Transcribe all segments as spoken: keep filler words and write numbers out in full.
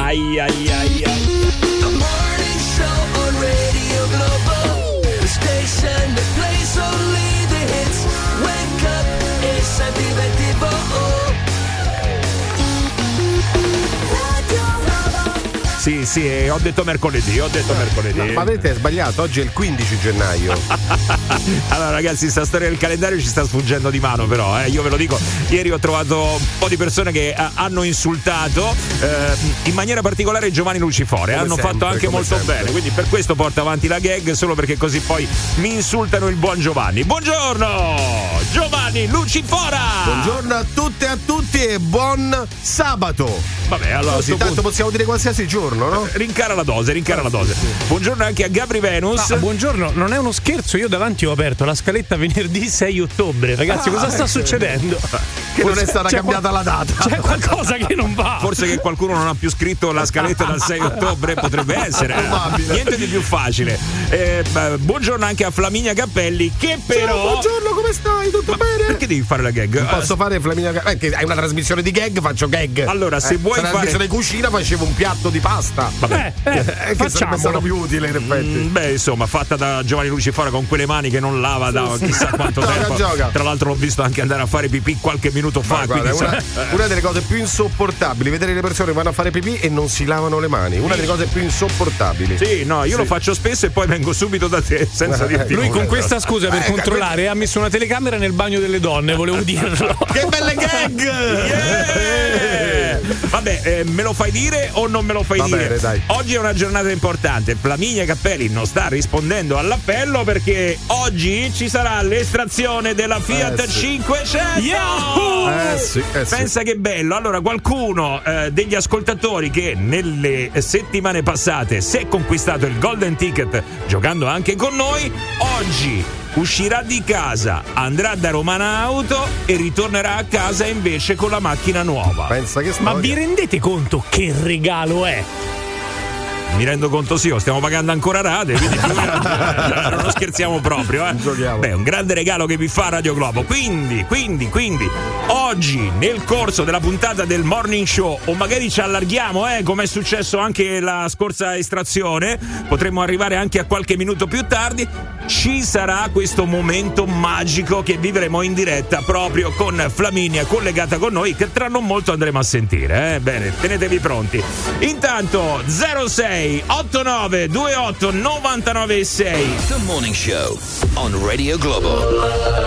Ai ai ai ai. The morning show on Radio Globo, the station that plays only the hits. Wake up e senti ventivo. Sì, sì, ho detto mercoledì, ho detto mercoledì. No, ma avete sbagliato, oggi è il quindici gennaio. Allora ragazzi, sta storia del calendario ci sta sfuggendo di mano però, eh. Io ve lo dico, ieri ho trovato un po' di persone che eh, hanno insultato eh, in maniera particolare Giovanni Lucifore, come hanno sempre, fatto anche molto sempre. bene, quindi per questo porto avanti la gag, solo perché così poi mi insultano il buon Giovanni. Buongiorno Giovanni Lucifora! Buongiorno a tutte e a tutti e buon sabato. Vabbè, allora Così, tanto punto possiamo dire qualsiasi giorno, no? Rincara la dose, rincara la dose. Buongiorno anche a Gabri Venus. Ah, buongiorno, non è uno scherzo, io davanti ho aperto la scaletta venerdì sei ottobre. Ragazzi, ah, cosa sta succedendo? Che Forse non è stata cambiata qual- la data. C'è qualcosa che non va. Forse che qualcuno non ha più scritto la scaletta dal sei ottobre, potrebbe essere. Eh. Niente di più facile. Eh, buongiorno anche a Flaminia Cappelli, che però. Ciao, buongiorno, come stai? Tutto Ma bene? Perché devi fare la gag? Non posso fare Flaminia Cappelli? Perché hai una trasmissione di gag, faccio gag. Allora, se eh, vuoi se fare. una trasmissione di cucina, facevo un piatto di pasta. Vabbè, eh, eh, eh, che sarebbe stato più utile in effetti. Mm, beh, insomma, fatta da Giovanni Lucifora con quelle mani che non lava da chissà quanto gioca, tempo. Gioca. Tra l'altro l'ho visto anche andare a fare pipì qualche minuto fa. Ma guarda, quindi, una, sa- una delle cose più insopportabili, vedere le persone che vanno a fare pipì e non si lavano le mani. Una delle cose più insopportabili. Sì, no, io sì. lo faccio spesso e poi vengo subito da te senza Eh, dirti Lui nulla. con questa scusa per Eh, controllare ha messo una telecamera nel bagno delle donne, volevo dirlo. Che belle gag! Yeah! Vabbè, eh, me lo fai dire o non me lo fai Va dire? bene, dai. Oggi è una giornata importante. Flaminia Cappelli non sta rispondendo all'appello perché oggi ci sarà l'estrazione della Fiat Eh, sì. cinquecento. Yahoo! Eh sì, eh sì. Pensa che bello. Allora, qualcuno eh, degli ascoltatori che nelle settimane passate si è conquistato il Golden Ticket giocando anche con noi, oggi uscirà di casa, andrà da Romana Auto e ritornerà a casa invece con la macchina nuova. Pensa che storia. Ma vi rendete conto che regalo è? Mi rendo conto, sì, stiamo pagando ancora rate, quindi non scherziamo proprio, eh. Giochiamo. Beh, un grande regalo che vi fa Radio Globo. Quindi, quindi, quindi, oggi nel corso della puntata del Morning Show, o magari ci allarghiamo, eh, come è successo anche la scorsa estrazione, potremmo arrivare anche a qualche minuto più tardi, ci sarà questo momento magico che vivremo in diretta proprio con Flaminia collegata con noi, che tra non molto andremo a sentire, eh. Bene, tenetevi pronti. Intanto zero sei otto nove due otto nove nove sei. The Morning Show on Radio Globo.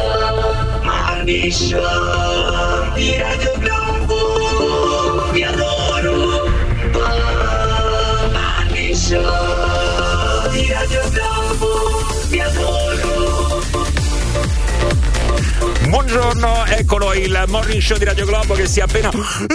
Morning Show di Radio Globo, vi adoro. Morning Show di Radio Globo, vi adoro. Buongiorno, eccolo il Morning Show di Radio Globo che si è appena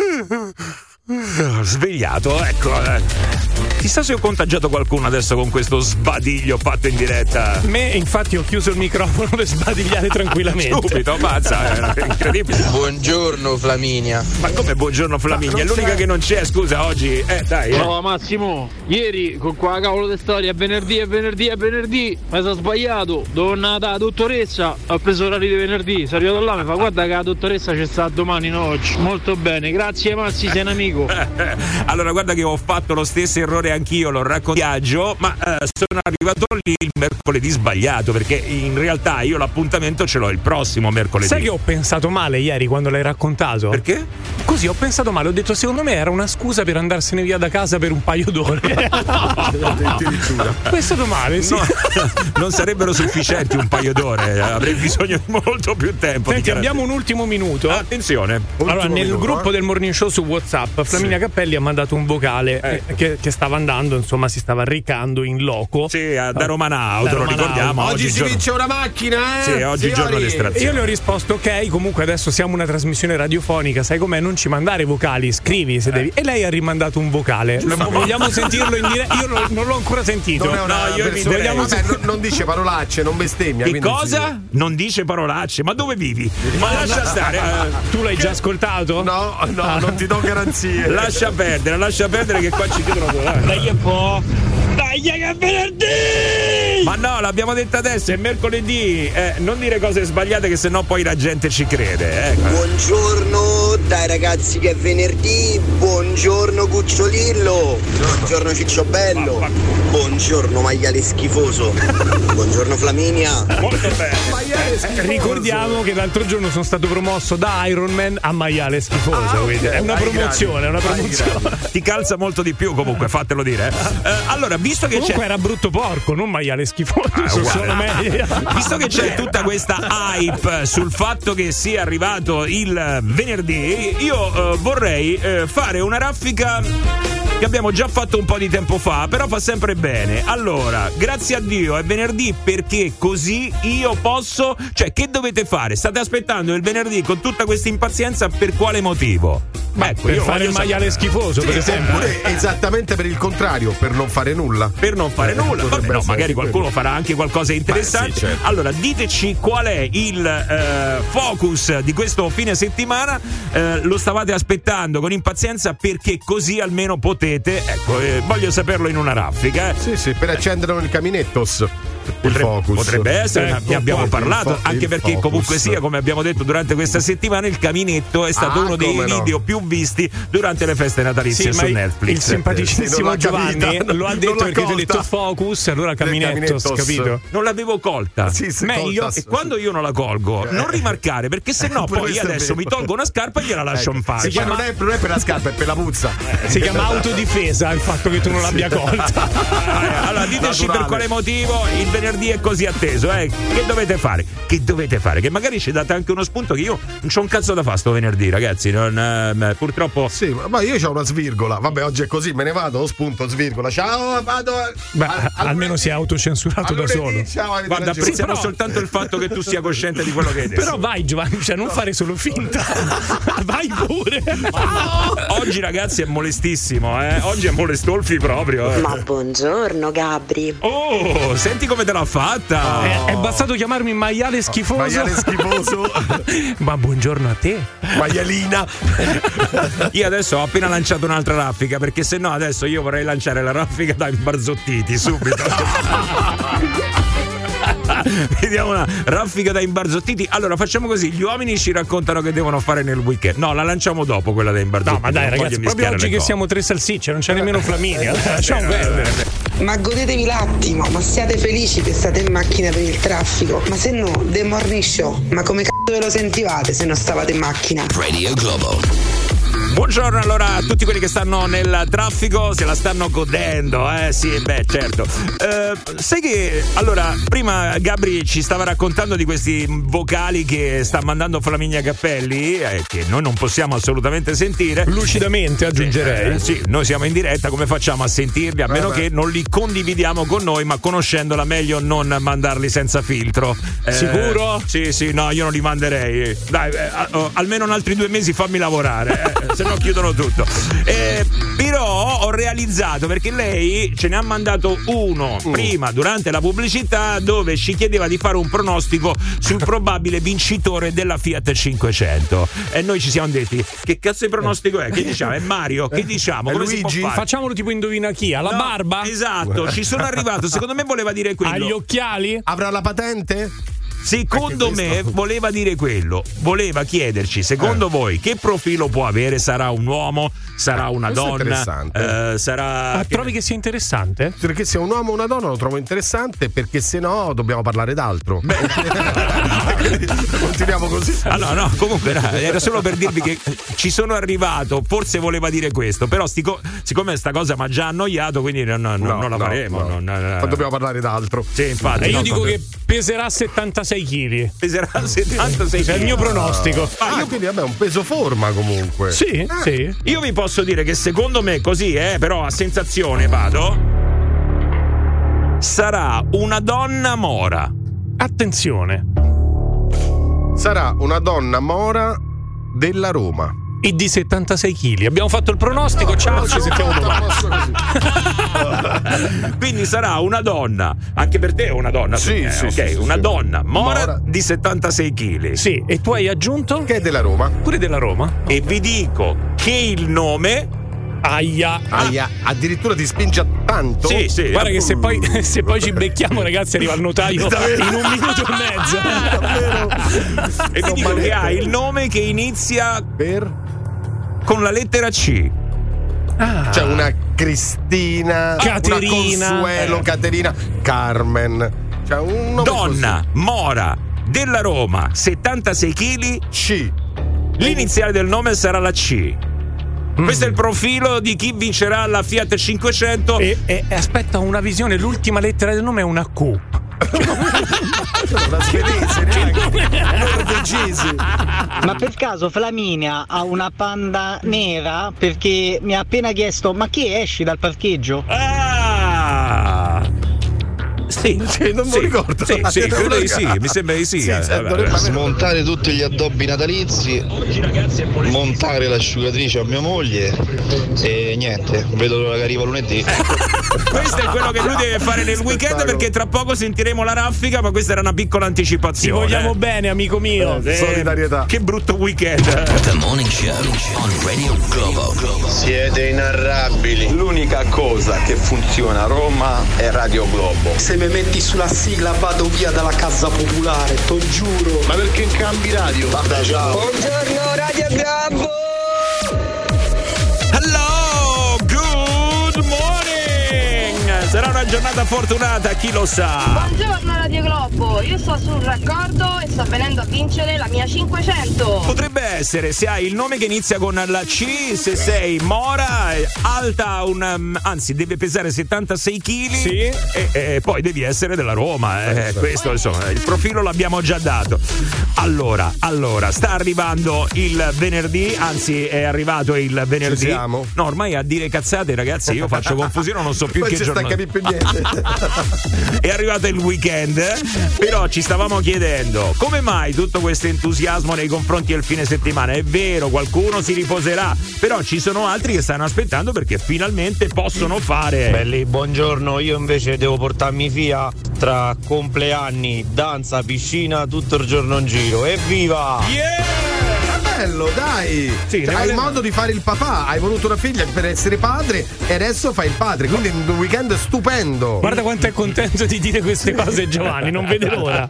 svegliato, ecco. Chissà se ho contagiato qualcuno adesso con questo sbadiglio fatto in diretta. Me, infatti, ho chiuso il microfono per sbadigliare tranquillamente. Subito, mazza, è incredibile. Buongiorno Flaminia. Ma come buongiorno Flaminia? È l'unica che non c'è, scusa, oggi. Eh, dai. Eh. No, Massimo, ieri con quella cavolo di storia, venerdì e venerdì e venerdì, mi sono sbagliato, dovevo andare dalla dottoressa, ho preso l'orario di venerdì, sono arrivato là, mi fa guarda che la dottoressa c'è sta domani, no oggi. Molto bene, grazie Massi, sei un amico. Allora, guarda che ho fatto lo stesso errore anch'io, l'ho raccontato, ma eh, sono arrivato lì il mercoledì sbagliato, perché in realtà io l'appuntamento ce l'ho il prossimo mercoledì. Sai che ho pensato male ieri quando l'hai raccontato? Perché? Così ho pensato male, ho detto secondo me era una scusa per andarsene via da casa per un paio d'ore. Ho pensato male, sì. No, non sarebbero sufficienti un paio d'ore, avrei bisogno di molto più tempo. Senti, abbiamo un ultimo minuto. Attenzione. Allora, Ultimo nel minuto, gruppo eh? del Morning Show su WhatsApp, Flaminia Cappelli ha mandato un vocale Eh. eh, che, che stava andando, insomma, si stava recando in loco. Sì, da Romana Auto, Da lo Romana ricordiamo. Oggi, Oggi si giorno... vince una macchina, eh? Sì, oggi Signori. giorno di E estrazione. io le ho risposto ok, comunque adesso siamo una trasmissione radiofonica, sai com'è? Non ci mandare vocali, scrivi se devi. E lei ha rimandato un vocale. Lo- Vogliamo sentirlo in diretta? Io non, non l'ho ancora sentito. Non è una No, io mi persona- direi- Vabbè, non, non dice parolacce, non bestemmia. Che quindi cosa? si- Non dice parolacce, ma dove vivi? Ma lascia stare. eh. Tu l'hai già ascoltato? No, no, non ti do garanzie. Lascia perdere, lascia perdere che qua ci chiedono. Dai un po'. Dai che è venerdì! Ma no, l'abbiamo detto adesso, è mercoledì. Eh, non dire cose sbagliate che sennò poi la gente ci crede. Ecco. Buongiorno dai ragazzi che è venerdì. Buongiorno Cucciolillo. Buongiorno Cicciobello. Buongiorno maiale schifoso. Buongiorno Flaminia. Molto bene. Eh, ricordiamo che l'altro giorno sono stato promosso da Iron Man a maiale schifoso. Ah, quindi okay. È una Dai, promozione, è una Dai, promozione. Ti calza molto di più comunque, fatelo dire. Eh, allora, visto che Comunque c'è. era brutto porco, non maiale schifoso. Ah, sono uguale. solo meglio. Visto che c'è tutta questa hype sul fatto che sia arrivato il venerdì, io eh, vorrei eh, fare una raffica che abbiamo già fatto un po' di tempo fa, però fa sempre bene. Allora, grazie a Dio è venerdì perché così io posso. Cioè, che dovete fare? State aspettando il venerdì con tutta questa impazienza per quale motivo? Beh, ecco, per io fare voglio il maiale sapere. schifoso, Sì, per esempio. oppure esattamente per il contrario, per non fare nulla. Per non fare Eh, nulla, potrebbe vabbè, no, essere magari quello. qualcuno farà anche qualcosa di interessante. Beh, sì, certo. Allora, diteci qual è il eh, focus di questo fine settimana. Eh, lo stavate aspettando con impazienza perché così almeno potete. Ecco, eh, voglio saperlo in una raffica. Eh. Sì, sì, per accendere il caminettos. Il Potrebbe, focus. potrebbe essere, Ecco ne abbiamo qua, parlato, il fo- anche il perché focus. comunque sia, come abbiamo detto durante questa settimana, il caminetto è stato Ah, uno dei come no. video più visti durante le feste natalizie Sì, su ma il- Netflix. il simpaticissimo Sì, non l'ha Giovanni capita, lo ha non detto l'ha perché ti ho colta. detto focus, allora caminettos, caminettos. capito? Non l'avevo colta. Sì, sì, Meglio. colta, E sì. quando io non la colgo, non rimarcare, perché se no Pure poi io questo è adesso vero. mi tolgo una scarpa e gliela lascio Ecco. in pace. Sì, poi non, è, non è per la scarpa, è per la puzza. Si chiama autodifesa il fatto che tu non l'abbia colta. Eh, allora diteci Naturale. per quale motivo il venerdì è così atteso, eh? Che dovete fare? Che dovete fare? Che magari ci date anche uno spunto che io non c'ho un cazzo da fare sto venerdì, ragazzi. Non, eh, purtroppo. Sì, ma io c'ho una svirgola. Vabbè, oggi è così, me ne vado, lo spunto, svirgola. Ciao, vado. Beh, al- al almeno si è autocensurato al da lunedì, solo. Ciao, avete Guarda, ragione. apprezziamo però- soltanto il fatto che tu sia cosciente di quello che hai detto. Però vai Giovanni, cioè non fare solo finta. Vai pure. Oggi, ragazzi, è molestissimo, eh? Oggi è molestolfi proprio. Eh. Ma buongiorno Gabri. Oh, senti come te l'ha fatta. È, è bastato chiamarmi maiale schifoso. Maiale schifoso. Ma buongiorno a te. Maialina. Io adesso ho appena lanciato un'altra raffica, perché se no adesso io vorrei lanciare la raffica da imbarzottiti subito. Vediamo una raffica da imbarzottiti. Allora facciamo così: gli uomini ci raccontano che devono fare nel weekend. No, la lanciamo dopo quella da imbarzottiti. No, ma dai, non voglio ragazzi, proprio mischiare oggi le che cose. siamo tre salsicce, non c'è nemmeno Flaminia. Lasciamo perdere. Ma godetevi l'attimo, ma siate felici che state in macchina per il traffico. Ma se no, The Morning Show, ma come c***o ve lo sentivate se non stavate in macchina? Radio Globo. Buongiorno allora a tutti quelli che stanno nel traffico, se la stanno godendo, eh sì, beh certo. Eh, sai che, allora, prima Gabri ci stava raccontando di questi vocali che sta mandando Flaminia Cappelli, eh, che noi non possiamo assolutamente sentire. Lucidamente aggiungerei. Eh, sì, noi siamo in diretta, come facciamo a sentirli? A meno Vabbè. che non li condividiamo con noi, ma conoscendola meglio non mandarli senza filtro. Eh, Sicuro? Sì, sì, no, io non li manderei. Dai, eh, oh, almeno in altri due mesi fammi lavorare, eh, se no chiudono tutto. Eh, però ho realizzato, perché lei ce ne ha mandato uno Mm. prima durante la pubblicità dove ci chiedeva di fare un pronostico sul probabile vincitore della Fiat cinquecento. E noi ci siamo detti: che cazzo di pronostico è? Che diciamo? È Mario? Che diciamo? È Come si Luigi? può fare? Facciamolo tipo indovina chi? Alla No, barba? Esatto, ci sono arrivato. Secondo me voleva dire quello. Agli occhiali? Avrà la patente? Secondo Anche me questo. voleva dire quello. Voleva chiederci, secondo Eh. voi, che profilo può avere? Sarà un uomo? Sarà una questo è donna? interessante. Eh, sarà. Ah, che- trovi che sia interessante? Perché se è un uomo o una donna lo trovo interessante, perché se no dobbiamo parlare d'altro. Quindi continuiamo così. Allora, no, comunque era, era solo per dirvi che ci sono arrivato, forse voleva dire questo, però sti co- siccome sta cosa mi ha già annoiato, quindi non, non- No, non la no, faremo. no. non- Ma dobbiamo parlare d'altro. Sì, infatti. E io no, dico proprio- che peserà settantasei chili. peserà settantasei È il mio pronostico. Ah, io quindi vabbè, un peso forma comunque. Sì, sì. Io vi posso dire che secondo me così, eh, però a sensazione vado. Sarà una donna mora. Attenzione. Sarà una donna mora della Roma. E di settantasei chili. Abbiamo fatto il pronostico. Ciao, ci sentiamo domani. Quindi sarà una donna, anche per te è una donna, Sì, eh, sì, ok, sì, sì, una sì. donna mora, Mora. di settantasei chili. Sì, e tu hai aggiunto? Che è della Roma. Pure della Roma. E vi dico che il nome Aia. Aia, addirittura ti spinge a tanto? Sì, sì. Guarda che se poi, se poi ci becchiamo, ragazzi, arriva il notaio in un minuto e mezzo. Davvero? E ti dico che ha il nome che inizia Per? con la lettera C. Ah. C'è una Cristina, Caterina, una Consuelo, eh. Caterina, Carmen. C'è un nome Donna, così. mora, della Roma, settantasei chili. C. L'iniziale del nome sarà la C. Questo è il profilo di chi vincerà la Fiat cinquecento. E, e, e aspetta, una visione, l'ultima lettera del nome è una Q. Una svedese, neanche norvegese. Ma per caso Flaminia ha una panda nera? Perché mi ha appena chiesto: ma chi esci dal parcheggio? Ah! Sì, Sì, non me lo ricordo. Sì, sì, credo di sì, mi sembra di sì. Sì, eh, sì, vabbè. dovrebbe- Smontare tutti gli addobbi natalizi, montare l'asciugatrice a mia moglie e niente, vedo l'ora che arriva lunedì. Questo è quello che lui deve fare nel weekend, perché tra poco sentiremo la raffica, ma questa era una piccola Ti anticipazione. vogliamo bene, amico mio. Eh, Solidarietà. Che brutto weekend. The Morning Show on Radio Globo. Siete inarrabili. L'unica cosa che funziona a Roma è Radio Globo. Se mi metti sulla sigla vado via dalla casa popolare, t'ho giuro. Ma perché cambi radio? Vabbè, ciao. Buongiorno Radio Globo. Hello, good morning. Sarà una giornata fortunata, chi lo sa. Buongiorno Radio Globo, io sto sul raccordo e sto venendo a vincere la mia cinquecento. Potrebbe essere, se hai il nome che inizia con la C, se sei mora, alta un um, anzi deve pesare settantasei chili. Sì. e, e poi devi essere della Roma, eh, questo insomma, il profilo l'abbiamo già dato. Allora, allora, sta arrivando il venerdì, anzi è arrivato il venerdì. Ci siamo? No, ormai a dire cazzate, ragazzi, io faccio confusione, non so più Poi che ci sta a giorno. capire più niente. È arrivato il weekend, però ci stavamo chiedendo come mai tutto questo entusiasmo nei confronti del fine settimana. È vero, qualcuno si riposerà, però ci sono altri che stanno aspettando perché finalmente possono fare. Belli, buongiorno, io invece devo portarmi via tra compleanni, danza, piscina, tutto il giorno in giro. Evviva! Yeah! Bello, dai! Sì, Cioè, ne hai vale- modo di fare il papà, hai voluto una figlia per essere padre e adesso fai il padre, quindi è un weekend stupendo. Guarda quanto è contento di dire queste cose Giovanni, non vede l'ora.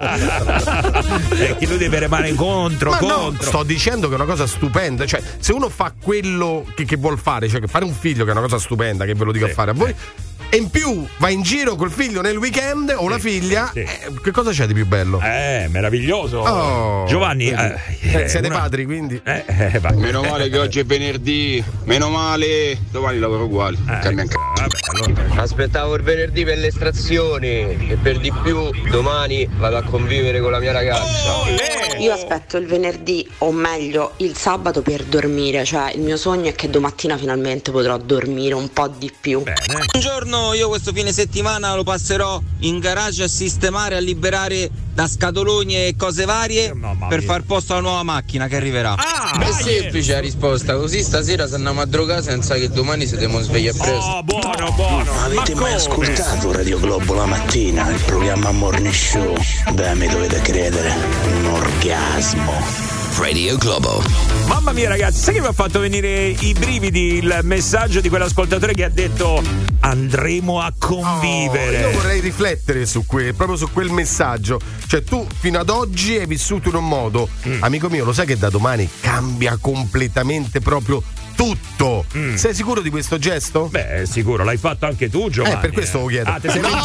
È che lui deve remare contro, Ma no, contro. sto dicendo che è una cosa stupenda. Cioè, se uno fa quello che, che vuol fare, cioè che fare un figlio che è una cosa stupenda, che ve lo dico Sì, a fare a voi. E in più va in giro col figlio nel weekend o la figlia, sì. eh, che cosa c'è di più bello? Eh, meraviglioso. Oh, Giovanni, vedi? eh, Eh, siete una- padri, quindi. Eh, eh, va. Meno male che oggi è venerdì, meno male, domani lavoro uguale. Eh, Cambia anche. vabbè, allora. Aspettavo il venerdì per le estrazioni e per di più domani vado a convivere con la mia ragazza. Olè! Io aspetto il venerdì, o meglio il sabato, per dormire. Cioè, il mio sogno è che domattina finalmente potrò dormire un po' di più. Bene. Buongiorno, io questo fine settimana lo passerò in garage a sistemare, a liberare da scatoloni e cose varie Mamma per mia. far posto alla nuova macchina che arriverà. Ah, È dai! semplice la risposta, così stasera se andiamo a drogare senza che domani siamo svegli presto. Oh, buono, buono. Avete Ma mai come? ascoltato Radio Globo la mattina, il programma Morning Show? Beh, mi dovete credere, un orgasmo. Radio Globo. Mamma mia, ragazzi, sai che mi ha fatto venire i brividi il messaggio di quell'ascoltatore che ha detto andremo a convivere. Oh, io vorrei riflettere su quel, proprio su quel messaggio. Cioè, tu fino ad oggi hai vissuto in un modo, Mm. amico mio, lo sai che da domani cambia completamente proprio tutto. Mm. Sei sicuro di questo gesto? Beh, sicuro, l'hai fatto anche tu, Giovanni. Eh, per questo lo chiedo. Ah, te sei No!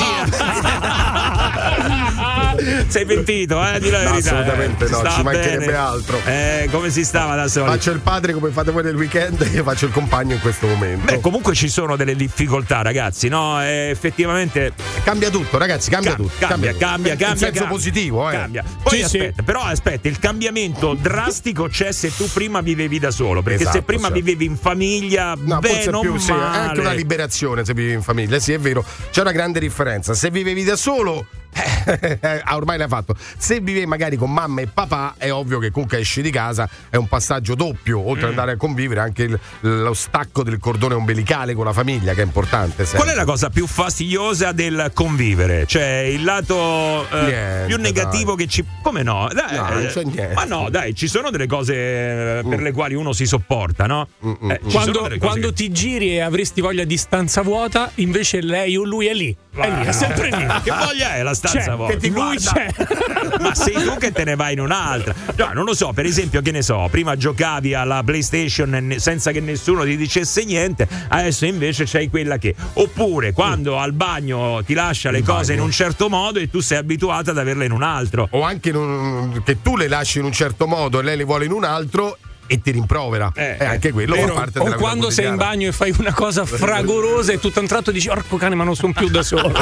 pentito. Sei pentito, eh? Di la No, verità. assolutamente eh. no, Sta ci mancherebbe bene. altro. Eh, come si stava da soli? Faccio il padre come fate voi nel weekend e io faccio il compagno in questo momento. Beh, comunque ci sono delle difficoltà, ragazzi, no? Eh, effettivamente Cambia tutto, ragazzi, cambia Cambia, tutto. cambia, tutto. cambia, In cambia, senso cambia. positivo, eh. Cambia. Poi Sì, aspetta, sì. però aspetta, il cambiamento drastico c'è se tu prima vivevi da solo, perché Esatto, se prima certo. vivevi in famiglia, No, beh, forse non più sì, è male. anche una liberazione se vivi in famiglia, sì, è vero. C'è una grande differenza. Se vivevi da solo, eh, ormai l'hai fatto. Se vivevi magari con mamma e papà, è ovvio che comunque esci di casa, è un passaggio doppio, oltre ad andare a convivere, anche il- lo stacco del cordone ombelicale con la famiglia, che è importante. sempre. Qual è la cosa più fastidiosa del convivere? Cioè il lato eh, Niente, più negativo dai. che ci Come no? Dai, No, non c'è niente. Ma no, dai, ci sono delle cose per le quali uno si sopporta, no? Eh, ci Quando, sono delle cose quando che- ti giri e avresti voglia di stanza vuota, invece lei o lui è lì. È lì, è sempre lì. Che voglia è la stanza C'è, vuota? che ti lui guarda. c'è. Ma sei tu che te ne vai in un'altra. No, non lo so, per esempio, che ne so, prima giocavi alla PlayStation ne- senza che nessuno ti dicesse niente, adesso invece c'hai quella che. Oppure quando al bagno ti lascia le In cose bagno. in un certo modo e tu sei abituato ad averle in un altro. O anche in un- che tu le lasci in un certo modo e lei le vuole in un altro e ti rimprovera. Eh, e anche quello Vero? fa parte o della vita quando sei in quotidiana. bagno e fai una cosa fragorosa e tutto a un tratto dici orco cane ma non sono più da solo.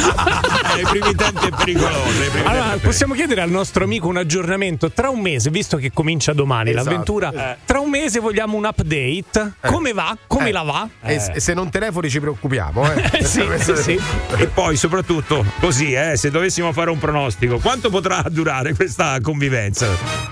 Nei primi tempi è pericoloso. nei primi Allora tempi è possiamo chiedere al nostro amico un aggiornamento tra un mese, visto che comincia domani Esatto. l'avventura, Eh. tra un mese vogliamo un update, come va, come Eh. la va. E s- se non telefoni ci preoccupiamo, eh. Sì, sì, sì. E poi soprattutto così, eh, se dovessimo fare un pronostico, quanto potrà durare questa convivenza?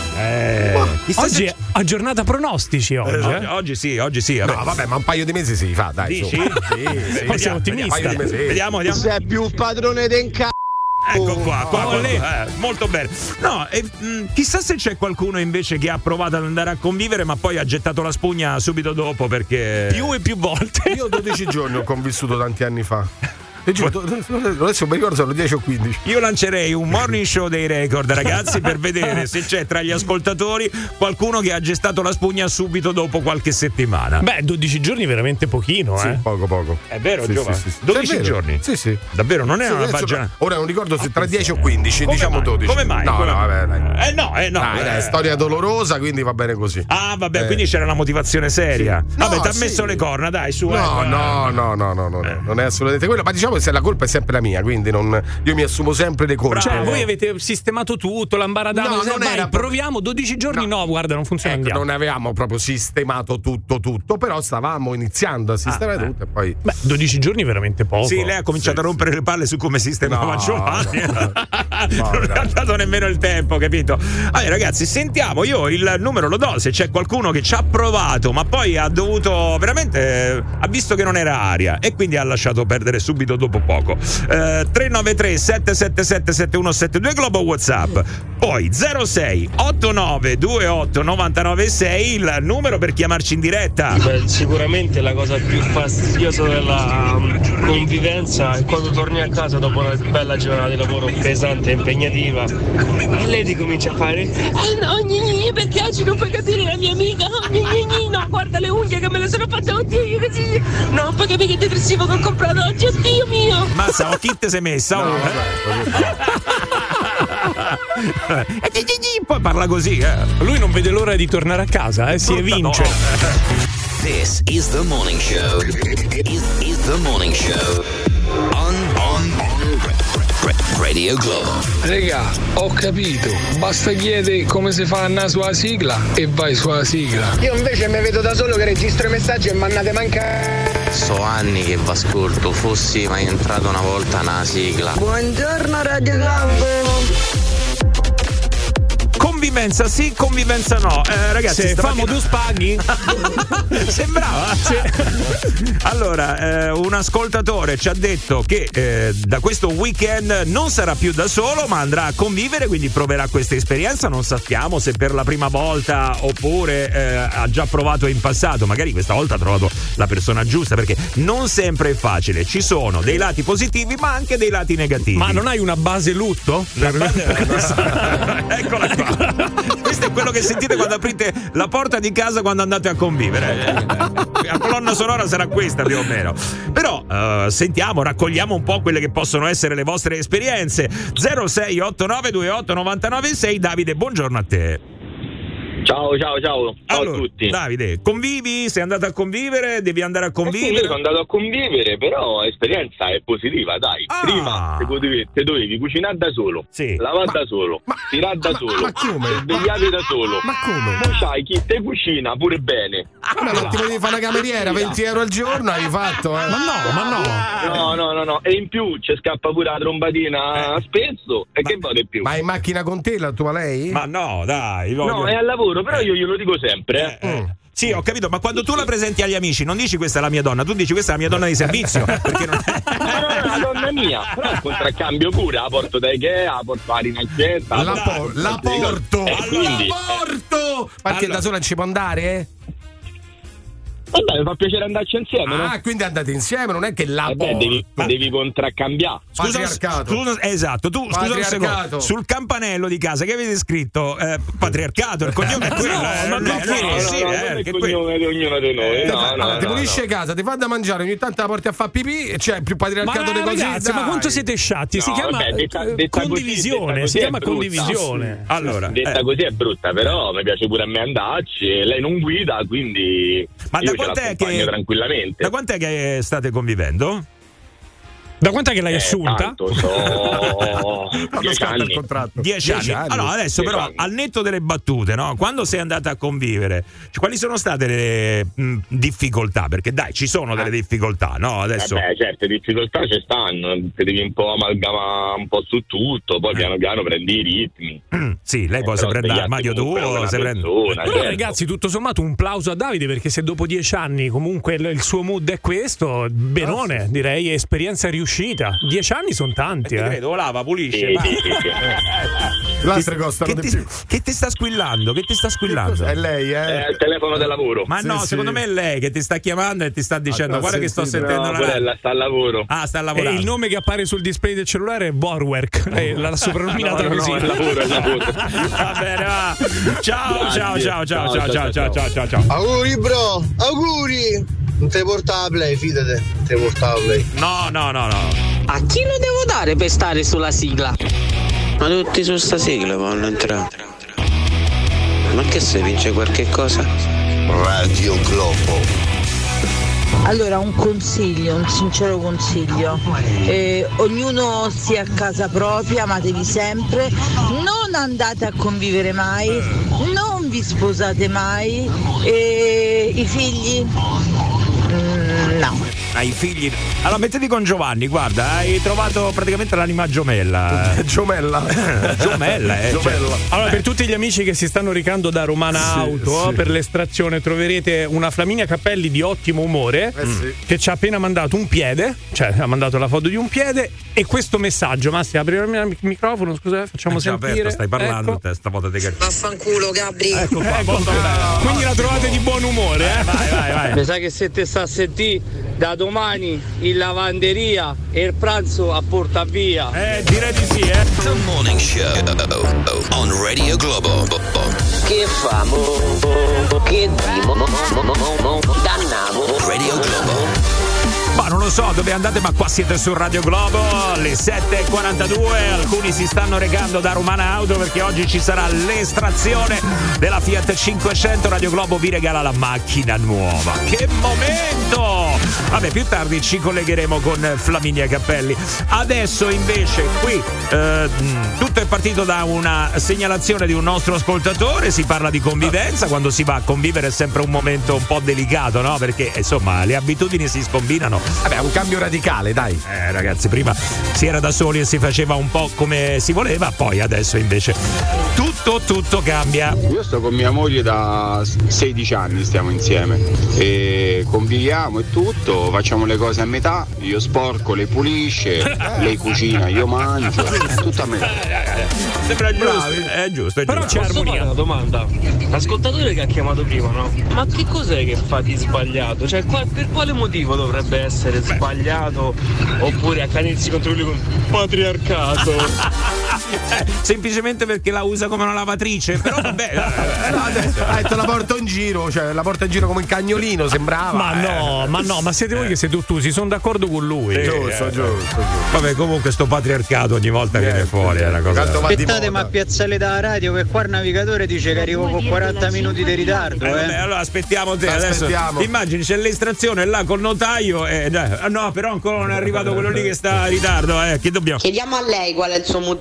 Eh, chissà Oggi se- è a giornata pronostici oggi, Eh, eh? oggi sì, oggi sì. Vabbè. No, vabbè, ma un paio di mesi si fa, dai. Dici? insomma. Sì, sì. Poi siamo Vediamo, ottimisti. un paio di mesi. Vediamo, vediamo. Sei più padrone del c***o. Ecco qua, qua, qua, Olè. qua, eh, molto bene. No, e, mh, chissà se c'è qualcuno invece che ha provato ad andare a convivere, ma poi ha gettato la spugna subito dopo perché. Più e più volte. Io dodici giorni ho convissuto tanti anni fa. Ti giuro, adesso mi ricordo sono dieci o quindici. Io lancerei un morning show dei record, ragazzi, per vedere se c'è tra gli ascoltatori qualcuno che ha gestato la spugna subito dopo qualche settimana. Beh, dodici giorni veramente pochino, Sì, eh. poco poco. È vero, Sì, Giova? sì, sì, sì. dodici È vero. giorni? Sì, sì. Davvero, non è Sì, una adesso- pagina. Ora non ricordo se tra dieci o quindici, Come diciamo mai? dodici. Come mai? No, Come no, mai? vabbè, dai. Eh no, eh no. Dai, eh. dai, storia dolorosa, quindi va bene così. Ah, vabbè, Eh. quindi c'era una motivazione seria. Sì. Vabbè, No, ti ha sì. messo le corna, dai, su. No, eh. no, no, no, no, no, no, non è assolutamente quello. Ma diciamo che se la colpa è sempre la mia, quindi non, io mi assumo sempre le colpe. Cioè, voi avete sistemato tutto, l'ambaradano, No, se- non vai, era- proviamo dodici giorni, no, guarda, non funziona, Ecco, andiamo. non avevamo proprio sistemato tutto, tutto, però stavamo iniziando a sistemare Ah, tutto e poi. Beh, dodici giorni è veramente poco. Sì, lei ha cominciato a rompere le palle su come sistemava No, Giovanni. no, no. Non ha dato nemmeno il tempo, capito? Allora, ragazzi, sentiamo. Io il numero lo do. Se c'è qualcuno che ci ha provato, ma poi ha dovuto veramente. eh, ha visto che non era aria e quindi ha lasciato perdere subito dopo poco. Eh, tre nove tre sette sette sette sette uno sette due Globo WhatsApp. Poi zero sei otto nove due otto nove nove sei il numero per chiamarci in diretta. Beh, sicuramente la cosa più fastidiosa della um, convivenza è quando torni a casa dopo una bella giornata di lavoro pesante e impegnativa e lei ti comincia a fare Eh no, gni, gni, perché oggi non puoi capire la mia amica. Oh, gni, gni, gni, no, guarda le unghie che me le sono fatte, oddio, così. No, puoi capire che detersivo che ho comprato oggi, oddio mio. Mazza, o chi te sei messa? No, oh, vabbè, eh? Poi parla così, eh. Lui non vede l'ora di tornare a casa, eh, si Brutta evince. This is the morning show. Is, is the morning show. On, on, Radio Globo. Regà, ho capito. Basta chiedere come si fa a andare sulla sigla e vai sulla sigla. Io invece mi vedo da solo che registro i messaggi e mannate manca. So anni che v'ascolto, fossi mai entrato una volta nella sigla. Buongiorno Radio Globo. Convivenza sì, convivenza no. Eh, ragazzi, Se stamattina- famo tu spaghi? Sembrava. Allora, eh, un ascoltatore ci ha detto che eh, da questo weekend non sarà più da solo, ma andrà a convivere, quindi proverà questa esperienza. Non sappiamo se per la prima volta oppure eh, ha già provato in passato. Magari questa volta ha trovato la persona giusta, perché non sempre è facile. Ci sono dei lati positivi, ma anche dei lati negativi. Ma non hai una base lutto? Eccola qua. Questo è quello che sentite quando aprite la porta di casa quando andate a convivere. La colonna sonora sarà questa più o meno. Però eh, sentiamo, raccogliamo un po' quelle che possono essere le vostre esperienze. zero sei otto nove due otto nove nove sei. Davide, buongiorno a te. Ciao, ciao, ciao, ciao Allora, a tutti. Davide, convivi? Sei andato a convivere? Devi andare a Eh sì, convivere? io sono andato a convivere, però l'esperienza è positiva, dai. Ah. Prima te dovevi, te dovevi cucinare da solo, sì. lavare Ma- da solo, tirare da ma- solo, ma come? svegliare da solo. Ma come? Poi c'hai chi te cucina pure bene. Ma non ti volevi fare una cameriera, venti euro al giorno hai fatto, eh? Ma no, ma no. No, no, no, no. E in più ci scappa pure la trombatina spesso. E che vuole più? Ma hai in macchina con te la tua lei? Ma no, dai. No, voglio- è al lavoro, però io glielo dico sempre. Eh. Eh, Sì, ho capito, ma quando tu la presenti agli amici non dici questa è la mia donna, tu dici questa è la mia donna di servizio. Perché non è... No, no, no, la donna mia, però il contraccambio pure, la porto da Ikea, la porto a Rinascenta. La, por- la porto! Eh, quindi, la porto! Perché allora, da sola ci può andare, eh? Vabbè, mi fa piacere andarci insieme, no? Ah, quindi andate insieme, non è che la eh beh, porto. devi, devi contraccambiare. Scusa, patriarcato. scusa, esatto, tu scusa un secondo. Sul campanello di casa che avete scritto eh, patriarcato, il cognome è quello. No, eh, ma non è- perché? no, No, sì, no, eh, non è perché il cognome di ognuno di noi. Eh, No, fa- no, allora, ti no, pulisce no. casa, ti fa da mangiare, ogni tanto la porti a fa pipì e c'è più patriarcato Ma di così. ragazzi, ma dai. quanto siete sciatti? Si No, chiama vabbè, detta- eh, detta così, condivisione, detta così si è chiama brutta. condivisione. Allora, Detta eh, così è brutta, però mi piace pure a me andarci. e Lei non guida, quindi ma da io ce quant'è l'accompagno che tranquillamente. da quant'è che state convivendo? Da quant'è che l'hai Eh, assunta? tanto, so... dieci anni. il contratto. Dieci anni. Dieci anni. Allora, adesso Dieci però, anni. al netto delle battute, no? Quando sei andata a convivere, cioè, quali sono state le mh, difficoltà? Perché dai, ci sono delle difficoltà, no? Adesso. Vabbè, certe difficoltà ci stanno, ti devi un po' amalgamare un po' su tutto, poi piano piano prendi i ritmi. Mm, sì, lei poi Eh, si però prende degli l'armadio altri comunque tuo, è una si prende. persona, Però certo. ragazzi, tutto sommato un plauso a Davide, perché se dopo dieci anni comunque il, il suo mood è questo, benone, direi, esperienza riuscita. Dieci anni sono tanti, Ti eh. credo, lava, pulisce. Sì, va. sì, sì, sì. L'altro costano Che di ti, più. che ti sta squillando? Che ti sta squillando? È lei, È eh? il telefono del lavoro. Ma Sì, no, sì. secondo me è lei che ti sta chiamando e ti sta dicendo: Ah, guarda che sto sentite, sentendo No, la quella radio. è la sta al lavoro. Ah, sta E lavorando. il nome che appare sul display del cellulare è Borwerk. Lei l'ha soprannominata No, no, così. no, è il lavoro, è il lavoro. Va bene, va. Ciao, Grazie. ciao, ciao, ciao, ciao, Ciao, ciao, ciao, ciao, ciao, ciao. Auguri bro, auguri! Non te portava play, fidate, non te portava play. No, no, no, no. A chi lo devo dare per stare sulla sigla? Ma tutti su sta sigla vanno entrare. Ma che se vince qualche cosa? Radio Globo. Allora, un consiglio, un sincero consiglio. Eh, ognuno sia a casa propria, amatevi sempre, non andate a convivere mai, non vi sposate mai, e i figli? Mm, no. Hai figli. Allora mettiti con Giovanni, guarda, hai trovato praticamente l'anima gemella. Giomella. Giomella, eh. Giomella. cioè. Allora, per tutti gli amici che si stanno recando da Romana Sì, Auto sì. per l'estrazione, troverete una Flaminia Cappelli di ottimo umore Eh, sì. che ci ha appena mandato un piede, cioè ha mandato la foto di un piede e questo messaggio. Massi, apri il microfono, scusa, facciamo È già sentire. aperto, stai parlando Ecco. te, stavolta te che. Vaffanculo, Gabri. Ecco qua, Ecco, molto bene. quindi la trovate di buon umore, eh? Vai, vai, vai. Mi sa che se te sta a sentire da domani in lavanderia e il pranzo a porta via. Eh, direi di sì, eh. The Morning Show on Radio Globo. Che famo? Che dimo? Dannavo. Radio Globo. Ma non lo so dove andate, ma qua siete su Radio Globo, alle sette e quarantadue. Alcuni si stanno recando da Romana Auto perché oggi ci sarà l'estrazione della Fiat cinquecento. Radio Globo vi regala la macchina nuova. Che momento! Vabbè, più tardi ci collegheremo con Flaminia Cappelli. Adesso invece qui eh, tutto è partito da una segnalazione di un nostro ascoltatore. Si parla di convivenza. Quando si va a convivere è sempre un momento un po' delicato, no? Perché insomma le abitudini si scombinano. Vabbè, un cambio radicale, dai. Eh, ragazzi, prima si era da soli e si faceva un po' come si voleva, poi adesso invece tutto, tutto cambia. Io sto con mia moglie da sedici anni, stiamo insieme e conviviamo e tutto, facciamo le cose a metà, io sporco, lei pulisce, lei cucina, io mangio, tutto a metà. Sembra giusto, è giusto, è Però giusto. c'è Posso fare armonia. una domanda? L'ascoltatore che ha chiamato prima, no? Ma che cos'è che fa di sbagliato? Cioè, qua- per quale motivo dovrebbe essere sbagliato oppure accanirsi contro lui con patriarcato? Eh, semplicemente perché la usa come una lavatrice, però vabbè. Eh, no, adesso, ha detto la porto in giro, cioè la porta in giro come un cagnolino, sembrava. Ma no, eh. ma no, ma siete voi che siete ottusi, sono d'accordo con lui. Sì, Giusto, eh, giusto, giusto. Vabbè, comunque sto patriarcato ogni volta viene fuori, è una cosa. Tanto va di Aspettate, moda. ma piazzale da radio che qua il navigatore dice che arrivo con quaranta minuti di ritardo, Eh, eh. vabbè, allora aspettiamo te Aspettiamo. adesso. Immagini c'è l'estrazione là col notaio e eh, no, però ancora non è arrivato quello lì che sta in ritardo, eh. Che dobbiamo? Chiediamo a lei qual è il suo mood dopo dieci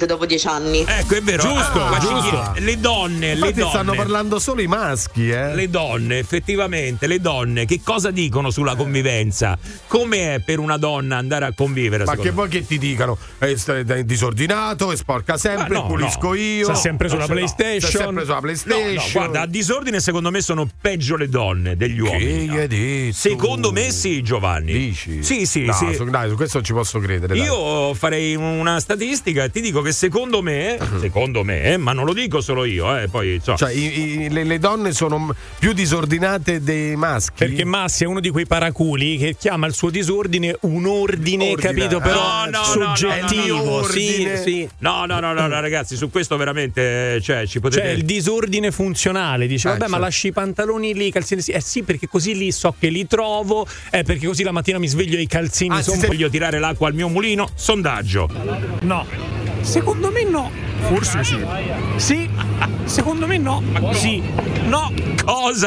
dieci anni. Ecco, è vero. Giusto, ah, giusto. Le donne, Infatti le donne. stanno parlando solo i maschi, eh. Le donne, effettivamente, le donne che cosa dicono sulla convivenza? Come è per una donna andare a convivere? Ma che vuoi che ti dicano? È, è disordinato, è sporca sempre, no, pulisco no. io. Sta sempre sulla no, PlayStation. Sta sempre sulla PlayStation. No, no, guarda, a disordine secondo me sono peggio le donne degli uomini. Che hai detto? Secondo me sì, Giovanni. Dici? Sì, sì, no, sì. Su, dai, su questo non ci posso credere. Dai. Io farei una statistica e ti dico che secondo me, secondo me, ma non lo dico solo io, eh, poi so. Cioè, i, i, le, le donne sono più disordinate dei maschi. Perché Massi è uno di quei paraculi che chiama il suo disordine un ordine, Ordine. capito? Però No, no, soggettivo. no, no, no, sì, ordine. sì. No, no, no, no, no, ragazzi, su questo veramente, cioè, ci potete. Cioè il disordine funzionale, dice Eh, vabbè, certo. ma lasci i pantaloni lì, i calzini sì. Eh sì, perché così lì so che li trovo, eh, perché così la mattina mi sveglio e i calzini Anzi, sono se voglio tirare l'acqua al mio mulino, sondaggio. No. Secondo me no. Forse sì. Sì. Secondo me no. Sì. No. Cosa?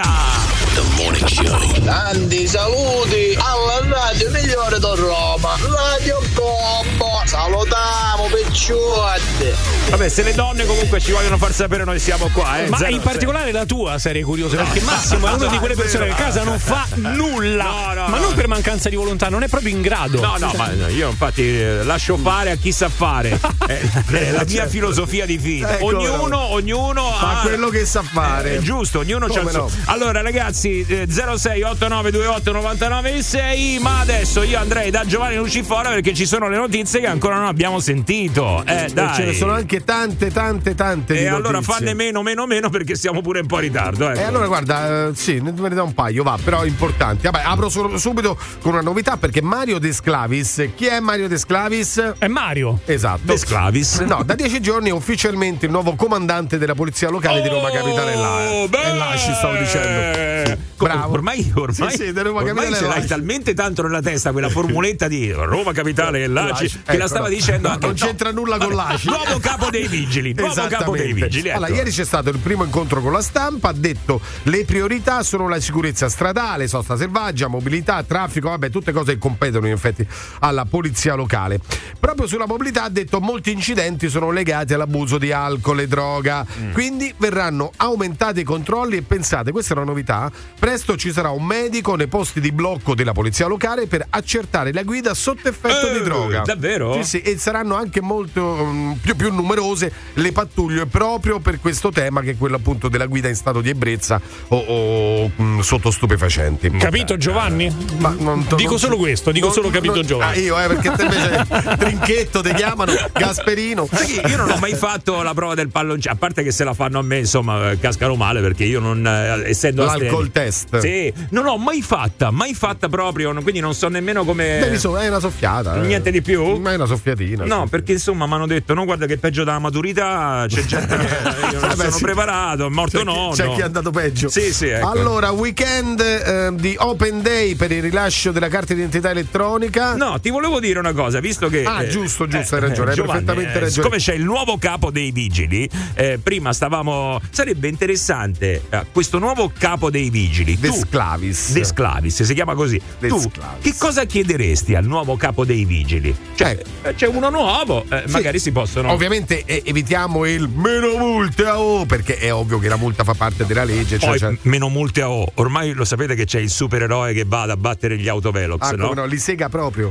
Tanti saluti alla radio migliore da Roma, Radio Combo. Salutiamo picciotte. Vabbè, se le donne comunque ci vogliono far sapere, noi siamo qua, eh. Ma Zero in particolare la tua serie curiosa, perché Massimo è una di quelle persone che a casa non fa nulla, No, no, ma no. non per mancanza di volontà, non è proprio in grado. No, no, ma io infatti eh, lascio fare a chi sa fare. È, è la mia filosofia di vita. Ecco, ognuno, ognuno fa ha quello che sa fare. Eh, giusto, ognuno c'ha il Come suo. no? Allora, ragazzi, eh, zero sei otto nove due otto nove nove sei. Ma adesso io andrei da Giovanni Lucifora perché ci sono le notizie che ancora non abbiamo sentito. Eh, E dai. ce ne sono anche tante, tante, tante. E di allora notizie. fanne meno, meno, meno perché siamo pure un po' in ritardo. Ecco. E allora guarda, eh, sì, ne me ne dà un paio, va, però importanti. Vabbè, apro solo- subito con una novità perché Mario De Sclavis, chi è Mario De Sclavis? È Mario. Esatto. De Sclavis. No, da dieci giorni è ufficialmente il nuovo comandante della polizia locale di Roma Capitale. È là, eh. beh. È là, ci stavo dicendo. Bravo. Ormai, ormai, Sì, sì, da Roma ormai Capitale ce è l'hai là. talmente tanto nella testa quella formuletta di Roma Capitale e l'Aci che Ecco, la stava no. dicendo No, anche non c'entra nulla con l'Aci. Nuovo capo dei vigili, nuovo capo dei vigili. Ecco. Allora, ieri c'è stato il primo incontro con la stampa, ha detto le priorità sono la sicurezza stradale, sosta selvaggia, mobilità, traffico, vabbè, tutte cose che competono in effetti alla polizia locale. Proprio sulla mobilità ha detto molti incidenti sono legati all'abuso di alcol e droga, mm. quindi verranno aumentati i controlli e pensate, questa è una novità, presto ci sarà un medico nei posti di blocco della polizia locale per accertare la guida sotto effetto Eh, di droga. davvero? Sì, sì, e saranno anche molto um, più, più numerose le pattuglie proprio per questo tema che è quello appunto della guida in stato di ebbrezza o, o um, sotto stupefacenti. Capito Giovanni? Ma non, dico non, solo questo, dico non, solo capito non, Giovanni. Ah, io, eh, perché te invece Trinchetto te chiamano, Gasperino. Sì, io non ho mai fatto la prova del palloncino, a parte che se la fanno a me, insomma, eh, cascano male perché io non, eh, essendo l'alcol astemi- test. Sì, non ho mai fatta, mai fatta proprio, non- quindi non so nemmeno come. Beh, insomma, è una soffiata. eh. Niente di più? Ma è una soffiatina. No, sì. perché insomma mi hanno detto no, guarda che peggio della maturità, c'è gente che io non Vabbè, sono sì. preparato, è morto C'è chi- nonno. C'è chi è andato peggio. Sì, sì, ecco. Allora, weekend eh, di Open Day per il rilascio della carta d'identità elettronica. No, ti volevo dire una cosa, visto che. Ah, giusto, giusto, hai ragione, hai Giovanni, perfettamente eh, ragione. Siccome c'è il nuovo capo dei vigili, eh, prima stavamo. Sarebbe interessante eh, questo nuovo capo dei vigili. De tu- Sclavis. De Sclavis, si chiama così. De tu Sclavis. che cosa chiederesti al nuovo capo dei vigili? Cioè, eh, c'è uno nuovo, eh, Sì. magari si possono. Ovviamente eh, evitiamo il meno multe a O, perché è ovvio che la multa fa parte della legge. Cioè, Poi cioè- meno multe a O. Ormai lo sapete che c'è il supereroe che va ad abbattere gli autovelox, Ah, no? come no, li sega proprio.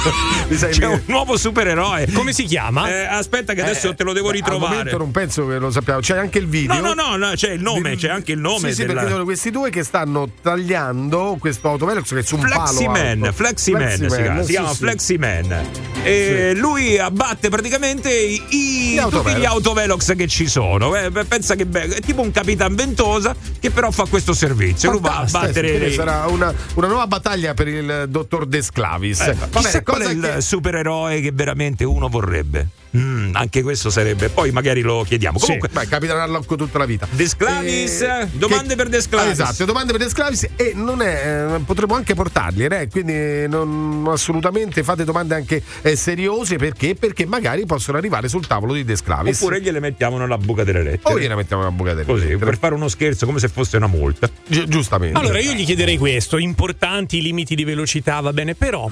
Li sai C'è bene. un nuovo supereroe. Come si chiama? Eh, aspetta che adesso Eh, te lo devo beh, Al ritrovare. momento non penso che lo sappiamo. C'è anche il video. No, no, no, no, c'è il nome, Di- c'è anche il nome. Sì, sì, della- perché sono questi due che stanno tagliando questo autovelox che è su un Fleximan, palo alto. Fleximan, si chiama, si sì, chiama sì. Fleximan. E lui abbatte praticamente i, i- Gli tutti autovelox. gli autovelox che ci sono. Eh, pensa che be- è tipo un Capitan Ventosa che però fa questo servizio. Lui va a Fantastico, battere. quindi i- sarà una, una nuova battaglia per il dottor De Sclavis. Eh, Va chissà bene, qual cosa è il che- supereroe che veramente uno vorrebbe. Mm, anche questo sarebbe. Poi magari lo chiediamo. Comunque, Beh, capita all'occo tutta la vita. De Sclavis, Eh, domande che- per De Sclavis. Ah, esatto, domande per De Sclavis e non è, eh, potremmo anche portarli, eh, quindi non, assolutamente fate domande anche eh, seriose perché? Perché magari possono arrivare sul tavolo di De Sclavis. Oppure gliele mettiamo nella buca delle lettere. O gliela mettiamo nella buca delle Così, lettere. per fare uno scherzo come se fosse una multa. Gi- giustamente. Allora io gli chiederei questo, importanti i limiti di velocità, va bene, però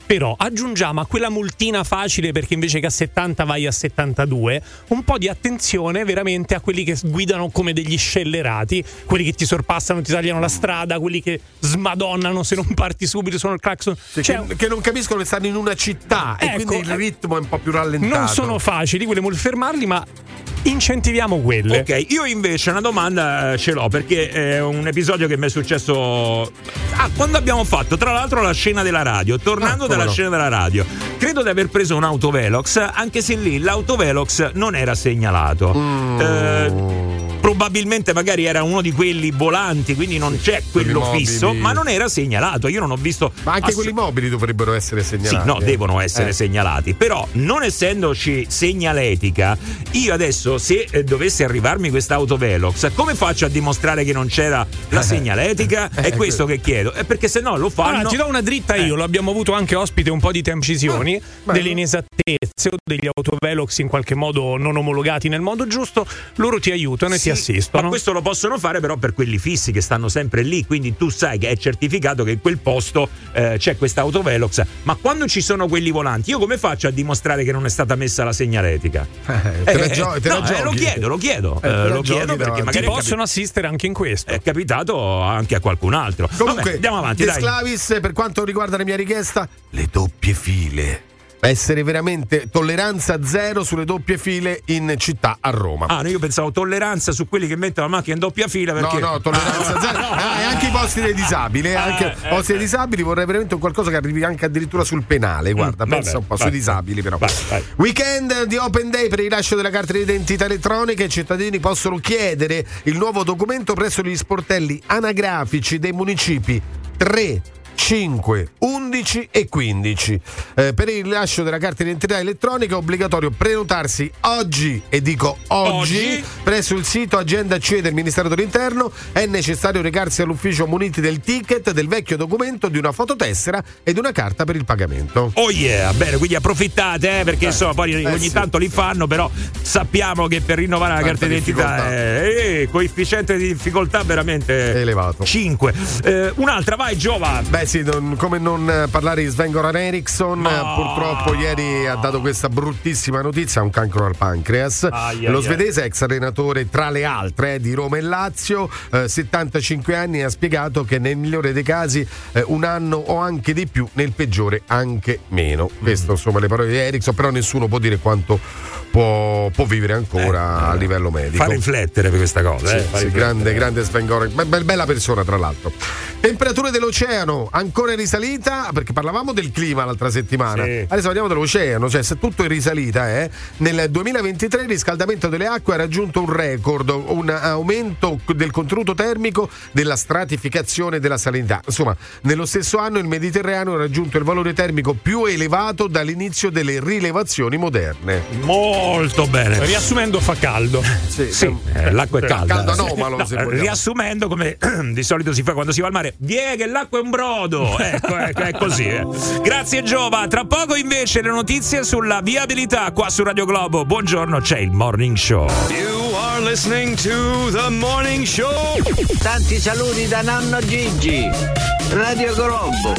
Però aggiungiamo a quella multina facile, perché invece che a settanta vai a settantadue, un po' di attenzione veramente a quelli che guidano come degli scellerati, quelli che ti sorpassano, ti tagliano la strada, quelli che smadonnano se non parti subito, sono il clacson. Cioè, che, che non capiscono che stanno in una città, ecco, e quindi il ritmo è un po' più rallentato. Non sono facili, volevo fermarli, ma incentiviamo quelle. Ok, io invece una domanda ce l'ho, perché è un episodio che mi è successo ah, quando abbiamo fatto tra l'altro la scena della radio. Tornando ah, dalla no. scena della radio, credo di aver preso un autovelox, anche se lì l'autovelox non era segnalato. Mm. Eh, probabilmente magari era uno di quelli volanti, quindi non c'è quello mobili. fisso, ma non era segnalato. Io non ho visto. Ma anche ass- quelli mobili dovrebbero essere segnalati. Sì, no, eh. devono essere eh. segnalati. Però, non essendoci segnaletica, io adesso, se eh, dovesse arrivarmi questa autovelox, come faccio a dimostrare che non c'era la segnaletica? Eh. È questo che chiedo. È perché se no lo fanno. Allora, ti do una dritta io, eh. lo abbiamo avuto anche ospite un po' di tempcisioni, ah, delle inesattezze o degli autovelox in qualche modo non omologati nel modo giusto. Loro ti aiutano e sì, ti assistono. Ma questo lo possono fare però per quelli fissi che stanno sempre lì, quindi tu sai che è certificato che in quel posto eh, c'è questa autovelox. Ma quando ci sono quelli volanti, io come faccio a dimostrare che non è stata messa la segnaletica? Eh, te la gio- te la no, eh, lo chiedo, lo chiedo, eh, eh, lo chiedo perché davanti. magari ti possono capi- assistere anche in questo. È capitato anche a qualcun altro. Comunque, vabbè, andiamo avanti, De dai. Sclavis, per quanto riguarda la mia richiesta, le doppie file. Essere veramente tolleranza zero sulle doppie file in città a Roma. Ah, no, io pensavo tolleranza su quelli che mettono la macchina in doppia fila. Perché... No, no, tolleranza ah, zero. no. Ah, e anche i posti dei disabili. Eh, anche eh, posti eh, dei disabili vorrei veramente un qualcosa che arrivi anche addirittura sul penale. Guarda, mm, pensa vabbè, un po' vai, sui disabili, però. Vai, vai. Weekend di Open Day per il rilascio della carta d'identità elettronica. I cittadini possono chiedere il nuovo documento presso gli sportelli anagrafici dei municipi tre, cinque, undici e quindici. Eh, per il rilascio della carta d'identità elettronica è obbligatorio prenotarsi oggi, e dico oggi, oggi, presso il sito Agenda C E del Ministero dell'Interno. È necessario recarsi all'ufficio muniti del ticket, del vecchio documento, di una fototessera e di una carta per il pagamento. Oh yeah, bene, quindi approfittate, eh, perché eh, insomma poi eh, ogni sì. tanto li fanno, però sappiamo che per rinnovare la carta d'identità è eh, coefficiente di difficoltà veramente elevato. cinque. Eh, un'altra, vai Giova. Beh sì, non, come non parlare di Sven-Goran Eriksson, oh. purtroppo ieri ha dato questa bruttissima notizia, un cancro al pancreas. Ah, yeah, Lo svedese, yeah. ex allenatore tra le altre eh, di Roma e Lazio, eh, settantacinque anni, ha spiegato che nel migliore dei casi eh, un anno o anche di più, nel peggiore anche meno. Mm. Queste insomma le parole di Eriksson, però nessuno può dire quanto può, può vivere ancora eh, a livello medico. Fa riflettere per questa cosa. Sì, eh, sì, grande, grande Sven-Goran, be- be- bella persona tra l'altro. Temperature dell'oceano ancora in risalita, perché parlavamo del clima l'altra settimana. Sì. Adesso parliamo dell'oceano, cioè se tutto in risalita, eh, nel duemilaventitré il riscaldamento delle acque ha raggiunto un record, un aumento del contenuto termico della stratificazione della salinità. Insomma, nello stesso anno il Mediterraneo ha raggiunto il valore termico più elevato dall'inizio delle rilevazioni moderne. Molto bene. Riassumendo, fa caldo. Sì, sì. Eh, l'acqua è calda. Caldo anomalo, no, se riassumendo, come di solito si fa quando si va al mare, vie che l'acqua è un brodo. Ecco, ecco, è così. Eh. Grazie Giova. Tra poco invece le notizie sulla viabilità qua su Radio Globo. Buongiorno, c'è il Morning Show. You are listening to the Morning Show. Tanti saluti da nonno Gigi. Radio Globo.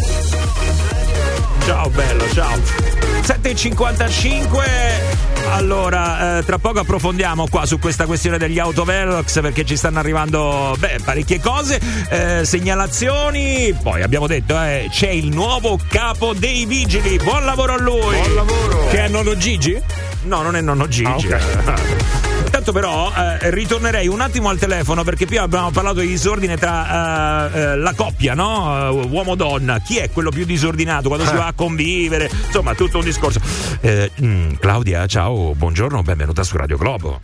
Ciao bello, ciao. sette e cinquantacinque. Allora, eh, tra poco approfondiamo qua su questa questione degli autovelox, perché ci stanno arrivando beh, parecchie cose, eh, segnalazioni. Poi abbiamo detto, eh, c'è il nuovo capo dei vigili. Buon lavoro a lui. Buon lavoro. Che è nonno Gigi? No, non è nonno Gigi. Ah, okay. Intanto però eh, ritornerei un attimo al telefono, perché prima abbiamo parlato di disordine tra eh, eh, la coppia, no? Uh, uomo-donna. Chi è quello più disordinato quando eh. si va a convivere? Insomma, tutto un discorso. Eh, mh, Claudia, ciao, buongiorno, benvenuta su Radio Globo.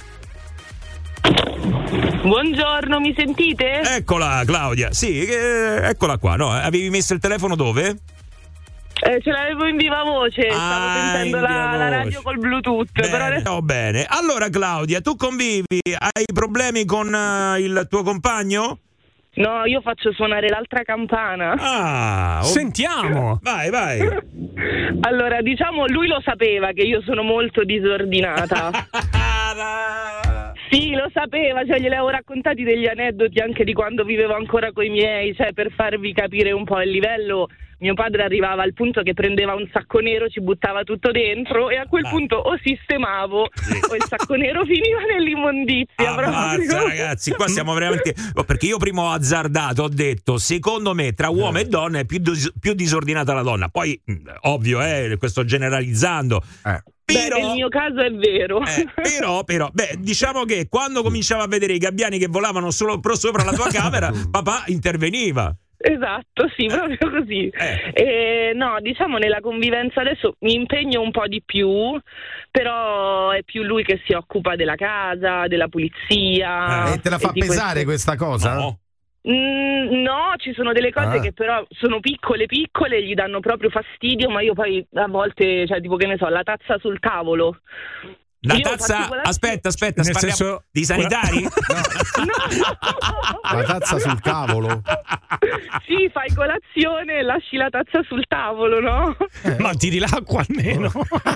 Buongiorno, mi sentite? Eccola Claudia, sì, eh, eccola qua, no? Avevi messo il telefono dove? Eh, ce l'avevo in viva voce, ah, stavo sentendo la, la radio col Bluetooth. Bene, però adesso... oh, bene. Allora Claudia, tu convivi, hai problemi con uh, il tuo compagno? No, io faccio suonare l'altra campana. Ah, oh. Sentiamo. Vai, vai. Allora, diciamo, lui lo sapeva che io sono molto disordinata. Sì, lo sapeva, cioè gliele avevo raccontati degli aneddoti anche di quando vivevo ancora coi miei, cioè per farvi capire un po' il livello. mio padre arrivava al punto che prendeva un sacco nero, ci buttava tutto dentro e a quel Dai. punto o sistemavo sì. o il sacco nero finiva nell'immondizia. Ammazza, ragazzi, qua siamo veramente... Perché io prima ho azzardato, ho detto, secondo me tra uomo e donna è più, dis- più disordinata la donna. Poi, ovvio, eh, questo generalizzando... Eh. Però, beh, nel mio caso è vero. Eh, però, però, beh, diciamo che quando cominciavo a vedere i gabbiani che volavano solo pro sopra la tua camera, papà interveniva. Esatto, sì, proprio così. Eh. Eh, no, diciamo nella convivenza adesso mi impegno un po' di più, però è più lui che si occupa della casa, della pulizia. E eh, te la fa e pesare questo... questa cosa? No. Mm, no, ci sono delle cose ah. che però sono piccole piccole, gli danno proprio fastidio, ma io poi a volte, cioè tipo che ne so, la tazza sul tavolo. La Io tazza, quella... aspetta, aspetta, nel parliamo senso... di sanitari? No. No. La tazza sul tavolo? Sì, fai colazione e lasci la tazza sul tavolo, no? Eh. Ma tiri l'acqua almeno.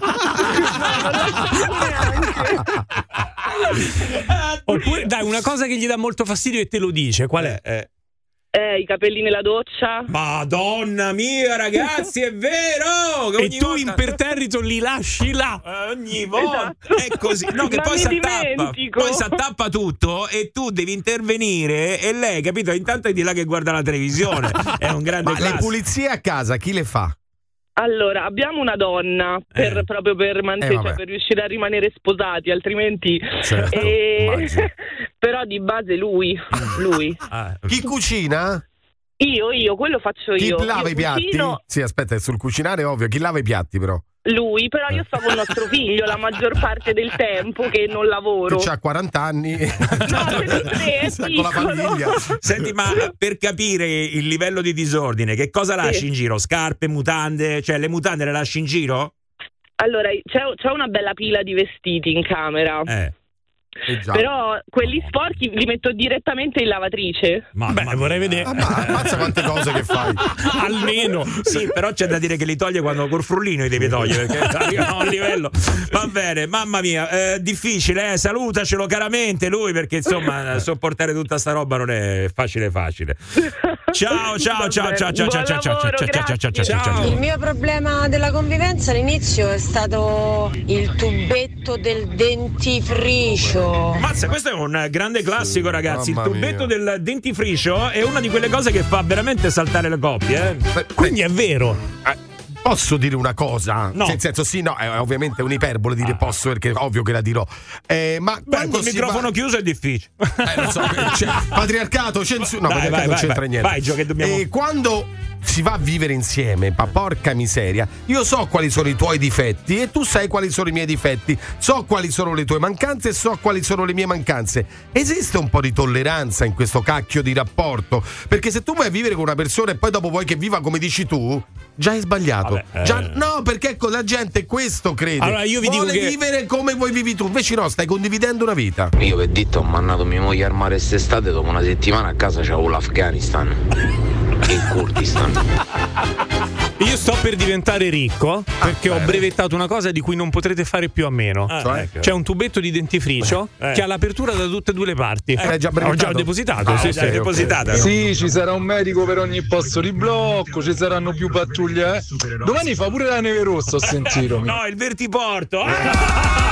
Oppure dai, una cosa che gli dà molto fastidio e te lo dice, qual è? Eh, eh, i capelli nella doccia. Madonna mia, ragazzi, è vero! Che E ogni tu volta... imperterrito li lasci là. Eh, ogni volta Esatto. è così. No, che Ma poi mi si attappa. dimentico. Poi si attappa tutto e tu devi intervenire e lei, capito? Intanto è di là che guarda la televisione. È un grande Ma classico. le pulizie a casa chi le fa? Allora, abbiamo una donna per, Eh. proprio per mantenere, Eh, vabbè. cioè, per riuscire a rimanere sposati, altrimenti. Certo, E- immagino. Però di base lui, lui. Ah, Chi cucina? Io, io, quello faccio Chi io. lava Io i piatti? cucino, Sì, aspetta, è sul cucinare è ovvio. Chi lava i piatti però? lui, però io sto con nostro figlio la maggior parte del tempo che non lavoro. Che c'ha quaranta anni. No, tre, è Sta con la piccolo. famiglia. Senti, ma per capire il livello di disordine, che cosa lasci Sì. in giro? Scarpe, mutande? Cioè, le mutande le lasci in giro? Allora, c'è, c'è una bella pila di vestiti in camera. Eh. Eh già. Però quelli sporchi li metto direttamente in lavatrice. Ma, Beh, ma- vorrei vedere. Ah, ma ammazza quante cose che fai. Almeno. Sì, però c'è da dire che li toglie quando col frullino li devi togliere, perché arrivano a un livello. Va bene, mamma mia, eh, difficile, eh? Salutacelo caramente lui, perché insomma sopportare tutta sta roba non è facile facile. Ciao, ciao, ciao, ciao, ciao, ciao, ciao, ciao, ciao, ciao, ciao, ciao, ciao, ciao. Il mio problema della convivenza all'inizio è stato il tubetto del dentifricio. Mazza, questo è un grande classico, ragazzi. Il mamma tubetto mia. del dentifricio è una di quelle cose che fa veramente saltare le coppie, eh? Beh, Quindi è vero. eh, Posso dire una cosa? No. Nel senso, sì, no, è ovviamente un'iperbole dire posso perché è ovvio che la dirò. Eh, ma Beh, quando col si microfono va... chiuso è difficile. Eh, non so, c'è patriarcato, censura. No, Dai, patriarcato vai, non vai, c'entra vai. niente. Vai, Gio, che dobbiamo- E quando si va a vivere insieme, ma porca miseria, io so quali sono i tuoi difetti e tu sai quali sono i miei difetti, so quali sono le tue mancanze e so quali sono le mie mancanze. Esiste un po' di tolleranza in questo cacchio di rapporto, perché se tu vuoi vivere con una persona e poi dopo vuoi che viva come dici tu, già hai sbagliato. Vabbè, eh. Già, no, perché ecco, la gente questo crede. Allora, io vi vuole dico che- vivere come vuoi vivi tu, invece no, stai condividendo una vita. Io per dito ho mandato mia moglie al mare quest'estate, dopo una settimana a casa c'avevo l'Afghanistan e il Kurdistan. Io sto per diventare ricco perché ho brevettato una cosa di cui non potrete fare più a meno. Ah, Cioè? ecco. C'è un tubetto di dentifricio Eh. che ha l'apertura da tutte e due le parti. Eh, l'hai già Ho brevettato? già depositato, Ah, sì, già sì. depositata. Sì, ci sarà un medico per ogni posto di blocco, ci saranno più pattuglie. Eh. Domani fa pure la neve rossa, ho sentito. No, il vertiporto. Ah!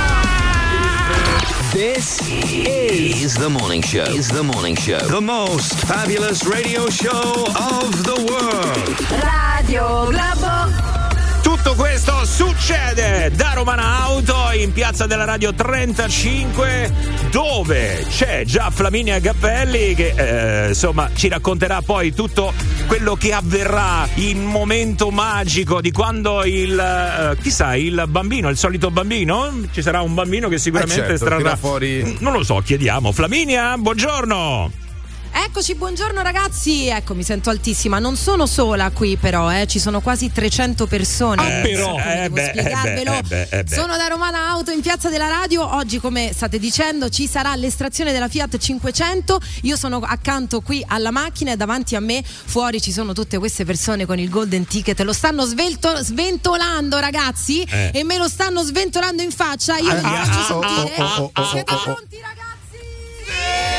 This is the morning show. Is the morning show. The most fabulous radio show of the world. Radio Globo. Tutto questo succede da Romana Auto in piazza della Radio trentacinque, dove c'è già Flaminia Gappelli che eh, insomma ci racconterà poi tutto quello che avverrà, il momento magico di quando il eh, chissà, il bambino, il solito bambino, ci sarà un bambino che sicuramente Eh certo, estrarrà tira fuori. Non lo so, chiediamo. Flaminia, buongiorno. Eccoci, buongiorno ragazzi. Ecco, mi sento altissima. Non sono sola qui però, eh. Ci sono quasi trecento persone. Eh, però. Come eh, devo beh, spiegarvelo. eh, beh, eh, beh. Sono da Romana Auto in piazza della Radio. Oggi, come state dicendo, ci sarà l'estrazione della Fiat cinquecento. Io sono accanto qui alla macchina e davanti a me fuori ci sono tutte queste persone con il golden ticket. Lo stanno svelto- sventolando, ragazzi, Eh. e me lo stanno sventolando in faccia. Io vi Ah, faccio ah, sentire. oh, oh, oh, Siete oh, oh. pronti, ragazzi?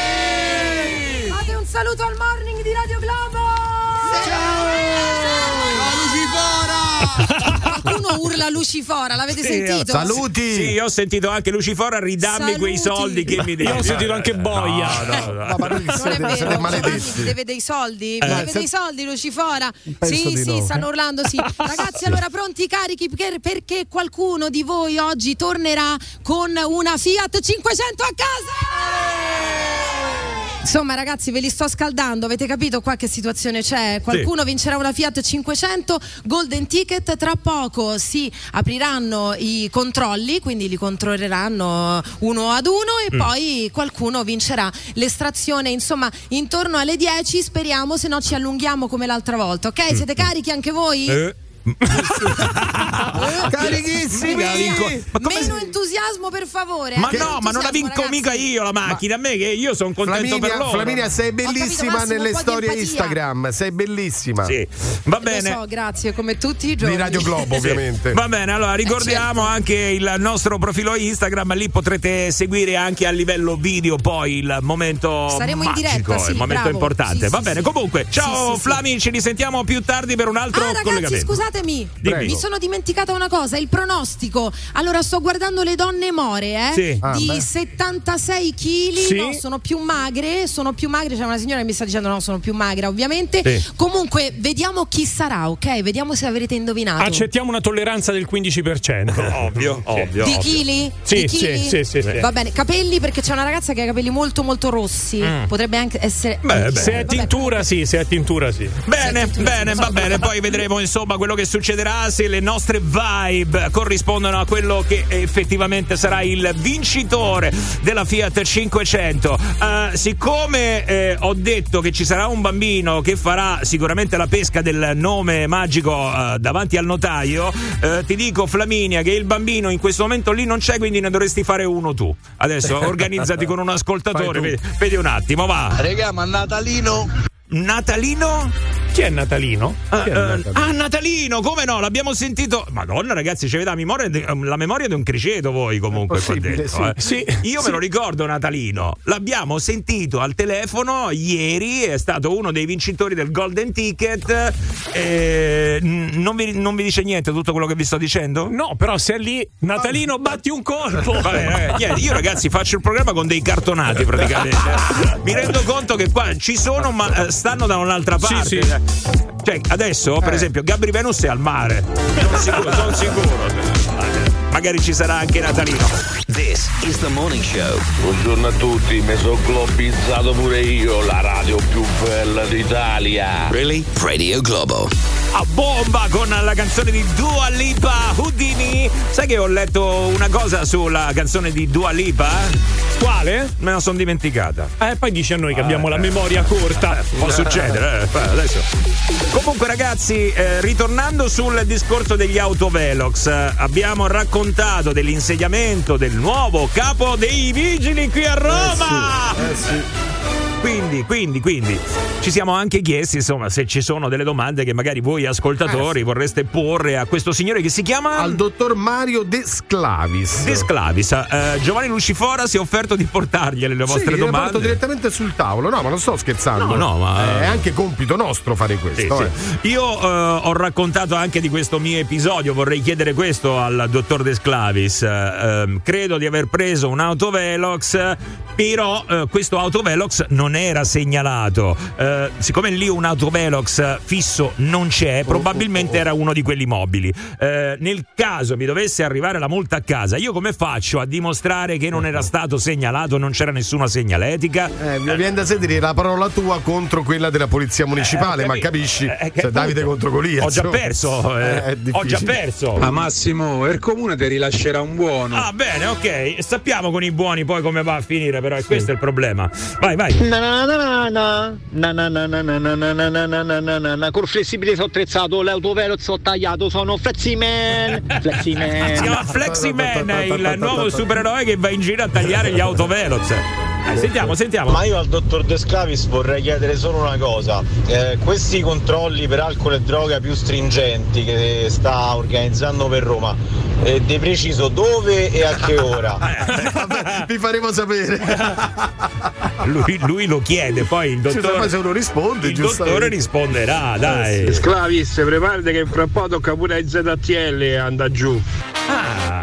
Fate un saluto al morning di Radio Globo. Ciao! Qualcuno urla Lucifora, l'avete Sì, sentito? Saluti! Sì, ho sentito anche Lucifora, ridammi Saluti. quei soldi che mi devi. Io ho sentito anche Boia. No, no, no. No, ma noi Non è siete, vero, siete Giovanni maledetti. ti deve dei soldi? Eh, deve se- dei soldi Lucifora? Penso Sì, di sì, no. stanno urlando sì. Ragazzi, allora pronti carichi per- perché qualcuno di voi oggi tornerà con una Fiat cinquecento a casa? Insomma, ragazzi, ve li sto scaldando, avete capito qua che situazione c'è? Qualcuno sì. vincerà una Fiat cinquecento Golden Ticket, tra poco si apriranno i controlli, quindi li controlleranno uno ad uno e mm. poi qualcuno vincerà l'estrazione, insomma, intorno alle dieci, speriamo, se no ci allunghiamo come l'altra volta, ok? Mm. Siete carichi anche voi? Eh. Carichissimi! Meno entusiasmo per favore. Ma eh? no, ma non la vinco ragazzi. mica io la macchina, a me che io sono contento Flaminia, per loro. Flaminia, sei bellissima capito, Massimo, nelle un po' di storie empatia. Instagram, sei bellissima. Sì, va bene. Lo so, grazie, come tutti i giorni. Di Radio Globo, ovviamente. Va bene, allora ricordiamo Eh, certo. anche il nostro profilo Instagram, lì potrete seguire anche a livello video poi il momento Saremo in magico, diretta, sì, il momento bravo. importante. Sì, Va sì, bene, sì. comunque, ciao Sì, sì, Flami, sì. ci risentiamo più tardi per un altro Ah, ragazzi, collegamento. scusatemi, Dimmi. mi sono dimenticata una cosa, il pronostico. Allora, sto guardando le donne more, eh, Sì. Ah, di beh. settantasei chili, Sì. no, sono più magre, sono più magre, c'è una signora che mi sta dicendo no, sono più magra, ovviamente. Sì. Comunque, vediamo chi sarà, ok? Vediamo se avrete indovinato. Accettiamo una tolleranza del quindici per cento. Ovvio, ovvio. Di ovvio. chili? Sì, Di chili? sì, sì, sì, sì. Va bene, capelli, perché c'è una ragazza che ha i capelli molto molto rossi. Mm. Potrebbe anche essere Beh, beh. Se è Vabbè, tintura, sì, se è tintura, sì. Bene, bene, va bene, poi vedremo insomma quello che succederà, se le nostre vibe corrispondono a quello che effettivamente sarà il vincitore della Fiat cinquecento. Uh, siccome eh, ho detto che ci sarà un bambino che farà sicuramente la pesca del nome magico uh, davanti al notaio, uh, ti dico Flaminia che il bambino in questo momento lì non c'è, quindi ne dovresti fare uno tu. Adesso organizzati con un ascoltatore, vedi, vedi un attimo, va. Regà, ma Natalino? Natalino? Chi è Natalino? Ah, Chi è eh, Natalino? ah, Natalino, come no? L'abbiamo sentito. Madonna, ragazzi, c'avete la memoria, de- la memoria di un criceto voi comunque qua dentro. sì. eh. Sì, Io sì. me lo ricordo Natalino. L'abbiamo sentito al telefono ieri, è stato uno dei vincitori del Golden Ticket. Eh, n- non, vi, non vi dice niente tutto quello che vi sto dicendo? No, però se è lì, Natalino, batti un colpo. Vabbè, eh, niente, io ragazzi faccio il programma con dei cartonati praticamente. Mi rendo conto che qua ci sono, ma eh, stanno da un'altra Sì, parte. sì. Cioè, adesso, per Eh. esempio, Gabri Venus è al mare. Sono sicuro, sono sicuro. Magari ci sarà anche Natalino. This is the morning show. Buongiorno a tutti, mi sono globizzato pure io, la radio più bella d'Italia. Really? Radio Globo. A bomba con la canzone di Dua Lipa, Houdini. Sai che ho letto una cosa sulla canzone di Dua Lipa? Quale? Me la sono dimenticata. Eh, poi dice a noi che abbiamo la memoria corta. Può succedere, eh. Adesso. Comunque ragazzi, eh, ritornando sul discorso degli autovelox, eh, abbiamo raccontato dell'insediamento del nuovo capo dei vigili qui a Roma. Eh sì, eh sì. Quindi, quindi, quindi ci siamo anche chiesti, insomma, se ci sono delle domande che magari voi ascoltatori Eh, sì. vorreste porre a questo signore che si chiama Al dottor Mario De Sclavis. De Sclavis. Eh, Giovanni Lucifora si è offerto di portargliele le vostre sì, le domande. porto direttamente sul tavolo. No, ma non sto scherzando. No, no, ma- è anche compito nostro fare questo. Sì, eh. sì. Io eh, ho raccontato anche di questo mio episodio, vorrei chiedere questo al dottor De Sclavis. Eh, ehm, credo di aver preso un autovelox, però eh, questo autovelox non era segnalato. Eh, siccome lì un autovelox fisso non c'è, probabilmente era uno di quelli mobili. Eh, nel caso mi dovesse arrivare la multa a casa, io come faccio a dimostrare che non era stato segnalato, non c'era nessuna segnaletica? Eh, mi viene da sentire la parola tua contro quella della polizia municipale, Eh, ho ma capito. capisci? Eh, che Cioè, Davide appunto, contro Golia. Ho già insomma. perso, eh, Eh, è ho già difficile. perso. A Massimo, il comune ti rilascerà un buono. Ah, bene, ok. Sappiamo con i buoni poi come va a finire, però è questo il problema. Vai, vai. Na na na na na na na na na na na na na na na na na na na col flessibile sono attrezzato, l'autovelox ho tagliato, sono Fleximan. Si Fleximan. chiama Fleximan, il nuovo supereroe che va in giro a tagliare gli autovelox. Dai, sentiamo, sentiamo. Ma io al dottor De Sclavis vorrei chiedere solo una cosa. Eh, questi controlli per alcol e droga più stringenti che sta organizzando per Roma, eh, di preciso dove e a che ora? Vabbè, vi faremo sapere. Lui, lui lo chiede, poi il dottore. Cioè, se uno risponde, il dottore risponderà, dai. Eh, sì. Sclavis, preparate che fra un po' tocca pure ai Z T L e anda giù. Ah.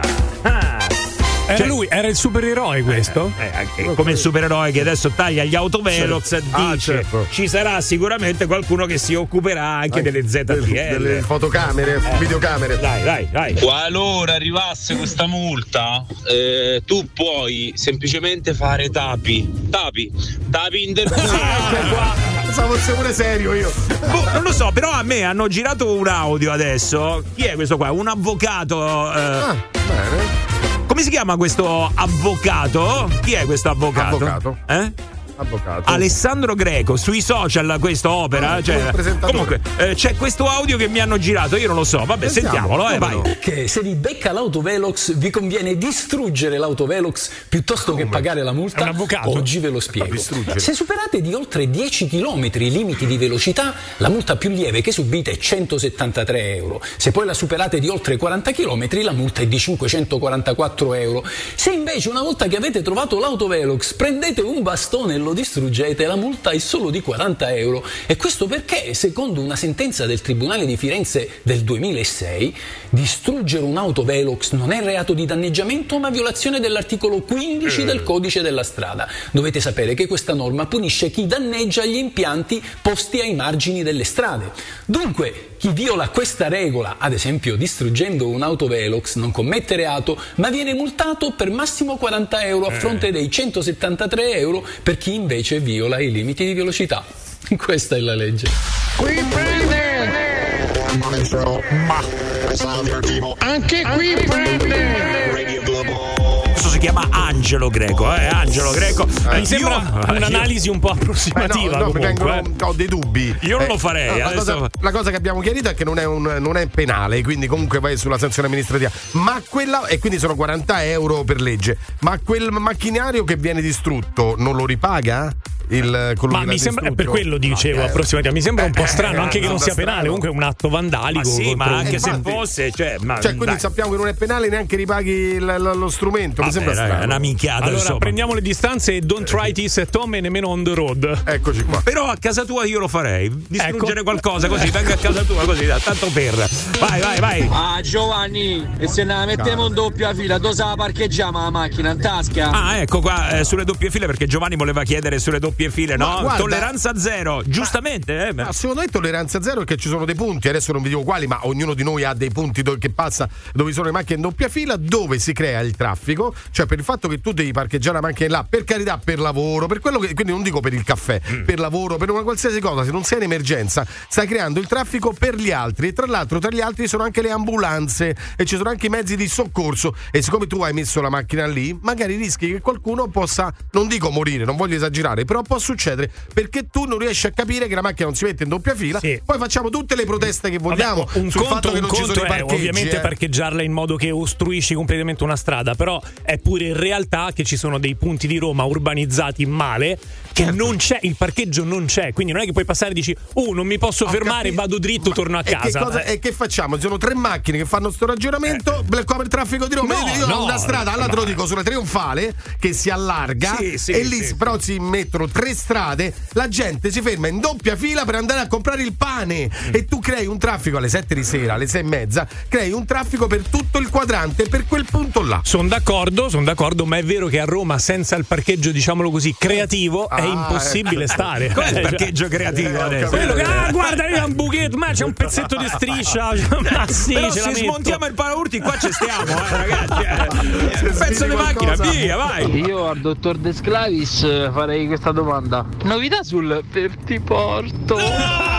Era cioè, lui, era il supereroe questo? Eh, eh, come il supereroe che adesso taglia gli autovelox, certo. dice ah, certo. ci sarà sicuramente qualcuno che si occuperà anche, anche delle Z T L, delle fotocamere, eh. videocamere. Dai, dai, dai. Qualora arrivasse questa multa, eh, tu puoi semplicemente fare tapi, tapi, tapi intervento. Pensavo fosse pure serio io. Boh, non lo so, però a me hanno girato un audio adesso. Chi è questo qua? Un avvocato. Eh, ah, bene. Come si chiama questo avvocato? Chi è questo avvocato? Avvocato. Eh? Avvocato. Alessandro Greco, sui social questa opera. Ah, cioè, comunque eh, c'è questo audio che mi hanno girato, io non lo so. Vabbè, Sentiamo, sentiamolo, eh, vai. Che se vi becca l'autovelox vi conviene distruggere l'autovelox piuttosto Come? che pagare la multa. È un avvocato. Oggi ve lo spiego. Se superate di oltre dieci chilometri i limiti di velocità, la multa più lieve che subite è centosettantatré euro. Se poi la superate di oltre quaranta chilometri, la multa è di cinquecentoquarantaquattro euro. Se invece una volta che avete trovato l'autovelox prendete un bastone e lo distruggete, la multa è solo di quaranta euro. E questo perché, secondo una sentenza del Tribunale di Firenze del duemilasei, distruggere un autovelox non è reato di danneggiamento ma violazione dell'articolo quindici del codice della strada. Dovete sapere che questa norma punisce chi danneggia gli impianti posti ai margini delle strade. Dunque, chi viola questa regola, ad esempio distruggendo un autovelox, non commette reato ma viene multato per massimo quaranta euro a fronte dei centosettantatré euro per chi invece viola i limiti di velocità. Questa è la legge. Qui prende! Ma anche qui prende! Questo si chiama Angelo Greco, eh? Angelo Greco. Eh, mi sembra io, un'analisi io... un po' approssimativa. Eh no, no, comunque, vengono, eh. ho dei dubbi. Io non eh, lo farei. No, la, adesso... cosa, la cosa che abbiamo chiarito è che non è, un, non è penale, quindi comunque vai sulla sanzione amministrativa. Ma quella, e quindi sono quaranta euro per legge. Ma quel macchinario che viene distrutto non lo ripaga? Il, ma mi sembra, è per quello dicevo no, approssimativamente. Mi sembra un po' strano, eh, anche che non sia strano. penale. Comunque è un atto vandalico. Ma sì, ma anche se infatti, fosse, cioè, ma cioè quindi dai. sappiamo che non è penale, neanche ripaghi l- l- lo strumento. Vabbè, mi sembra strano. È una minchiata. Allora insomma. prendiamo le distanze e don't try this at home e nemmeno on the road. Eccoci qua. Però a casa tua io lo farei. Distruggere ecco. qualcosa così, venga a casa tua così, tanto per. Vai, vai, vai. Ah, Giovanni, e se ne mettiamo in doppia fila, dove la parcheggiamo la macchina in tasca? Ah, ecco qua eh, sulle doppie file, perché Giovanni voleva chiedere sulle doppie file, no? Guarda, tolleranza zero, giustamente. Ma, eh, ma secondo me tolleranza zero perché ci sono dei punti, adesso non vi dico quali, ma ognuno di noi ha dei punti dove, che passa dove sono le macchine in doppia fila, dove si crea il traffico, cioè per il fatto che tu devi parcheggiare la macchina là, per carità, per lavoro, per quello che, quindi non dico per il caffè, mm. per lavoro, per una qualsiasi cosa, se non sei in emergenza, stai creando il traffico per gli altri. E tra l'altro tra gli altri sono anche le ambulanze e ci sono anche i mezzi di soccorso, e siccome tu hai messo la macchina lì, magari rischi che qualcuno possa, non dico morire, non voglio esagerare, però può succedere perché tu non riesci a capire che la macchina non si mette in doppia fila. Sì. Poi facciamo tutte le proteste che vogliamo. Vabbè, un sul conto, fatto che un non ci sono i parcheggi, ovviamente eh. parcheggiarla in modo che ostruisci completamente una strada, però è pure in realtà che ci sono dei punti di Roma urbanizzati male che certo. non c'è, il parcheggio non c'è, quindi non è che puoi passare e dici oh non mi posso Ho fermare, capito. vado dritto, Ma torno a e casa. Che cosa, eh. E che facciamo? Ci sono tre macchine che fanno sto ragionamento, eh. Black Cover traffico di Roma. No, Io no, ho una strada, allora te lo dico, sulla Trionfale che si allarga sì, sì, e lì sì, però sì. si mettono tre strade, la gente si ferma in doppia fila per andare a comprare il pane mm. e tu crei un traffico alle sette di sera, alle sei e mezza, crei un traffico per tutto il quadrante, per quel punto là. Sono d'accordo, sono d'accordo, ma è vero che a Roma senza il parcheggio, diciamolo così, creativo ah, è impossibile eh. stare. Qual è il parcheggio creativo eh, adesso? Quello che, ah, guarda, io ho un buchetto, ma c'è un pezzetto di striscia. Ma sì, però ce la se metto. smontiamo il paraurti qua ci stiamo, eh, ragazzi. Eh. Un pezzo di macchina, via, vai. Io al dottor De Sclavis farei questa domanda. Novità sul per ti porto. No!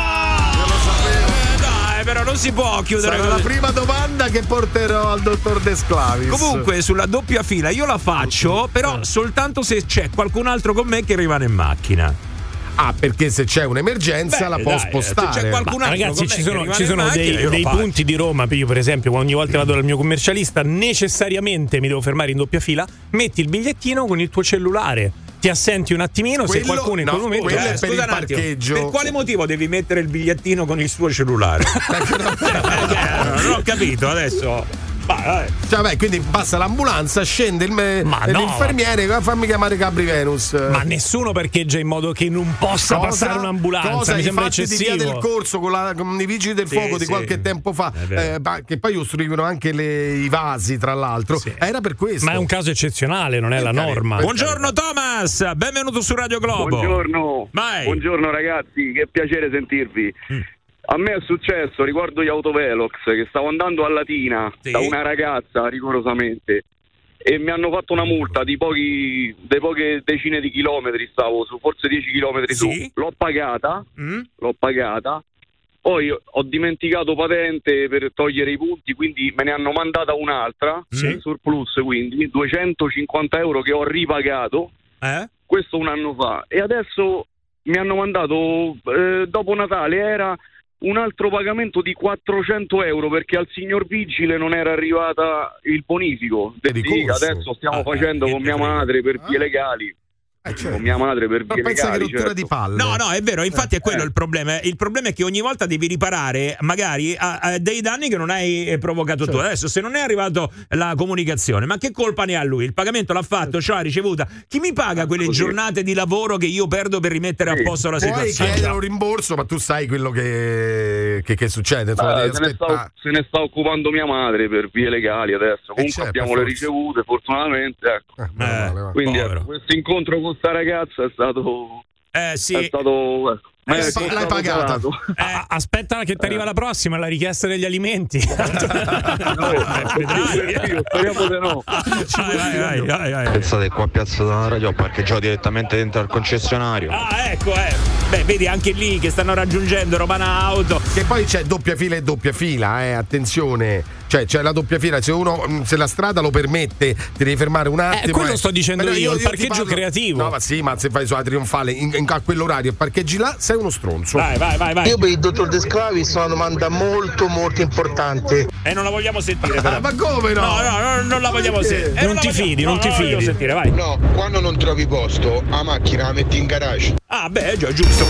Però non si può chiudere Sarà così. la prima domanda che porterò al dottor De Sclavis. Comunque sulla doppia fila io la faccio, però soltanto se c'è qualcun altro con me che rimane in macchina. Ah, perché se c'è un'emergenza Beh, la può dai, spostare. se c'è qualcun altro ragazzi, ci sono, ci sono macchina, dei, dei punti di Roma. Io, per esempio, ogni volta che vado dal mio commercialista, necessariamente mi devo fermare in doppia fila. Metti il bigliettino con il tuo cellulare. ti assenti un attimino, Quello- se qualcuno in no, quel momento quello è Eh, per scusa il un attimo, parcheggio. per quale motivo devi mettere il bigliettino con il suo cellulare? Eh, non ho capito adesso. Ma, vabbè. Cioè, beh, quindi passa l'ambulanza, scende il me- Ma no. l'infermiere, fammi chiamare Capri Venus. Ma nessuno parcheggia in modo che non possa Cosa? passare un'ambulanza, Cosa? mi I sembra fatti di eccessivo. via del corso con, la, con i vigili del Sì, fuoco di sì. qualche tempo fa, È vero. eh, ma- che poi ostruivano anche le- i vasi, tra l'altro. Era per questo. Ma è un caso eccezionale, non è la norma. Buongiorno Thomas, benvenuto su Radio Globo. Buongiorno. Vai. Buongiorno ragazzi, che piacere sentirvi. A me è successo, ricordo gli autovelox, che stavo andando a Latina Sì. da una ragazza rigorosamente e mi hanno fatto una multa di pochi, di poche decine di chilometri, stavo su, forse dieci chilometri su. Sì. L'ho pagata, Mm? l'ho pagata. Poi ho dimenticato patente per togliere i punti, quindi me ne hanno mandata un'altra, Sì. surplus, quindi duecentocinquanta euro che ho ripagato. Eh? Questo un anno fa, e adesso mi hanno mandato eh, dopo Natale era un altro pagamento di quattrocento euro perché al signor vigile non era arrivata il bonifico. Di Sì, corso. adesso stiamo Ah, facendo eh, con mia niente frega. madre per vie legali. Eh, certo. Con mia madre per Ma vie pensa che legali. rottura certo. di palle. No, no, è vero, infatti è quello Eh. il problema. Il problema è che ogni volta devi riparare magari a, a dei danni che non hai eh, provocato tu. Certo. Adesso se non è arrivato la comunicazione, ma che colpa ne ha lui? Il pagamento l'ha fatto, ce l'ha ricevuta. Chi mi paga quelle Così. giornate di lavoro che io perdo per rimettere a Sì. posto la Puoi situazione? chiedere un rimborso, ma tu sai quello che, che, che succede. insomma, Ah, devi se, ne sta, aspettare. se ne sta occupando mia madre per vie legali adesso. Comunque certo, abbiamo le forse. ricevute, fortunatamente. Ecco. Eh, meno male, va. Quindi povero. ecco, questo incontro con sta ragazza è stato Eh sì. è stato ecco, Eh, è sì, costato l'hai pagata. carato. Ah, aspetta che ti arriva la prossima, la richiesta degli alimenti. Io speriamo di no. Vai, vai, vai, vai, vai. Pensate, qua a Piazza della Radio ho parcheggiato direttamente dentro al concessionario. Ah, ecco, eh. Beh, vedi anche lì che stanno raggiungendo Romana Auto. Che poi c'è doppia fila e doppia fila, eh, attenzione. Cioè, c'è la doppia fila, se uno mh, se la strada lo permette, ti devi fermare un attimo. Eh, quello eh. sto dicendo Però io, il ti parcheggio creativo. No, ma sì, ma se fai sulla Trionfale in, in- a quell'orario e parcheggi là, sei uno stronzo. Vai, vai, vai, vai. Io per il dottor De Sclavis ho una domanda molto molto importante. E non la vogliamo sentire, però. Ah, ma come no? No, no, no, non la vogliamo Perché? sentire. Eh, Non la ti vogliamo- fidi, no, non ti la vogliamo fidi. sentire, vai. No, quando non trovi posto, la macchina la metti in garage. Ah, beh, già, giusto.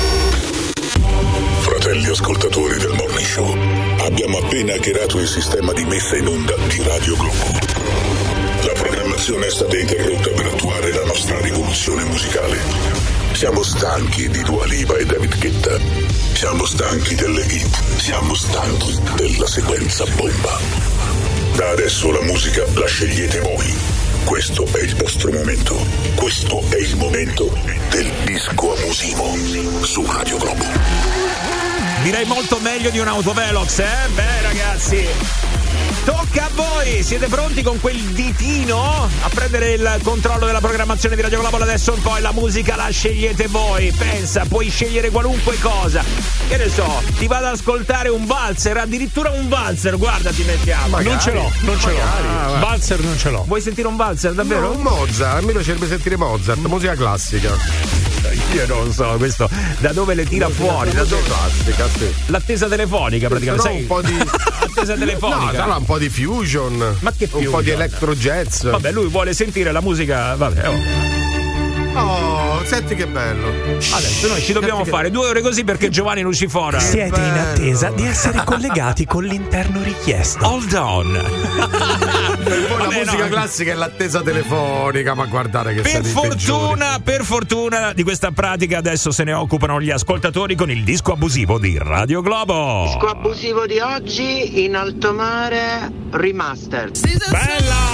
Fratelli ascoltatori del Morning Show, abbiamo appena hackerato il sistema di messa in onda di Radio Globo. La programmazione è stata interrotta per attuare la nostra rivoluzione musicale. Siamo stanchi di Dua Lipa e David Guetta. Siamo stanchi delle hit. Siamo stanchi della sequenza bomba. Da adesso la musica la scegliete voi. Questo è il vostro momento. Questo è il momento del disco abusivo su Radio Globo. Direi molto meglio di un autovelox, eh? Beh, ragazzi. Tocca a voi, siete pronti con quel ditino a prendere il controllo della programmazione di Radio Globo? Adesso in poi la musica la scegliete voi. Pensa, puoi scegliere qualunque cosa. Che ne so, ti vado ad ascoltare un valzer, addirittura un valzer, guarda, ti mettiamo. Magari, non ce l'ho, non ce l'ho. magari. Valzer non ce l'ho. Vuoi sentire un valzer davvero? No, un Mozart, a me piacerebbe sentire Mozart, musica classica. Io non so, questo da dove le tira Musica- fuori? Da dove? classica, sì. L'attesa telefonica, praticamente. Però Sai, un po' di attesa telefonica. No, sarà un po' di fusion. Ma che Un po' fusion? di electro jazz. Vabbè, lui vuole sentire la musica. Vabbè, oh. Oh, senti che bello. Adesso noi ci dobbiamo fare due ore così perché Giovanni Lucifora. Siete in attesa di essere collegati con l'interno richiesto. Hold on. Per voi la Vabbè, musica no. classica è l'attesa telefonica, ma guardate che Per siete i fortuna, per fortuna di questa pratica adesso se ne occupano gli ascoltatori con il disco abusivo di Radio Globo. Disco abusivo di oggi in alto mare remastered. Bella!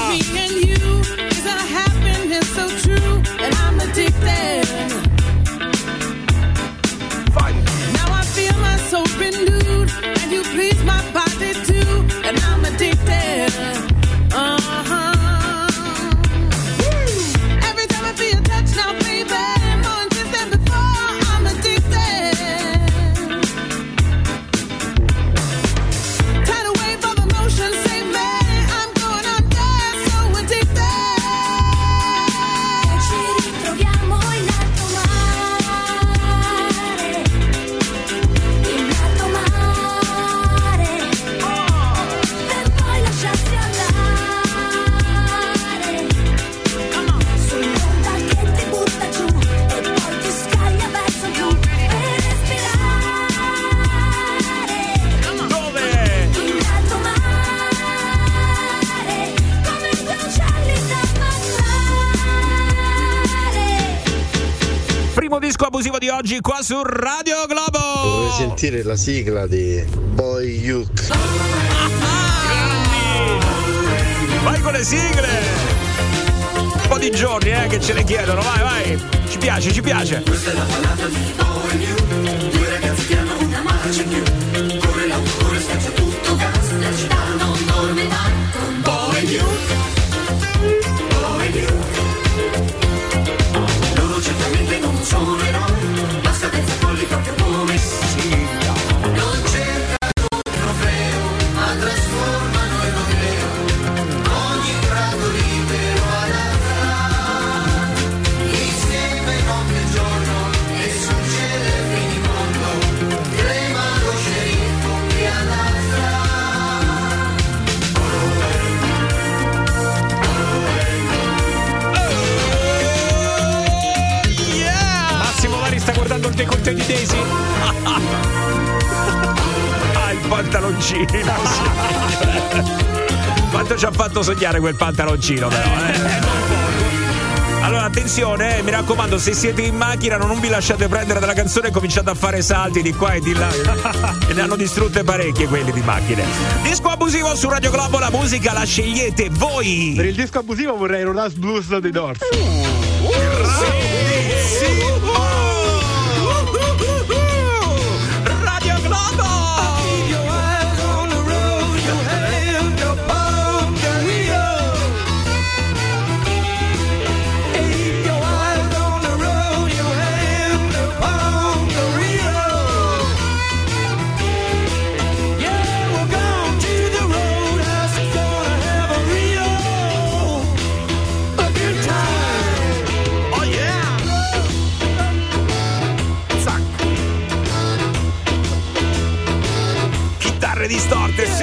Now I feel my soul renewed, and you please my body too, and I'm addicted. Uh-huh. Every time I feel your touch now, baby, more intense than before, I'm addicted. Tidal wave of emotion, save me, I'm going under, so addicted. Ci ritroviamo in alto mare, in alto mare, per poi Primo disco abusivo di oggi qua su Radio Globo. Vorrei sentire la sigla di Boy Yuke. Vai con le sigle. Un po' di giorni eh, che ce le chiedono. Vai, vai. Ci piace, ci piace. Questa è la ballata di Boy You. Due ragazzi che hanno una marcia in più. Corre l'autore, scaccia tutto gas. La città non dorme mai con Boy You. Boy You. Loro certamente non sono eroi. La scadenza folli proprio come Silvia. Non cercano un trofeo, ma trasformano il rodeo. Ogni prato libero ad andrà. Insieme notte e giorno. E succede il finimondo. Trema lo sceriffo che allastra. Massimo Vari sta guardando il décolleté di Daisy. Ah, il pantaloncino. Quanto ci ha fatto sognare quel pantaloncino, però, eh? Allora, attenzione, eh, mi raccomando, se siete in macchina non vi lasciate prendere dalla canzone e cominciate a fare salti di qua e di là. E ne hanno distrutte parecchie quelli di macchine. Disco abusivo su Radio Globo, la musica la scegliete voi. Per il disco abusivo vorrei Rodas Blues dei Doors. Radio Globo. Distorte, sì!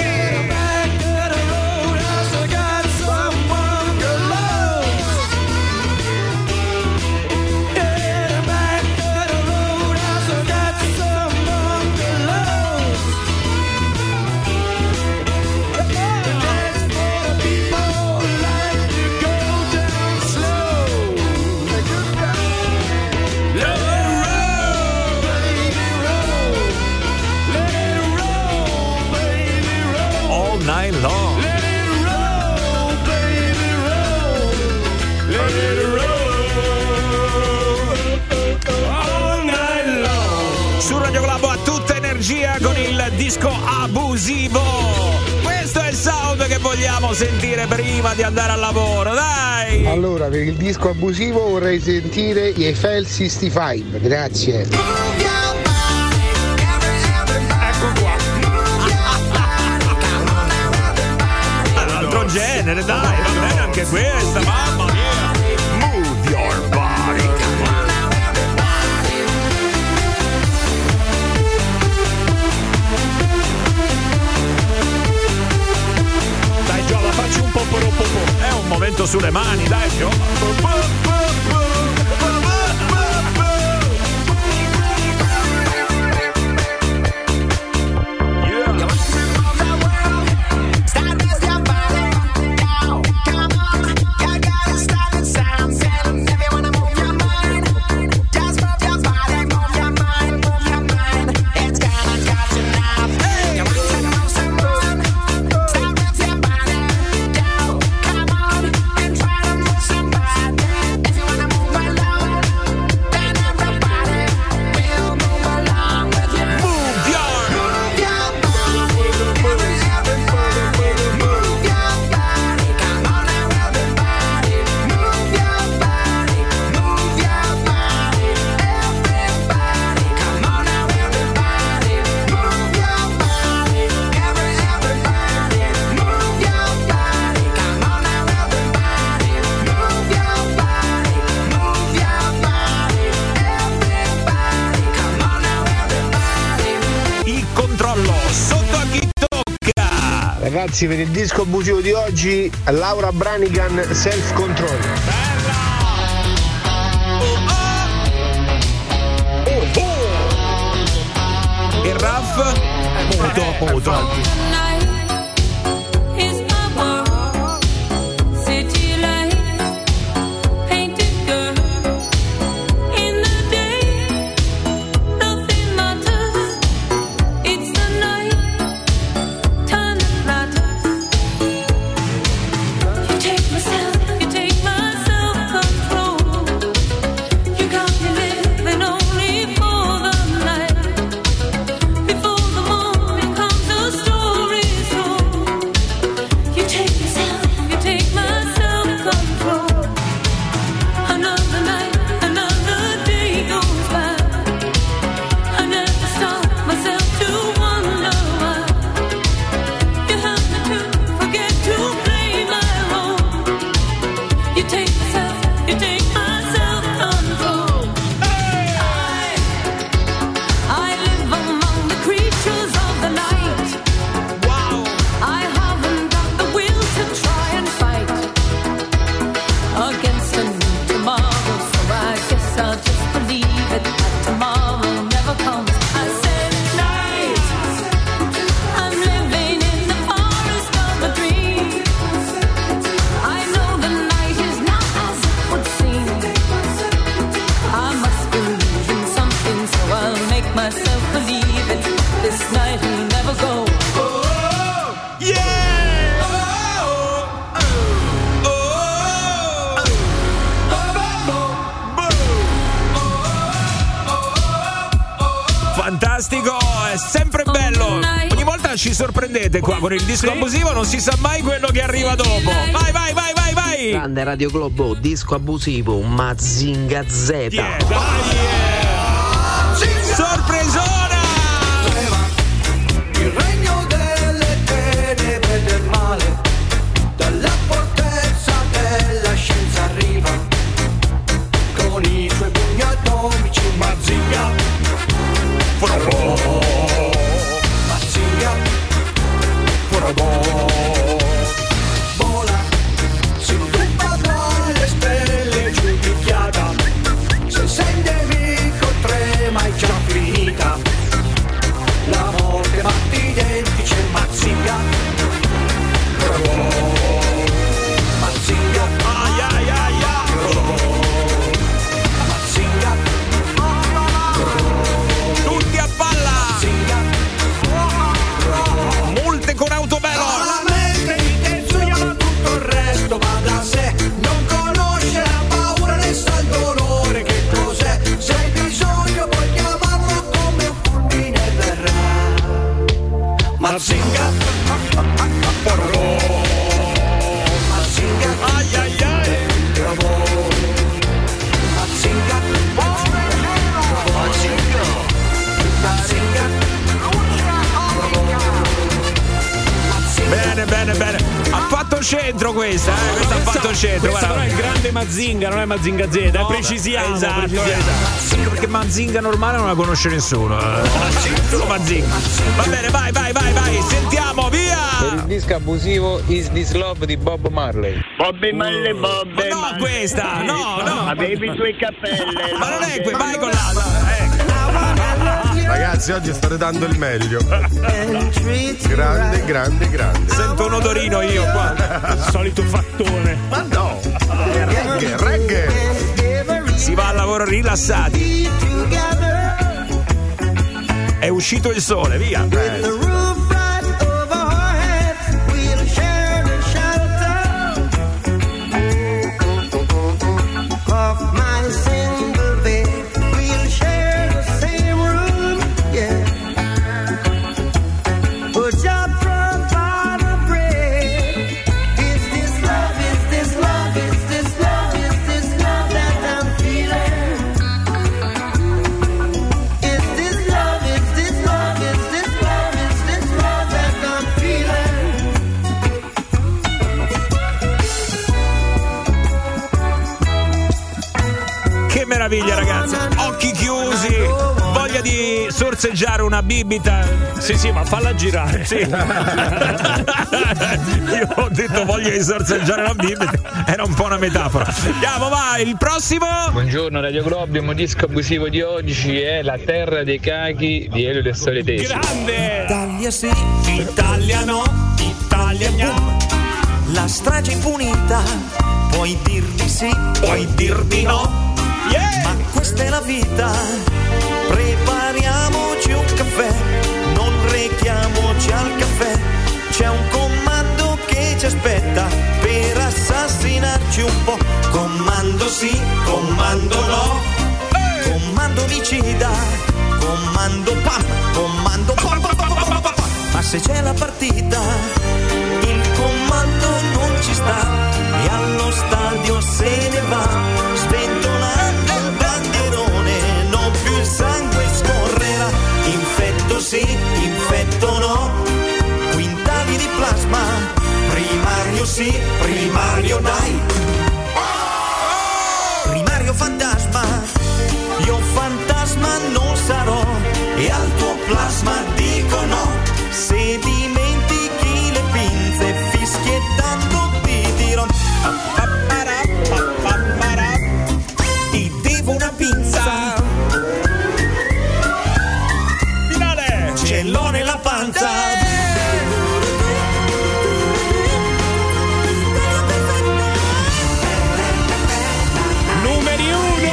Night long. Let it roll, baby, roll. Let it roll all night long. Su Radio Globo a tutta energia con il disco abusivo. Questo è il sound che vogliamo sentire prima di andare al lavoro, dai. Allora, per il disco abusivo vorrei sentire gli Eiffel sessantacinque. Grazie. Genere, dai, va bene anche questa, mamma mia. Move your body. Dai Gio, la faccio un po' po' po' po'. È un momento sulle mani, dai Gio. Ragazzi, per il disco abusivo di oggi, Laura Branigan, Self Control. Il Raff? Muto, muto. City life, painted girl in the day. fantastico, è sempre bello. Ogni volta ci sorprendete qua con il disco abusivo, non si sa mai quello che arriva dopo. Vai, vai, vai, vai, vai. Grande Radio Globo, disco abusivo, Mazinga Z. Yeah, dai, yeah. Sorpresona! Il regno delle tenebre del male, dalla fortezza della scienza arriva, con i suoi pugni atomici Mazinga. Forabò, Mazinga, Forabò. Vola, si tuffa tra le stelle giudichiata, se sei il nemico trema è già finita. La morte batte i denti, c'è Mazinga. Forabò, Mazinga. Ai ai ai ai. Mazinga. Tutti a palla! Multe con autobello! La mente di Tetsuya, ma tutto il resto va da sé. Non conosce la paura né sa il dolore, che cos'è? Se hai bisogno puoi chiamarlo come un fulmine verrà. Mazinga. Mazinga. Ai ai ai! Bravo. Mazinga. Mazinga. Mazinga. Bene, bene, bene. Ha fatto centro questa, eh? Questa ha fatto centro. Questo Guarda. però è il grande Mazinga, non è Mazinga Z, No, eh, precisiamo. esatto, precisiamo. esatto. Perché Mazinga normale non la conosce nessuno. eh. Solo Mazinga. Va bene, vai, vai, vai, vai. Sentiamo, via! Per il disco abusivo Is This Love di Bob Marley. Bobby Marley, Bobby. Ma no, questa, no, no. Avevi i tuoi capelli. Ma non è que, vai con l'altra. Ecco. Ragazzi, oggi state dando il meglio. Grande, grande, grande. Sento un odorino io qua. Solito fattone. Ma no! Reggae, reggae. Si va al lavoro rilassati. È uscito il sole, via. Eh. Meraviglia, ragazzi, occhi chiusi, voglia di sorseggiare una bibita. Sì, sì, ma falla girare. Sì. Io ho detto voglia di sorseggiare una bibita, era un po' una metafora. Andiamo, vai, il prossimo. Buongiorno Radio Globo, il disco abusivo di oggi è La terra dei cachi di Elio De Storie Tesi. Grande! Italia sì, Italia no, Italia no. La strage impunita, puoi dir di sì, puoi dir di no. Yeah. Ma questa è la vita, prepariamoci un caffè, non rechiamoci al caffè, c'è un comando che ci aspetta per assassinarci un po'. Comando sì, comando no, hey. Comando omicida, comando pam, comando pam, pam, pam, pam, pam, pam. Ma se c'è la partita, il comando non ci sta e allo stadio se ne va, sventolando il bandierone, non più il sangue scorrerà. Infetto sì, infetto no, quintali di plasma, primario sì, primario dai, primario fantasma, io fantasma non sarò e al tuo plasma dico no. Se dimentichi le pinze fischiettando ti dirò ti devo una pinza, finale, ce l'ho nella panza. Numeri uno.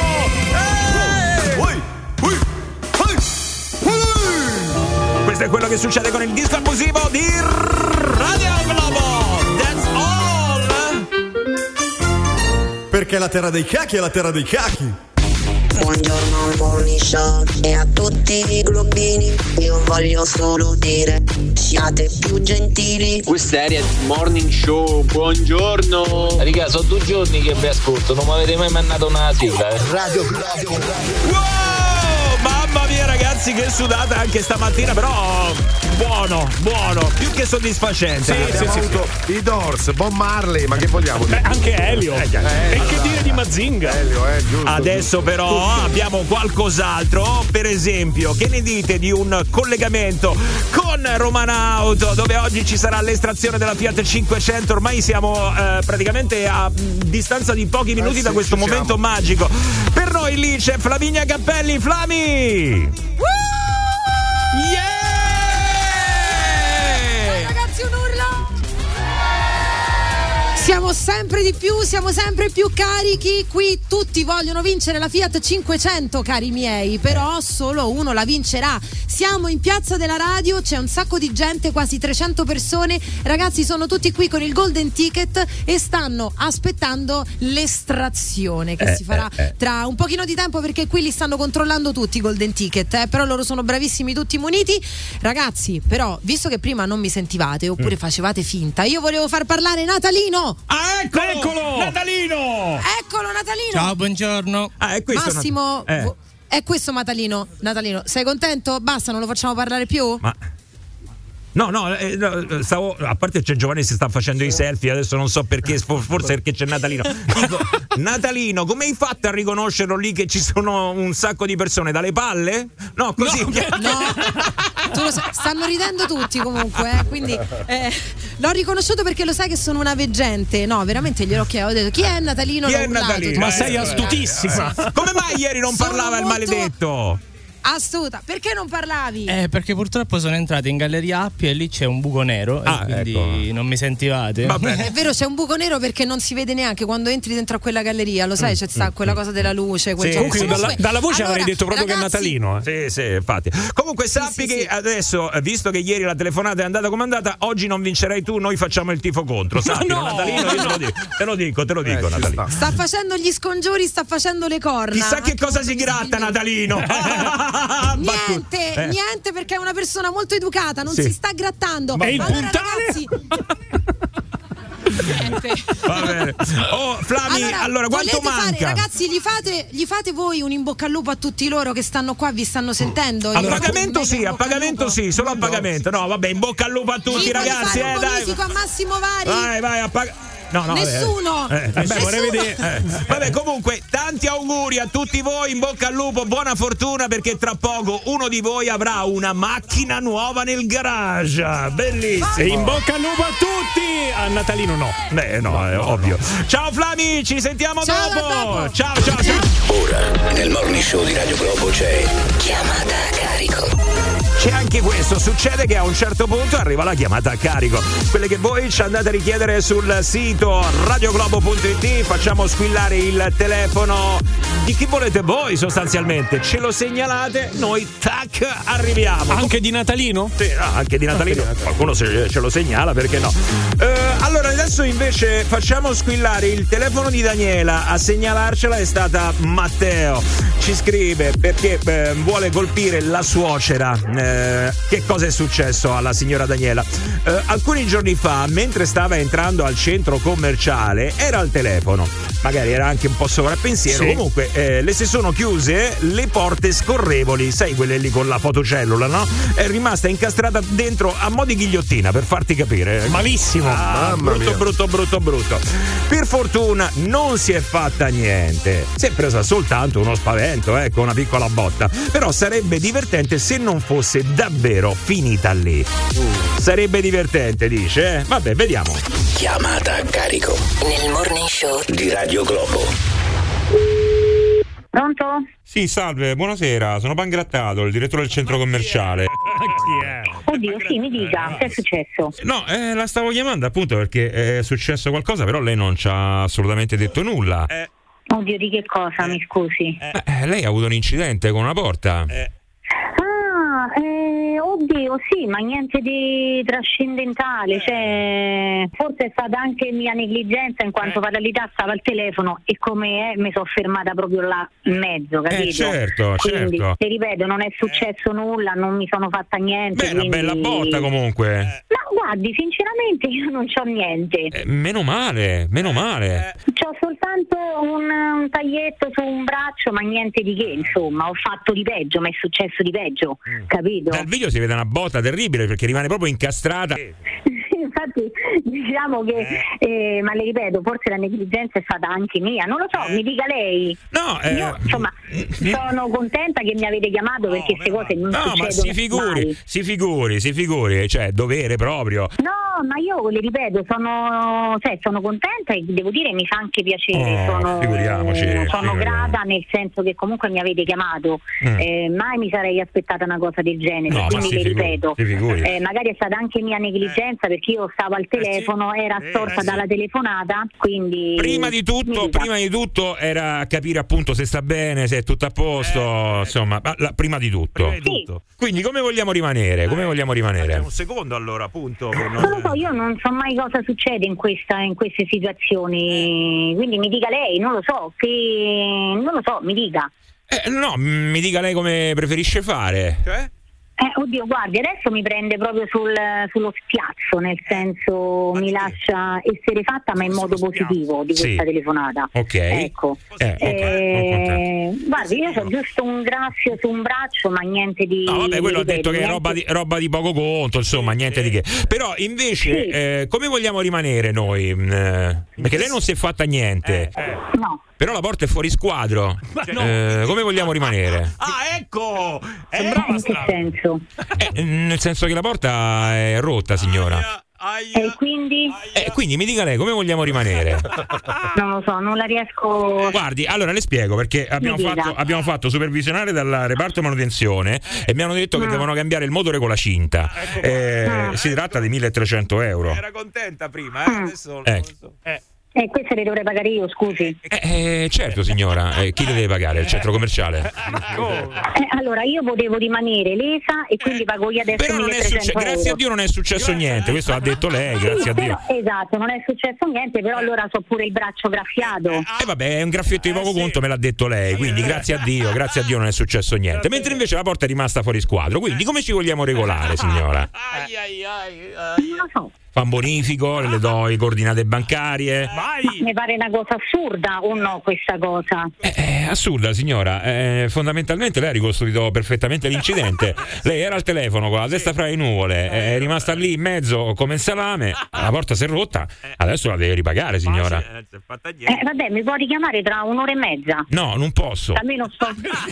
Questo è quello che succede con il disco abusivo di Radio Globo. That's all. Perché la terra dei cachi è la terra dei cachi. Buongiorno al Morning Show e a tutti i globini. Io voglio solo dire, siate più gentili. Questa è Morning Show, buongiorno. Raga, sono due giorni che vi ascolto, non mi avete mai mandato una sigla. Eh. Radio, radio, radio. Wow, mamma mia ragazzi, che sudata anche stamattina, però buono, buono, più che soddisfacente. Sì, sì, sì, avuto sì. I Doors, Bob Marley, ma che vogliamo dire? Beh, anche Elio. Eh, eh, e che dire di Mazinga? Elio, eh, giusto. Adesso giusto. però abbiamo qualcos'altro, per esempio, che ne dite di un collegamento con Romana Auto, dove oggi ci sarà l'estrazione della Fiat cinquecento, ormai siamo eh, praticamente a distanza di pochi minuti eh sì, da questo momento siamo. magico. Per noi lì c'è Flaminia Cappelli, Flami! Woo! Yeah! Ragazzi, un urlo! Siamo sempre di più, siamo sempre più carichi. Qui tutti vogliono vincere la Fiat cinquecento, cari miei, però solo uno la vincerà. Siamo in Piazza della Radio, c'è un sacco di gente, quasi trecento persone. Ragazzi, sono tutti qui con il Golden Ticket e stanno aspettando l'estrazione che eh, si farà eh, eh. tra un pochino di tempo, perché qui li stanno controllando tutti i Golden Ticket, eh, però loro sono bravissimi, tutti muniti. Ragazzi, però, visto che prima non mi sentivate oppure mm. facevate finta, io volevo far parlare Natalino. Ah, eccolo! Eccolo! Natalino! Eccolo, Natalino! Ciao, buongiorno. Ah, è questo Massimo, eh. vo- è questo Natalino. Natalino, sei contento? Basta, non lo facciamo parlare più? Ma No, no, eh, no, stavo, a parte c'è Giovanni che si sta facendo i selfie, adesso non so perché, forse perché c'è Natalino. Dico, Natalino, come hai fatto a riconoscerlo lì che ci sono un sacco di persone? Dalle palle? No, così. No, no. Tu lo sai, stanno ridendo tutti comunque, eh, quindi eh, l'ho riconosciuto perché lo sai che sono una veggente. No, veramente gliel'ho chiesto, ho detto chi è Natalino? Chi L'ho è urlato, Natalino? Ma Eh, sei astutissima. Come mai ieri non Sono parlava il molto- maledetto? Astuta, perché non parlavi? Eh, perché purtroppo sono entrato in Galleria Appia e lì c'è un buco nero Ah, e quindi ecco. non mi sentivate. Va bene. È vero, c'è un buco nero perché non si vede neanche quando entri dentro a quella galleria, lo sai, c'è sta quella cosa della luce, quel Sì, gioco. sì, Comunque, dalla, dalla voce allora, avrei detto proprio ragazzi, che è Natalino. Eh. Sì, sì, infatti. Comunque sappi sì, che sì. adesso, eh, visto che ieri la telefonata è andata come è andata, oggi non vincerai tu, noi facciamo il tifo contro. Sappi, no! Natalino, io te lo dico, te lo dico, te lo dico, Eh, ci Natalino. sta. Sta facendo gli scongiuri, sta facendo le corna. Chissà che Anche cosa molto si gratta, visibilmente. Natalino. Niente, Eh. niente, perché è una persona molto educata, non Sì. si sta grattando. E il allora, puntale? ragazzi, niente. Va bene. Oh, Flami, allora, quanto volete fare, manca? ragazzi, gli fate, gli fate voi un in bocca al lupo a tutti loro che stanno qua, vi stanno sentendo? A Io- pagamento un sì, mega a in bocca al pagamento lupo. sì, solo a pagamento. No, vabbè, in bocca al lupo a tutti, Chi vuole ragazzi, fare eh, un dai. bonifico a Massimo Vari? Vai, vai, a pagamento. No, no, Nessuno. Eh, vabbè, Nessuno. vorrei vedere. Eh. Vabbè, comunque, tanti auguri a tutti voi, in bocca al lupo, buona fortuna perché tra poco uno di voi avrà una macchina nuova nel garage. Bellissimo. E in bocca al lupo a tutti! A Natalino no. Beh, no, è ovvio. Ciao Flami, ci sentiamo Ciao, dopo. a dopo. Ciao, ciao, ciao. Ora, nel Morning Show di Radio Globo c'è Chiamata a carico. C'è anche questo, succede che a un certo punto arriva la chiamata a carico. Quelle che voi ci andate a richiedere sul sito radioglobo punto it, facciamo squillare il telefono di chi volete voi sostanzialmente. Ce lo segnalate, noi tac, arriviamo. Anche di Natalino? Sì, no, anche di Natalino. Qualcuno se ce lo segnala, perché no? Eh, allora, adesso invece facciamo squillare il telefono di Daniela. A segnalarcela è stata Matteo. Ci scrive perché eh, vuole colpire la suocera. Eh, che cosa è successo alla signora Daniela? Eh, alcuni giorni fa, mentre stava entrando al centro commerciale, era al telefono. Magari era anche un po' sovrappensiero. Sì. Comunque, eh, le si sono chiuse le porte scorrevoli, sai, quelle lì con la fotocellula, no? È rimasta incastrata dentro a mo' di ghigliottina, per farti capire. Malissimo. Ah, Mamma brutto, mia. brutto, brutto, brutto. Per fortuna non si è fatta niente. Si è presa soltanto uno spavento, ecco, una piccola botta. Però sarebbe divertente se non fosse davvero finita lì. Sarebbe divertente, dice, eh? Vabbè, vediamo. Chiamata a carico Nel Morning Show. di Radio Globo. Pronto? Sì, salve, buonasera. Sono Pangrattato, il direttore del centro commerciale. Chi è? Oddio, sì, mi dica, che è successo? No, eh, la stavo chiamando appunto perché è successo qualcosa, però lei non ci ha assolutamente detto nulla. Eh, Oddio, di che cosa, mi scusi? eh, lei ha avuto un incidente con una porta. Ah, eh, oddio, Oddio, sì, ma niente di trascendentale, cioè forse è stata anche mia negligenza in quanto per la verità stava al telefono e come è mi sono fermata proprio là in mezzo, capito? Eh, certo, quindi, certo. ti ripeto, non è successo nulla, non mi sono fatta niente. Beh, una quindi... bella botta comunque. No, guardi, sinceramente io non c'ho niente. Eh, meno male, meno male. C'ho soltanto un, un taglietto su un braccio, ma niente di che, insomma, ho fatto di peggio, mi è successo di peggio, capito? Dal video si vede una botta terribile perché rimane proprio incastrata. Infatti diciamo che eh, ma le ripeto, forse la negligenza è stata anche mia, non lo so, mi dica lei. No, eh, io insomma sono contenta che mi avete chiamato perché queste cose non No, succedono ma si figuri, mai. si figuri, si figuri, cioè dovere proprio. No, ma io le ripeto, sono, cioè, sono contenta e devo dire mi fa anche piacere, Oh, sono, figuriamoci, sono figuriamoci. grata nel senso che comunque mi avete chiamato, Mm. eh, mai mi sarei aspettata una cosa del genere, No, ma quindi si le figuri, ripeto, si figuri. eh, magari è stata anche mia negligenza perché io stavo al telefono, era assorta dalla telefonata, quindi Prima di tutto, prima di tutto era capire appunto se sta bene, se è tutto a posto, insomma, ma la- prima di tutto. Prima di tutto. Quindi come vogliamo rimanere? Come vogliamo rimanere? Un secondo allora, appunto. che non non- lo so, io non so mai cosa succede in questa in queste situazioni, quindi mi dica lei, non lo so, che non lo so, mi dica. Eh, no, mi dica lei come preferisce fare. Cioè? Eh, oddio, guardi, adesso mi prende proprio sul, sullo spiazzo, nel senso mi lascia essere fatta ma in modo positivo di Sì. questa telefonata. Ok. Ecco. Eh, ok, Eh, guardi, io ho giusto un graffio su un braccio, ma niente di. No, vabbè, quello ha ripeto, detto che è niente- roba di, roba di poco conto, insomma, niente di che. Però invece, Sì. eh, come vogliamo rimanere noi? Mm, eh, perché lei non si è fatta niente. No. Però la porta è fuori squadro. Eh, come vogliamo rimanere? Ah, ecco! In che senso? Eh, nel senso che la porta è rotta, signora. E quindi? Eh, quindi mi dica lei come vogliamo rimanere? Non lo so, non la riesco. Guardi, allora le spiego perché abbiamo Mi dica. fatto, abbiamo fatto supervisionare dal reparto manutenzione e mi hanno detto che Ah. devono cambiare il motore con la cinta. Eh, Ah. Si tratta di milletrecento euro. Era contenta prima, eh? Adesso non Eh. lo so. Eh. E queste le dovrei pagare io, scusi. Eh, certo signora, eh, chi le deve pagare? Il centro commerciale? Eh, allora, io potevo rimanere lesa e quindi pago io adesso Però non è milletrecento successo, grazie a euro. Dio non è successo niente, questo l'ha detto lei, grazie a Sì, Dio. però- esatto, non è successo niente, però allora so pure il braccio graffiato. E vabbè, è un graffietto di poco conto, me l'ha detto lei, quindi grazie a Dio, grazie a Dio non è successo niente. Mentre invece la porta è rimasta fuori squadro, quindi come ci vogliamo regolare, signora? Ai, ai, ai, Non lo so. Fa un bonifico, le do le coordinate bancarie. Ma mi pare una cosa assurda o no questa cosa? È assurda signora, eh, fondamentalmente lei ha ricostruito perfettamente l'incidente. Lei era al telefono con la testa fra le nuvole, è rimasta lì in mezzo come il salame, la porta si è rotta, adesso la deve ripagare signora. Eh, vabbè, mi può richiamare tra un'ora e mezza. No, non posso. Almeno sto.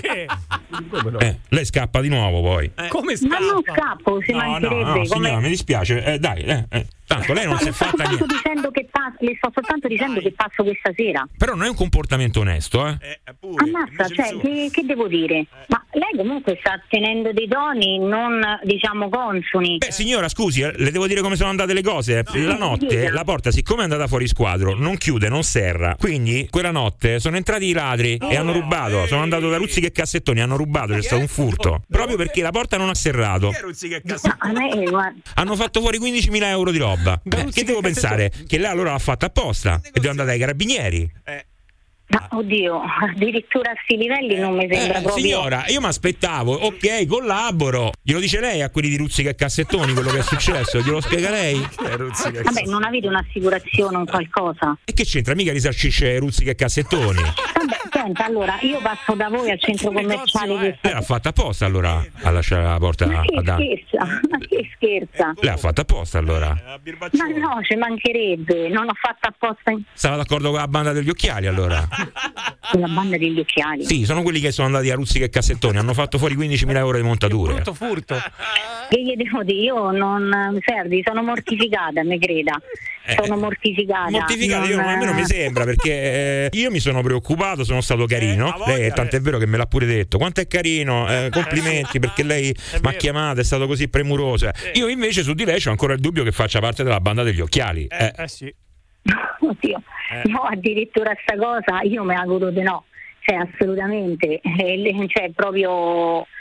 Eh, lei scappa di nuovo poi. Come scappa? Ma non scappo, si No, no, mancherebbe. no, come... signora, mi dispiace, eh, dai, eh, eh. Tanto lei non si è sto fatta soltanto niente. dicendo che passo, le sto soltanto dicendo che passo questa sera. Però non è un comportamento onesto, eh. Ammazza, cioè, che, che devo dire? Ma lei comunque sta tenendo dei toni non, diciamo, consoni. Beh, signora, scusi, eh, le devo dire come sono andate le cose. La notte dica. la porta, siccome è andata fuori squadro, non chiude, non serra. Quindi quella notte sono entrati i ladri e hanno rubato. Sono andato da Ruzzica e Cassettoni, hanno rubato, c'è stato un furto. Proprio perché la porta non ha serrato. No, a me, guarda, Hanno fatto fuori quindicimila euro di roba. Eh, che devo pensare? Che lei allora l'ha fatta apposta e devo andare ai carabinieri. ma oddio, addirittura a sti livelli non mi sembra Eh, proprio. signora, io mi aspettavo, ok, collaboro. Glielo dice lei a quelli di Ruzzica e Cassettoni quello che è successo? Glielo spiega lei? Vabbè, non avete un'assicurazione o un qualcosa? E che c'entra? Mica risarcisce Ruzzica e Cassettoni. Vabbè, senta, allora io passo da voi al centro commerciale che Lei l'ha fatta apposta allora a lasciare la porta Ma che ad scherza? Ma che scherza? Lei l'ha fatta apposta allora. Ma no, ci mancherebbe, non ho fatto apposta in... Stava d'accordo con la banda degli occhiali allora? con la banda degli occhiali. Sì, sono quelli che sono andati a Ruzzica e Cassettoni, hanno fatto fuori quindicimila euro di montature. Furto. Che gli devo dire? Io non servi, sono mortificata, mi creda. Sono mortificata. Mortificata, io non- almeno mi sembra, perché eh, io mi sono preoccupato, sono stato carino. Lei, tant'è vero che me l'ha pure detto. Quanto è carino, eh, complimenti, perché lei mi ha chiamato, è stato così premurosa. Io invece su di lei c'ho ancora il dubbio che faccia parte della banda degli occhiali. Eh, Eh sì. Oddio, no, addirittura sta cosa io mi auguro di no, cioè assolutamente, Eh, le- cioè proprio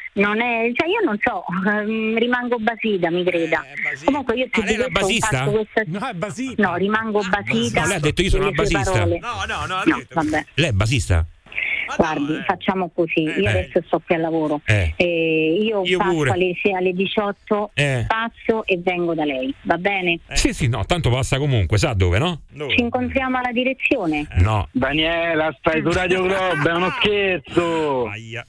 non è, cioè io non so, ehm, rimango basita, mi creda. Eh, Comunque io Ah, lei è la basista? questa... No, è basita. No, rimango basita. No, lei ha detto io sono una delle sue basista. parole. No, no, no, ha No, detto. vabbè. Lei è basista? Guardi, facciamo così, io eh. adesso sto qui al lavoro, Eh. Eh, io, Io passo pure. alle, se- alle diciotto, Eh. passo e vengo da lei, va bene? Sì, sì, no, tanto passa comunque, sa dove, no? Ci incontriamo alla direzione. No. Daniela, stai su Radio Globo, è uno scherzo. Aia.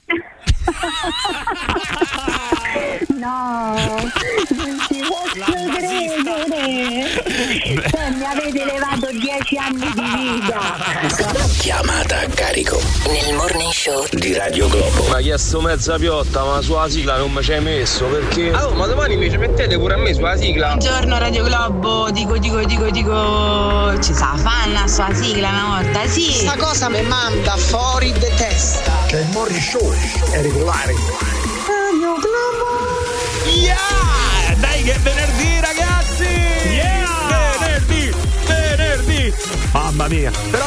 No, non ci posso credere. Cioè, mi avete levato dieci anni di vita. Chiamata a carico nel morning show di Radio Globo. Ma ha chiesto mezza piotta, ma sulla sigla non mi ci hai messo perché? Ah, oh, ma domani mi ci mettete pure a me sulla sigla. Buongiorno Radio Globo, dico dico dico dico ci sa fanna sua sigla una volta, sì. Sta cosa mi manda fuori di testa. Che il morning show è regolare. Radio Globo. Yeah! Dai che è venerdì, ragazzi! Yeah! Venerdì! Venerdì! Mamma mia! Però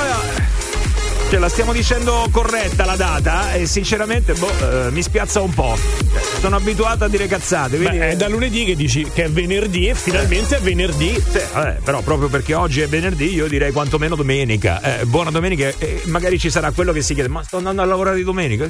cioè, la stiamo dicendo corretta la data e sinceramente boh, eh, mi spiazza un po'. Sono abituato a dire cazzate. Quindi... Beh, è da lunedì che dici che è venerdì e finalmente è venerdì. Sì, vabbè, però proprio perché oggi è venerdì io direi quantomeno domenica. Eh, buona domenica e magari ci sarà quello che si chiede ma sto andando a lavorare di domenica?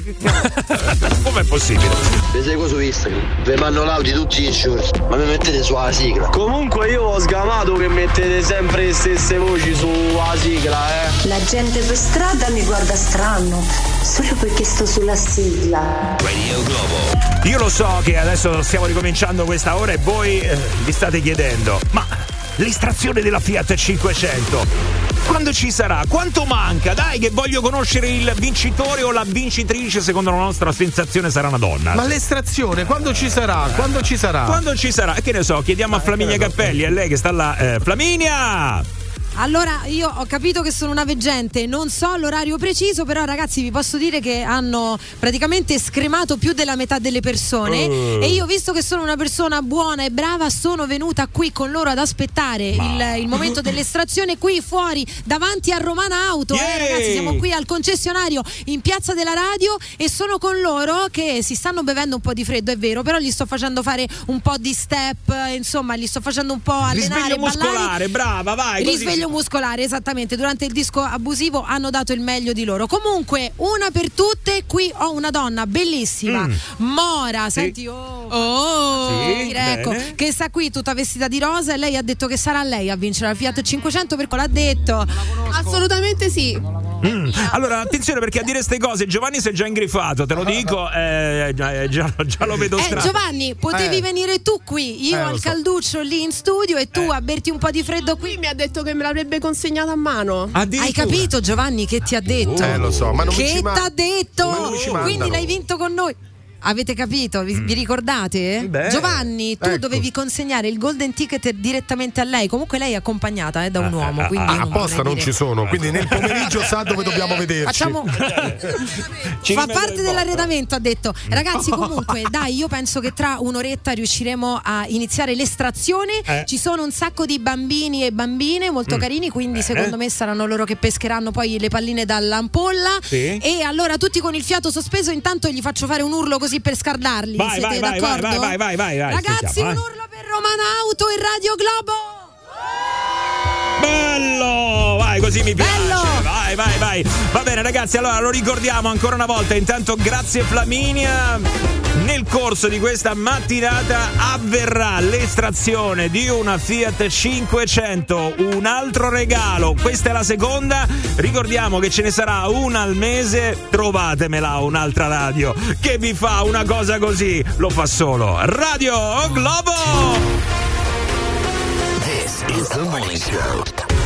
Com'è possibile? Vi seguo su Instagram, vi mando l'audio tutti i giorni, ma mi mettete sulla sigla. Comunque io ho sgamato che mettete sempre le stesse voci sulla sigla, eh. La gente per strada mi guarda strano solo perché sto sulla sigla. Radio Globo. Io lo so che adesso stiamo ricominciando questa ora e voi eh, vi state chiedendo ma l'estrazione della Fiat cinquecento quando ci sarà? Quanto manca? Dai che voglio conoscere il vincitore o la vincitrice. Secondo la nostra sensazione sarà una donna. Ma l'estrazione quando ci sarà? Quando ci sarà? Quando ci sarà? Che ne so, chiediamo a Flaminia Cappelli, è lei che sta là. eh, Flaminia! Allora, io ho capito che sono una veggente, non so l'orario preciso, però ragazzi vi posso dire che hanno praticamente scremato più della metà delle persone Uh. e io, visto che sono una persona buona e brava, sono venuta qui con loro ad aspettare il, il momento dell'estrazione qui fuori davanti a Romana Auto. Yeah. Eh, ragazzi, siamo qui al concessionario in Piazza della Radio e sono con loro che si stanno bevendo un po' di freddo, è vero, però gli sto facendo fare un po' di step, insomma, gli sto facendo un po' allenare, Risveglio muscolare, brava, vai. così risveglio muscolare, esattamente. Durante il disco abusivo hanno dato il meglio di loro. Comunque, una per tutte, qui ho una donna bellissima, Mm. Mora, senti, oh, oh Sì, ecco, bene. che sta qui tutta vestita di rosa e lei ha detto che sarà lei a vincere la Fiat cinquecento perché l'ha detto. Assolutamente sì. Mm. Allora attenzione perché a dire ste cose Giovanni si è già ingrifato, te lo dico, eh, già, già, già lo vedo Eh, strano. Giovanni, potevi Eh. venire tu qui, io Eh, lo al so. calduccio lì in studio e tu Eh. a berti un po' di freddo qui. Lui mi ha detto che me l'avrebbe consegnata a mano. Hai capito Giovanni che ti ha detto? Eh, lo so, ma non mi che ci ma- t'ha detto? ma non mi ci Quindi mandano. l'hai vinto con noi. Avete capito? Vi, vi ricordate? Beh, Giovanni, tu ecco. dovevi consegnare il golden ticket direttamente a lei. Comunque lei è accompagnata eh, da un uomo. Quindi io non apposta vorrei non dire- ci sono, quindi nel pomeriggio sa dove dobbiamo vederci. Facciamo... Ci Fa rimetto parte il dell'arredamento, ha detto. Ragazzi, comunque, dai, io penso che tra un'oretta riusciremo a iniziare l'estrazione. Eh. Ci sono un sacco di bambini e bambine molto Mm. carini, quindi Bene. secondo me saranno loro che pescheranno poi le palline dall'ampolla. Sì. E allora tutti con il fiato sospeso, intanto gli faccio fare un urlo così per scardarli. Vai, Siete vai, vai, vai, d'accordo? vai, vai, vai, vai, Ragazzi, sentiamo, un eh. urlo per Romana Auto e Radio Globo. Bello! Vai, così mi piace. Bello! Vai, vai, vai. Va bene, ragazzi, allora lo ricordiamo ancora una volta. Intanto, grazie Flaminia. Nel corso di questa mattinata avverrà l'estrazione di una Fiat cinquecento, un altro regalo. Questa è la seconda. Ricordiamo che ce ne sarà una al mese. Trovatemela un'altra radio che vi fa una cosa così. Lo fa solo Radio Globo. This is the morning show.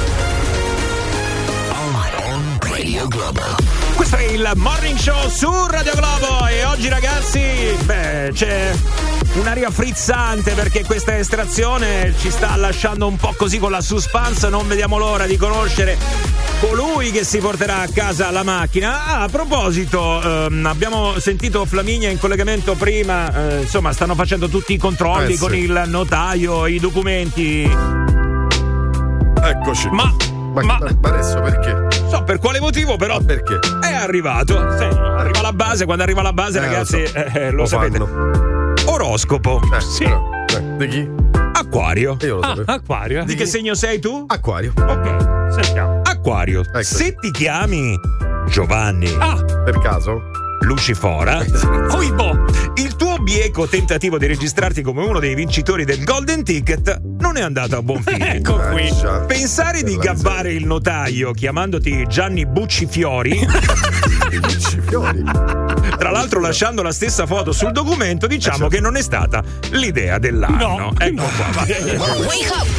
On Radio Globo. Questo è il Morning Show su Radio Globo e oggi ragazzi, beh, c'è un'aria frizzante perché questa estrazione ci sta lasciando un po' così con la suspense, non vediamo l'ora di conoscere colui che si porterà a casa la macchina. Ah, a proposito, ehm, abbiamo sentito Flaminia in collegamento prima, eh, insomma stanno facendo tutti i controlli Eh, con sì. il notaio, i documenti. Eccoci. Ma Ma, Ma- ma adesso perché? So per quale motivo motivo, però ah, perché? È arrivato. Sì, arriva la base, quando arriva la base, eh, ragazzi, lo, so. eh, lo, lo sapete. Fanno. Oroscopo. Eh, sì. No. Eh, di chi? Acquario. Io lo ah, sapevo. Acquario. Di, di che segno sei tu? Acquario. Ok, sentiamo. Acquario. Ecco. Se ti chiami Giovanni. Ah, per caso? Lucifora, Oibo, il tuo bieco tentativo di registrarti come uno dei vincitori del Golden Ticket non è andato a buon fine. Ecco qui. Pensare di gabbare il notaio chiamandoti Gianni Buccifiori, Buccifiori, tra l'altro lasciando la stessa foto sul documento, diciamo che non è stata l'idea dell'anno. No, ecco no. qua. Wake up!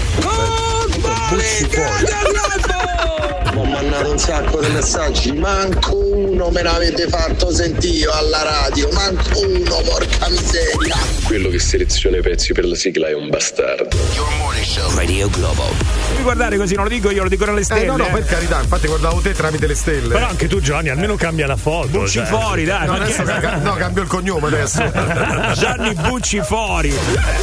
Ho mandato un sacco di messaggi, manco uno me l'avete fatto sentire alla radio, manco uno, porca miseria. Quello che seleziona i pezzi per la sigla è un bastardo. Radio Globo. Devi guardare così, non lo dico io, lo dicono le stelle. Eh, no, no, per carità, infatti guardavo te tramite le stelle. Però anche tu, Gianni, almeno cambia la foto. Buccifuori, cioè. dai. No, adesso ca- no, cambio il cognome adesso. Gianni Buccifuori.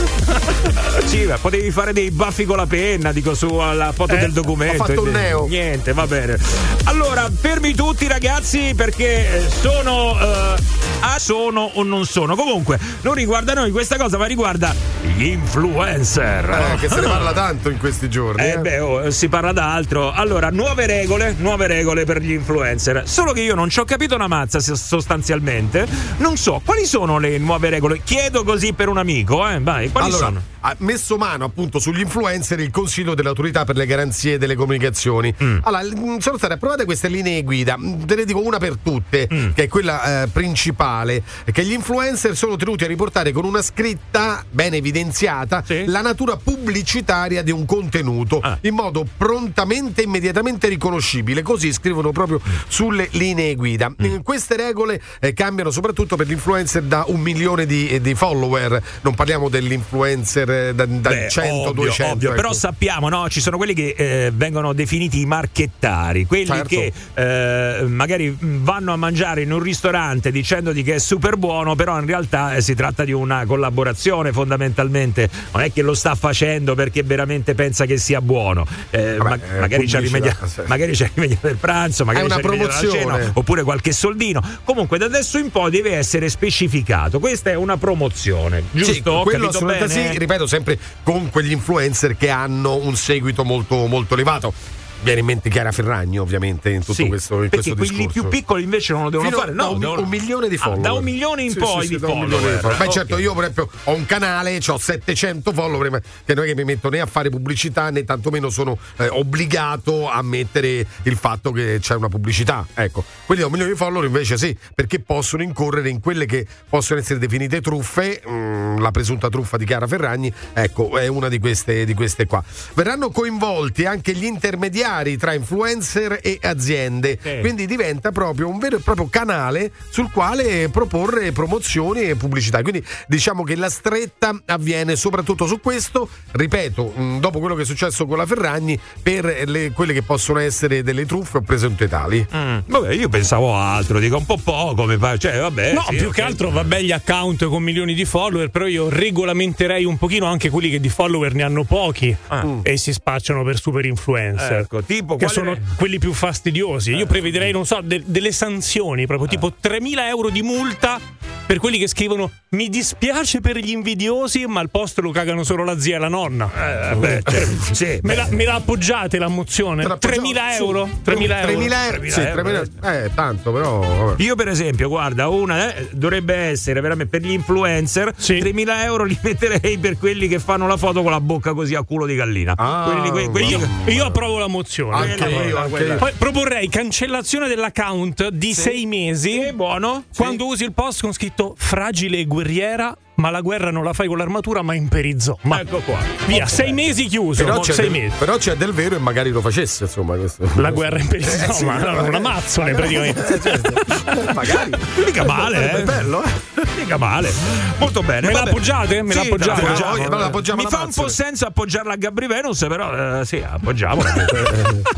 Sì, potevi fare dei baffi con la penna, dico, su alla foto eh, del documento. Ho fatto un neo. Niente, va bene. Allora, fermi tutti, ragazzi, perché sono uh, a sono o non sono. Comunque, non riguarda noi questa cosa, ma riguarda gli influencer. Eh, che se ne parla tanto in questi giorni. Eh, eh. beh, oh, si parla d'altro. Allora, nuove regole, nuove regole per gli influencer. Solo che io non ci ho capito una mazza sostanzialmente. Non so, quali sono le nuove regole? Chiedo così per un amico, eh. Vai, quali allora, sono? Ha messo mano appunto sugli influencer il Consiglio dell'Autorità per le Garanzie delle Comunicazioni. Mm. Allora, sono state approvate queste linee guida, te ne dico una per tutte, mm. che è quella eh, principale, che gli influencer sono tenuti a riportare con una scritta ben evidenziata sì. la natura pubblicitaria di un contenuto ah. in modo prontamente e immediatamente riconoscibile, così scrivono proprio sulle linee guida. Mm. Queste regole eh, cambiano soprattutto per gli influencer da un milione di, di follower, non parliamo dell'influencer da, da Beh, cento duecento ovvio, ecco. Però sappiamo, no, ci sono quelli che eh, vengono definiti i marchettari, quelli certo. che eh, magari vanno a mangiare in un ristorante dicendoti che è super buono, però in realtà eh, si tratta di una collaborazione fondamentalmente, non è che lo sta facendo perché veramente pensa che sia buono. eh, Vabbè, ma- eh, magari, c'è rimedia- sì. magari c'è rimediato il pranzo, magari è una c'è rimediato la cena, oppure qualche soldino. Comunque da adesso in poi deve essere specificato, questa è una promozione, giusto? Sì, quello Capito bene? Sì, ripeto, sempre con quegli influencer che hanno un seguito molto molto elevato. Viene in mente Chiara Ferragni, ovviamente, in tutto sì, questo, in questo quelli discorso. più piccoli invece non lo devono Fino fare. da No, un, devono... un milione di follower. Ah, da un milione in sì, poi sì, di sì, follower. follower. Beh, okay. certo, io per esempio ho un canale, ho settecento follower, che non è che mi metto né a fare pubblicità né tantomeno sono eh, obbligato a mettere il fatto che c'è una pubblicità. Ecco, quelli da un milione di follower invece sì, perché possono incorrere in quelle che possono essere definite truffe. Mh, la presunta truffa di Chiara Ferragni, ecco, è una di queste, di queste qua. Verranno coinvolti anche gli intermediari tra influencer e aziende, sì. Quindi diventa proprio un vero e proprio canale sul quale proporre promozioni e pubblicità. Quindi diciamo che la stretta avviene soprattutto su questo, ripeto, mh, dopo quello che è successo con la Ferragni, per le, quelle che possono essere delle truffe o presunte tali. Mm. Vabbè, io pensavo altro, dico un po' poco, mi pare, cioè vabbè. No, sì, più okay. che altro vabbè gli account con milioni di follower, però io regolamenterei un pochino anche quelli che di follower ne hanno pochi ah. e si spacciano per super influencer. Ecco, tipo che quale... sono quelli più fastidiosi. Io prevederei, non so, de- delle sanzioni, proprio eh. tipo tremila euro di multa per quelli che scrivono mi dispiace per gli invidiosi, ma al posto lo cagano solo la zia e la nonna. Eh, beh, cioè, sì, me, la, me la appoggiate la mozione? tremila euro? tremila euro? tremila euro? Sì, tremila euro. Eh, tanto, però. Vabbè. Io, per esempio, guarda, una eh, dovrebbe essere veramente per gli influencer. Sì. tremila euro li metterei per quelli che fanno la foto con la bocca così a culo di gallina. Ah, quelli, que- quelli io, io approvo la mozione. Anche quella, io, anche quella. io. Poi proporrei cancellazione dell'account di sì. sei mesi. Sì, buono. Quando sì. usi il post con scritto fragile e guerriera, ma la guerra non la fai con l'armatura ma in perizoma. Ecco qua. Via, okay. sei mesi chiuso. Però c'è, sei del, mesi. però c'è del vero e magari lo facesse, insomma. Questo. La guerra in perizoma, eh, sì, no, no, una mazzone praticamente. Eh, certo. Magari. Mica male, eh. È bello, eh. Mica male. Molto bene. Me Vabbè. la appoggiate? Me sì, la appoggiate? La appoggiamo, la appoggiamo Mi la fa un po' senso appoggiarla a Gabri Venus, però eh, sì, appoggiamola.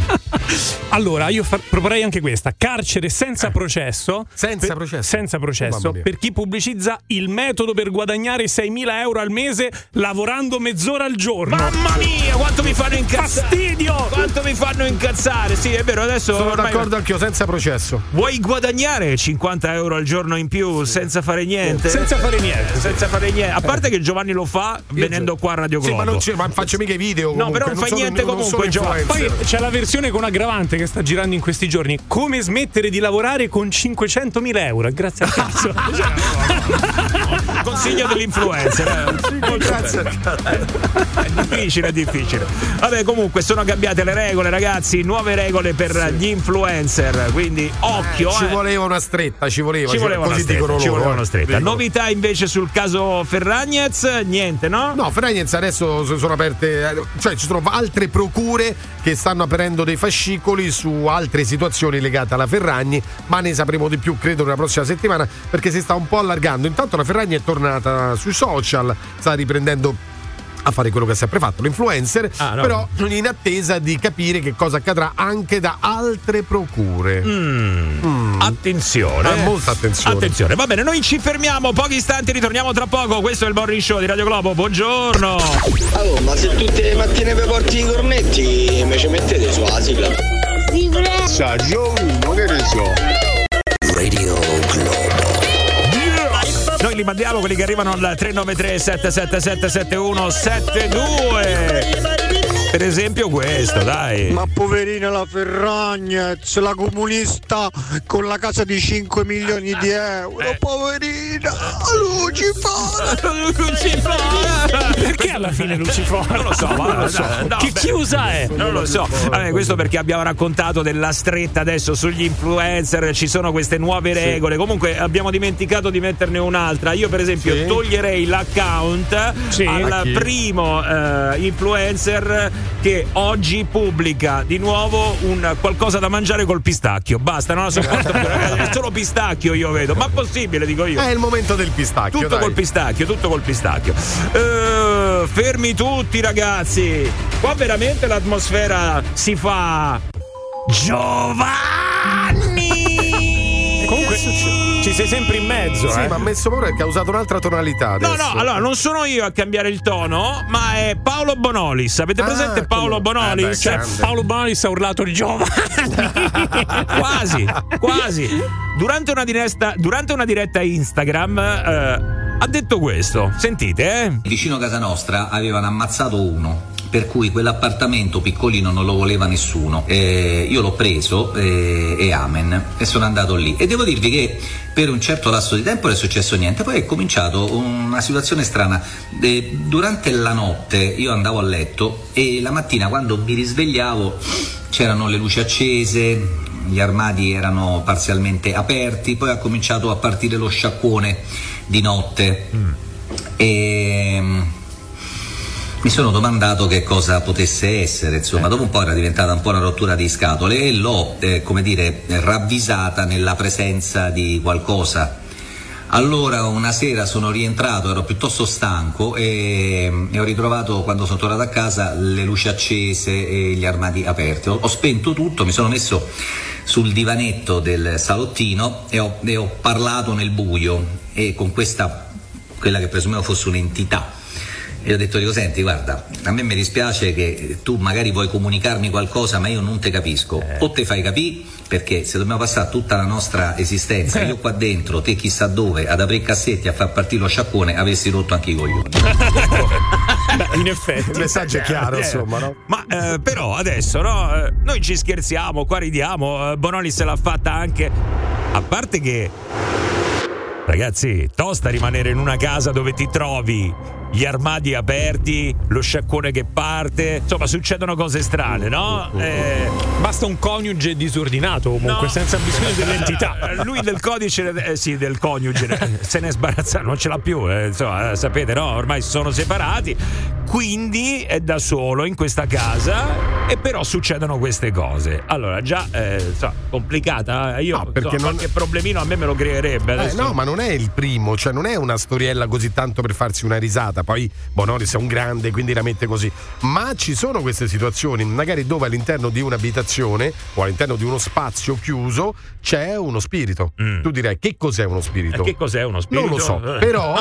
Allora, io fa- proporrei anche questa: carcere senza eh. processo. Senza per, processo? Senza processo Oh, per chi pubblicizza il metodo per guadagnare seimila euro al mese lavorando mezz'ora al giorno. Mamma mia, quanto mi fanno incazzare! Fastidio! Quanto mi fanno incazzare! Sì, è vero, adesso sono ormai... d'accordo anch'io, senza processo. Vuoi guadagnare cinquanta euro al giorno in più senza fare niente? Senza fare niente. Senza fare niente. A parte che Giovanni lo fa venendo qua a Radio Globo. Sì, ma non, c'è, ma non faccio mica i video. No, comunque. però non fai sono- niente non comunque, sono Giovanni. influencer. Poi c'è la versione con aggravante che sta girando in questi giorni. Come smettere di lavorare con cinquecentomila euro? Grazie al cazzo. Consiglio dell'influencer. Eh. Molto Grazie. bene. È difficile, è difficile. Vabbè, comunque sono cambiate le regole, ragazzi. Nuove regole per gli influencer. Quindi occhio. Ci eh. voleva una stretta, ci voleva. Ci voleva una così stretta, dicono ci loro. voleva una stretta. Dicono. Novità invece sul caso Ferragnez, niente, no? No, Ferragnez adesso sono aperte, cioè ci sono altre procure che stanno aprendo dei fascicoli su altre situazioni legate alla Ferragni, ma ne sapremo di più credo nella prossima settimana, perché si sta un po' allargando. Intanto la Ferragni è tornata sui social, sta riprendendo a fare quello che ha sempre fatto, l'influencer, Ah, no. però in attesa di capire che cosa accadrà anche da altre procure. Mm. Mm. Attenzione. Eh, molta attenzione. Attenzione. Va bene, noi ci fermiamo pochi istanti, ritorniamo tra poco. Questo è il Morning Show di Radio Globo. Buongiorno. Allora, ma se tutte le mattine vi porti i cornetti, mi ci mettete su la sigla? Sa, giovani, che ne so. Radio Globo. Noi li mandiamo quelli che arrivano al tre nove tre sette sette sette sette uno sette due. Per esempio questo, dai. Ma poverina la Ferragnez, la comunista con la casa di cinque milioni di euro. Eh. Poverina, Lucifora. Lucifora. Perché alla fine Lucifora? Non lo so, ma non lo so. no, Che beh, chiusa è? Non lo so. Vabbè, questo perché abbiamo raccontato della stretta adesso sugli influencer, ci sono queste nuove regole. Comunque abbiamo dimenticato di metterne un'altra. Io per esempio Sì. toglierei l'account Sì. A al chi? primo eh, influencer che oggi pubblica di nuovo un qualcosa da mangiare col pistacchio. Basta, non la sopporto più, ragazzi. È solo pistacchio, io vedo. Ma possibile, dico io. È il momento del pistacchio. Tutto dai. col pistacchio, tutto col pistacchio. Eh, fermi tutti, ragazzi. Qua veramente l'atmosfera si fa. Giovanni! Comunque ci sei sempre in mezzo, Sì, eh. ma ha messo paura perché ha usato un'altra tonalità No, adesso. no, allora non sono io a cambiare il tono, ma è Paolo Bonolis. Avete Ah, presente Paolo come- Bonolis? Eh beh, Cioè, grande. Paolo Bonolis ha urlato Giovanni. quasi, quasi. Durante una diretta, durante una diretta Instagram eh, ha detto questo. Sentite, eh? Vicino a casa nostra avevano ammazzato uno, per cui quell'appartamento piccolino non lo voleva nessuno. Eh, io l'ho preso eh, e amen, e sono andato lì. E devo dirvi che per un certo lasso di tempo non è successo niente. Poi è cominciato una situazione strana. Eh, durante la notte io andavo a letto e la mattina quando mi risvegliavo c'erano le luci accese, gli armadi erano parzialmente aperti, poi ha cominciato a partire lo sciacquone di notte. Mm. E mi sono domandato che cosa potesse essere, insomma, dopo un po' era diventata un po' una rottura di scatole e l'ho, eh, come dire, ravvisata nella presenza di qualcosa. Allora una sera sono rientrato, ero piuttosto stanco e, e ho ritrovato, quando sono tornato a casa, le luci accese e gli armadi aperti. Ho, ho spento tutto, mi sono messo sul divanetto del salottino e ho, e ho parlato nel buio e con questa, quella che presumevo fosse un'entità. E ho detto, dico, senti, guarda, a me mi dispiace che tu magari vuoi comunicarmi qualcosa ma io non te capisco, eh. o te fai capire, perché se dobbiamo passare tutta la nostra esistenza, eh. io qua dentro, te chissà dove, ad aprire i cassetti, a far partire lo sciacquone, avessi rotto anche i coglioni. Beh, in effetti il messaggio è chiaro, eh, insomma, no? Ma eh, però adesso, no? Eh, noi ci scherziamo, qua ridiamo, eh, Bonolis se l'ha fatta anche. A parte che, ragazzi, tosta rimanere in una casa dove ti trovi gli armadi aperti, lo sciacquone che parte, insomma succedono cose strane, no? Eh, Basta un coniuge disordinato comunque, no. senza bisogno dell'entità. Lui del codice, eh, sì, del coniuge, se ne è sbarazzato, non ce l'ha più, eh, insomma, eh, sapete, no? Ormai si sono separati. quindi è da solo in questa casa e però succedono queste cose. Allora già eh, so, complicata, io No, perché so, non- qualche problemino a me me lo creerebbe Eh, adesso. no, ma non è il primo, cioè non è una storiella così tanto per farsi una risata. Poi Bonolis è un grande, quindi la mette così. Ma ci sono queste situazioni, magari dove all'interno di un'abitazione o all'interno di uno spazio chiuso c'è uno spirito. Tu direi che cos'è uno spirito? Eh, che cos'è uno spirito? Non lo so, però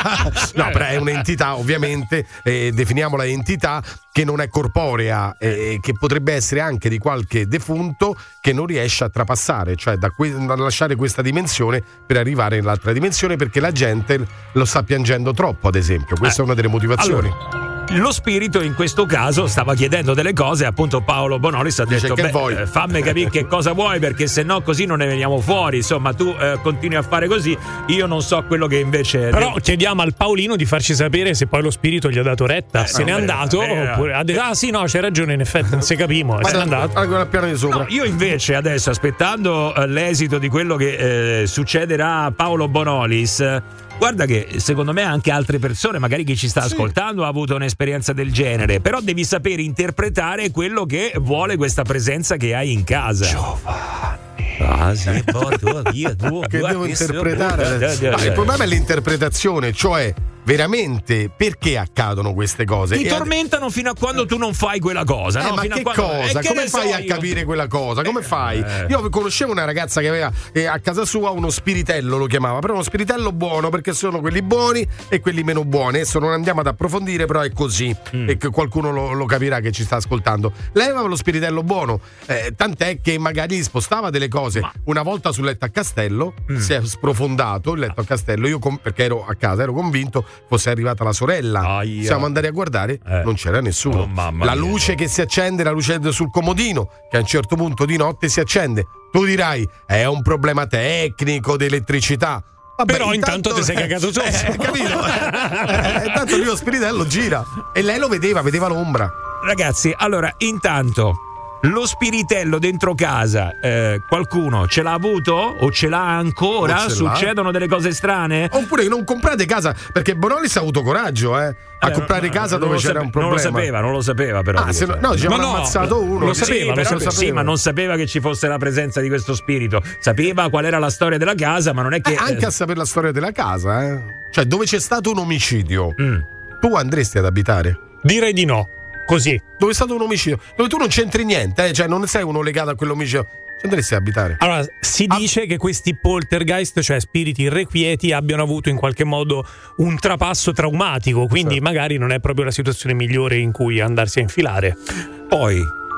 no, però è un'entità, ovviamente, eh, definiamola entità che non è corporea, eh, che potrebbe essere anche di qualche defunto che non riesce a trapassare, cioè da, que- da lasciare questa dimensione per arrivare nell'altra dimensione perché la gente lo sta piangendo troppo, ad esempio. Questa Eh, è una delle motivazioni. allora, lo spirito in questo caso stava chiedendo delle cose, appunto Paolo Bonolis ha Dice, detto che beh, vuoi? eh, fammi capire che cosa vuoi, perché se no così non ne veniamo fuori, insomma tu eh, continui a fare così, io non so quello che invece Però chiediamo al Paolino di farci sapere se poi lo spirito gli ha dato retta, Eh, se n'è vabbè, andato vabbè, oppure ha detto ah sì no c'hai ragione, in effetti non si capimo, se n'è andato. al piano di sopra. No, io invece adesso, aspettando eh, l'esito di quello che eh, succederà a Paolo Bonolis, eh, guarda che secondo me anche altre persone, magari chi ci sta ascoltando, ha avuto un'esperienza del genere, però devi sapere interpretare quello che vuole questa presenza che hai in casa. Giovanni. Ah, sì, poi tu, io, tu, Che tu, devo questo, interpretare? tu, Ma il problema è l'interpretazione, cioè veramente perché accadono queste cose? Ti E ad- tormentano fino a quando tu non fai quella cosa, Eh, no? ma Fino a che quando- cosa? Eh, che Come ne fai so a io? capire quella cosa? Come fai? eh. Io conoscevo una ragazza che aveva eh, a casa sua uno spiritello, lo chiamava, però uno spiritello buono, perché sono quelli buoni e quelli meno buoni. Adesso non andiamo ad approfondire, però è così Mm. e che qualcuno lo, lo capirà che ci sta ascoltando. Lei aveva lo spiritello buono, eh, tant'è che magari gli spostava delle cose. Una volta sul letto a Castello Mm. si è sprofondato il letto a Castello, io com- perché ero a casa, ero convinto fosse arrivata la sorella. Aia. Siamo andati a guardare, Eh. non c'era nessuno. Oh, mamma la mia. luce che si accende, la luce sul comodino, che a un certo punto di notte si accende. Tu dirai, è un problema tecnico di elettricità. Vabbè, Però intanto ti sei cagato sotto. Eh, capito? Eh, intanto lì lo spiritello gira e lei lo vedeva, vedeva l'ombra. Ragazzi, allora, intanto lo spiritello dentro casa, eh, qualcuno ce l'ha avuto o ce l'ha ancora? O ce l'ha. Succedono delle cose strane? Oppure non comprate casa, perché Bonolis ha avuto coraggio, eh, a Eh, comprare no, casa non dove lo c'era sape- un problema. Non lo sapeva, non lo sapeva però. Ah, se no, no, ci Ma avevano ammazzato uno. Lo Sì, sapeva, però lo lo sapeva. sapeva. Sì, ma non sapeva che ci fosse la presenza di questo spirito. Sapeva qual era la storia della casa, ma non è che Eh, anche a sapere la storia della casa, eh. Cioè, dove c'è stato un omicidio, Mm. tu andresti ad abitare? Direi di no. Così. Dove è stato un omicidio, dove tu non c'entri niente, eh? Cioè non sei uno legato a quell'omicidio, ci andresti ad abitare? Allora, si dice che questi poltergeist, cioè spiriti irrequieti, abbiano avuto in qualche modo un trapasso traumatico, quindi magari non è proprio la situazione migliore in cui andarsi a infilare. Poi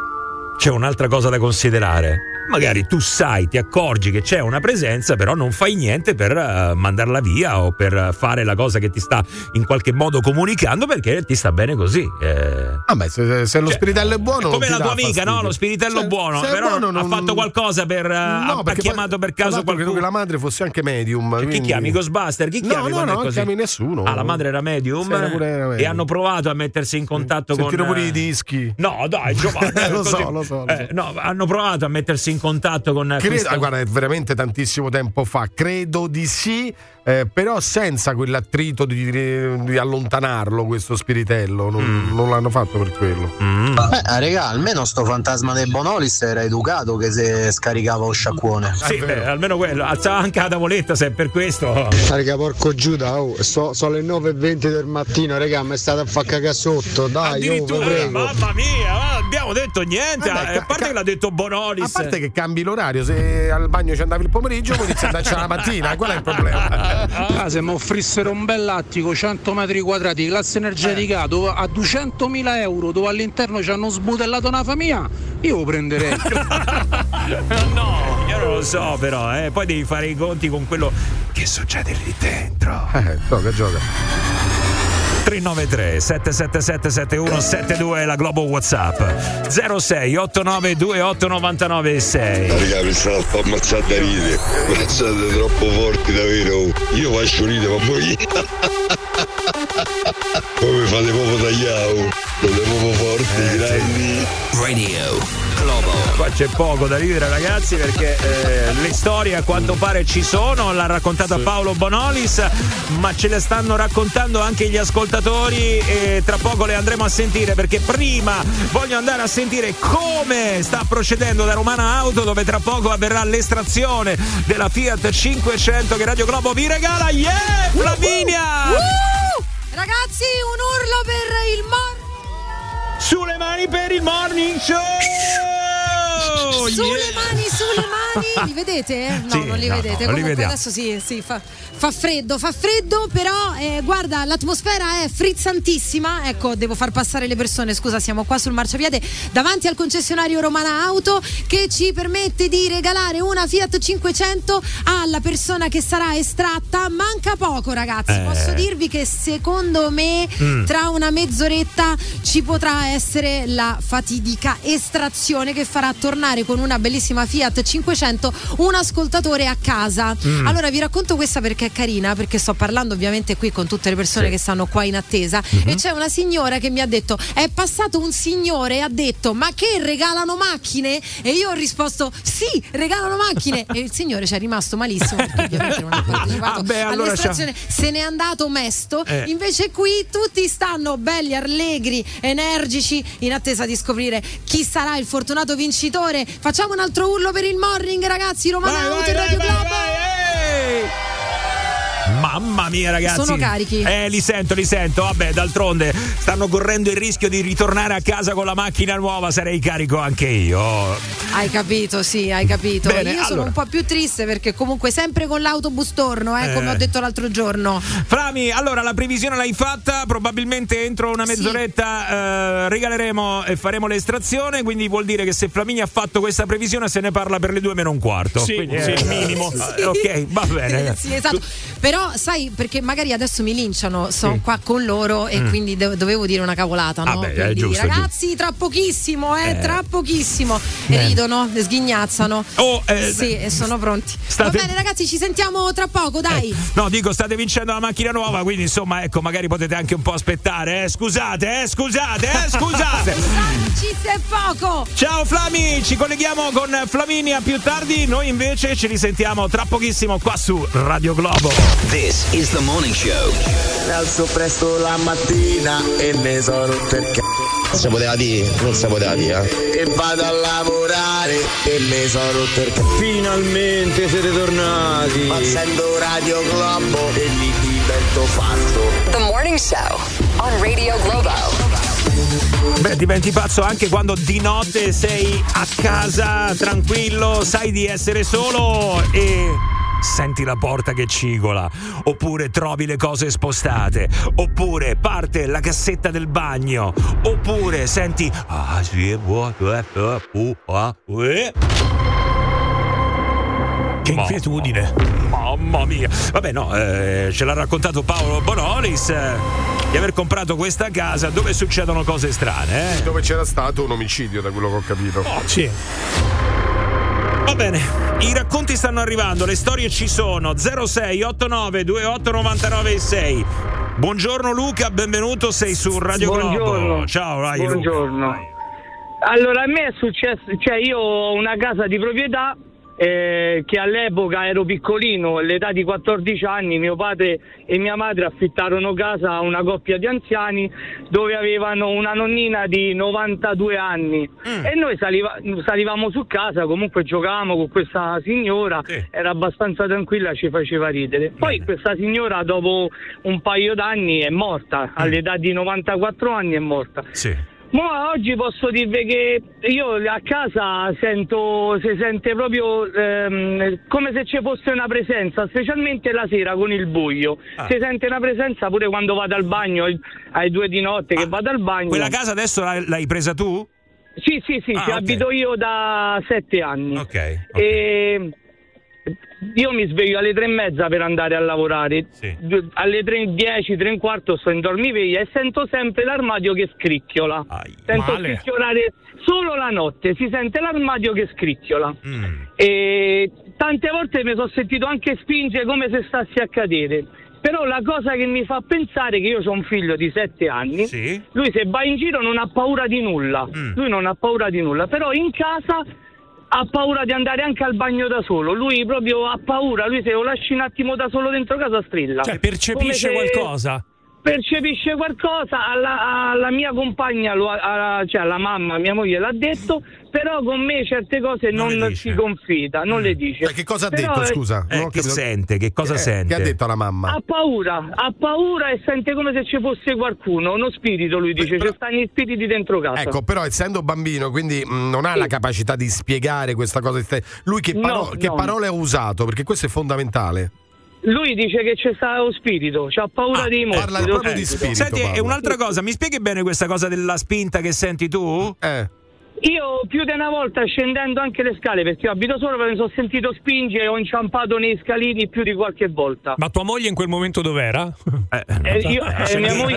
c'è un'altra cosa da considerare. Magari tu sai, ti accorgi che c'è una presenza, però non fai niente per uh, mandarla via o per fare la cosa che ti sta in qualche modo comunicando, perché ti sta bene così. Eh. Ah beh, se, se lo Cioè, spiritello è buono, non come ti la dà tua amica, fastidio. no? Lo spiritello Se- buono, se è però buono, ha non- fatto qualcosa per. uh, ha perché chiamato poi- per tra caso l'altro credo qualcuno. che la madre fosse anche medium. Cioè, chi quindi- chiami Ghostbuster? Chi No, chiami no, quando no, è non così? chiami nessuno. Ah, la madre era medium? Sì, era pure- era medium. E hanno provato a mettersi in contatto con. Sentire pure i eh, dischi. No, dai, Giovanni. lo così- so, lo so, lo eh, no, hanno provato a mettersi in contatto con. Credo, questa- ah, guarda, è veramente tantissimo tempo fa, credo di sì, eh, però senza quell'attrito di, di allontanarlo questo spiritello, non, Mm. non l'hanno fatto per quello. Eh, regà, almeno sto fantasma del Bonolis era educato che se scaricava lo sciacquone. Sì, beh, almeno quello. Alzava anche la tavoletta, se è per questo. Raga, porco Giuda, oh, so- sono le nove e venti del mattino, raga, mi è stata a far cagare sotto, dai, oh, vi Addirittura, prego. mamma mia, ma abbiamo detto niente. Vabbè, eh, a parte ca- che l'ha detto Bonolis. A parte che cambi l'orario, se al bagno ci andavi il pomeriggio, poi inizi ad andarci la mattina, quello è il problema. Ah, se mi offrissero un bell'attico cento metri quadrati, classe energetica dove, a duecentomila euro, dove all'interno ci hanno sbutellato una famiglia, io lo prenderei. No, io non lo so, però, eh. Poi devi fare i conti con quello che succede lì dentro. Eh, gioca, gioca. tre nove tre sette sette sette sette uno sette due è la Globo WhatsApp. zero sei otto nove due otto nove nove sei. Raga, mi stanno a far ammazzare da ridere. Ma siete troppo forti davvero. Io faccio ridere, ma voi. Come fate proprio tagliamo? Siete proprio forti, Eh, grandi. Radio Globo. Qua c'è poco da ridere, ragazzi, perché eh, le storie a quanto pare ci sono, l'ha raccontata Paolo Bonolis, ma ce le stanno raccontando anche gli ascoltatori e tra poco le andremo a sentire, perché prima voglio andare a sentire come sta procedendo da Romana Auto, dove tra poco avverrà l'estrazione della Fiat cinquecento che Radio Globo vi regala. Yeah, Flaminia! Uh, uh, uh. Ragazzi, un urlo per il morning. Sulle mani per il morning show! Sulle Yeah. mani, sulle mani, li vedete? No, Sì, non li no, vedete. no, non li Comunque vediamo. adesso sì, sì, fa, fa freddo, fa freddo, però eh, guarda, l'atmosfera è frizzantissima. Ecco, devo far passare le persone, scusa, siamo qua sul marciapiede davanti al concessionario Romana Auto, che ci permette di regalare una Fiat cinquecento alla persona che sarà estratta. Manca poco, ragazzi. Eh. Posso dirvi che secondo me Mm. tra una mezz'oretta ci potrà essere la fatidica estrazione che farà tornare con una bellissima Fiat cinquecento un ascoltatore a casa. Mm. Allora vi racconto questa perché è carina, perché sto parlando ovviamente qui con tutte le persone Sì. che stanno qua in attesa, Mhm. e c'è una signora che mi ha detto, è passato un signore e ha detto, ma che regalano macchine? E io ho risposto, sì, regalano macchine. E il signore ci è rimasto malissimo perché ovviamente non ha partecipato Ah, beh, allora all'estrazione, se n'è andato mesto. Eh. Invece qui tutti stanno belli, allegri, energici, in attesa di scoprire chi sarà il fortunato vincitore. Facciamo un altro urlo per il morning, ragazzi. Romana Vai, Auto vai, e Radio vai, Globo. Mamma mia, ragazzi, Sono carichi. Eh, li sento, li sento. Vabbè, d'altronde stanno correndo il rischio di ritornare a casa con la macchina nuova. Sarei carico anche io. Hai capito, sì, hai capito. Bene, Io sono allora. un po' più triste perché comunque sempre con l'autobus torno, eh, come Eh. ho detto l'altro giorno. Flami, allora la previsione l'hai fatta, probabilmente entro una mezz'oretta eh, regaleremo e faremo l'estrazione, quindi vuol dire che se Flaminia ha fatto questa previsione se ne parla per le due meno un quarto. Sì, Quindi, sì, eh, minimo. eh, ok, va bene. Sì, esatto. Però sai, perché magari adesso mi linciano, sono Sì. qua con loro e Mm. quindi de- dovevo dire una cavolata, no? Ah, beh, è Quindi, giusto, ragazzi, tra pochissimo, eh, Eh. tra pochissimo. Bene. Ridono, sghignazzano. Oh, eh, sì, e sono pronti. state- Va bene, ragazzi, ci sentiamo tra poco, dai. No, dico, state vincendo la macchina nuova, quindi insomma, ecco, magari potete anche un po' aspettare, eh. Scusate, eh, scusate, eh, scusate. Ci c'è poco. Ciao Flami, ci colleghiamo con Flaminia più tardi, noi invece ci risentiamo tra pochissimo qua su Radio Globo. This is the morning show. Mi alzo presto la mattina e mi sono rotto il c***o. Si poteva dire, non si poteva dire, eh. E vado a lavorare e mi sono rotto il c***o. Finalmente siete tornati. Ma sento Radio Globo e lì divento pazzo. The morning show on Radio Globo. Beh, diventi pazzo anche quando di notte sei a casa, tranquillo, sai di essere solo e senti la porta che cigola, oppure trovi le cose spostate, oppure parte la cassetta del bagno, oppure senti ah sì è vuoto eh, eh, uh, ah, eh. Che inquietudine. Mamma mia. Vabbè, no, eh, ce l'ha raccontato Paolo Bonolis eh, di aver comprato questa casa dove succedono cose strane, eh. Dove c'era stato un omicidio, da quello che ho capito. Oh, sì. Va bene, i racconti stanno arrivando, le storie ci sono. Zero sei otto nove due otto nove nove sei. Buongiorno Luca, benvenuto, sei su Radio Buongiorno. Globo. Ciao, vai, Luca. Buongiorno. Allora, a me è successo, cioè io ho una casa di proprietà eh, che all'epoca ero piccolino, all'età di quattordici anni, mio padre e mia madre affittarono casa a una coppia di anziani dove avevano una nonnina di novantadue anni Mm. e noi saliva- salivamo su casa, comunque giocavamo con questa signora, era abbastanza tranquilla, ci faceva ridere. Poi questa signora dopo un paio d'anni è morta, all'età di novantaquattro anni è morta. Sì. Ma oggi posso dirvi che io a casa sento, si sente proprio ehm, come se ci fosse una presenza, specialmente la sera con il buio. Ah. Si sente una presenza pure quando vado al bagno, ai- alle due di notte che vado al bagno. Quella casa adesso l'hai, l'hai presa tu? Sì, sì, sì, Ah, ci ok. abito io da sette anni. Ok. E io mi sveglio alle tre e mezza per andare a lavorare. D- Alle tre, dieci, tre e un quarto sto in dormiveglia e sento sempre l'armadio che scricchiola. Sento Male. scricchiolare solo la notte, si sente l'armadio che scricchiola. Mm. E tante volte mi sono sentito anche spingere come se stassi a cadere. Però la cosa che mi fa pensare è che io ho un figlio di sette anni, sì. Lui se va in giro non ha paura di nulla, mm. lui non ha paura di nulla, però in casa ha paura di andare anche al bagno da solo, lui proprio ha paura, lui se lo lasci un attimo da solo dentro casa strilla. Cioè percepisce qualcosa? Percepisce qualcosa, alla, alla mia compagna, lo, alla, cioè alla mamma, mia moglie l'ha detto, però con me certe cose non, non si confida, non le dice. Ma che cosa ha però detto, scusa? Eh, Non ho che capito. sente? Che cosa Eh, sente? Che ha detto la mamma? Ha paura, ha paura e sente come se ci fosse qualcuno, uno spirito, lui dice, ci stanno gli spiriti dentro casa. Ecco, però essendo bambino, quindi mh, non ha Sì. la capacità di spiegare questa cosa. Lui che, paro- No, che no. parole ha usato? Perché questo è fondamentale. Lui dice che c'è stato spirito, c'ha paura Ah, dei morti. parla lo proprio di spirito. spirito. Senti, e Paolo. un'altra cosa, mi spieghi bene questa cosa della spinta che senti tu? Eh. Io più di una volta scendendo anche le scale, perché io abito solo, mi sono sentito spingere e ho inciampato nei scalini più di qualche volta. Ma tua moglie in quel momento dov'era? Eh, Eh, io, eh, mia moglie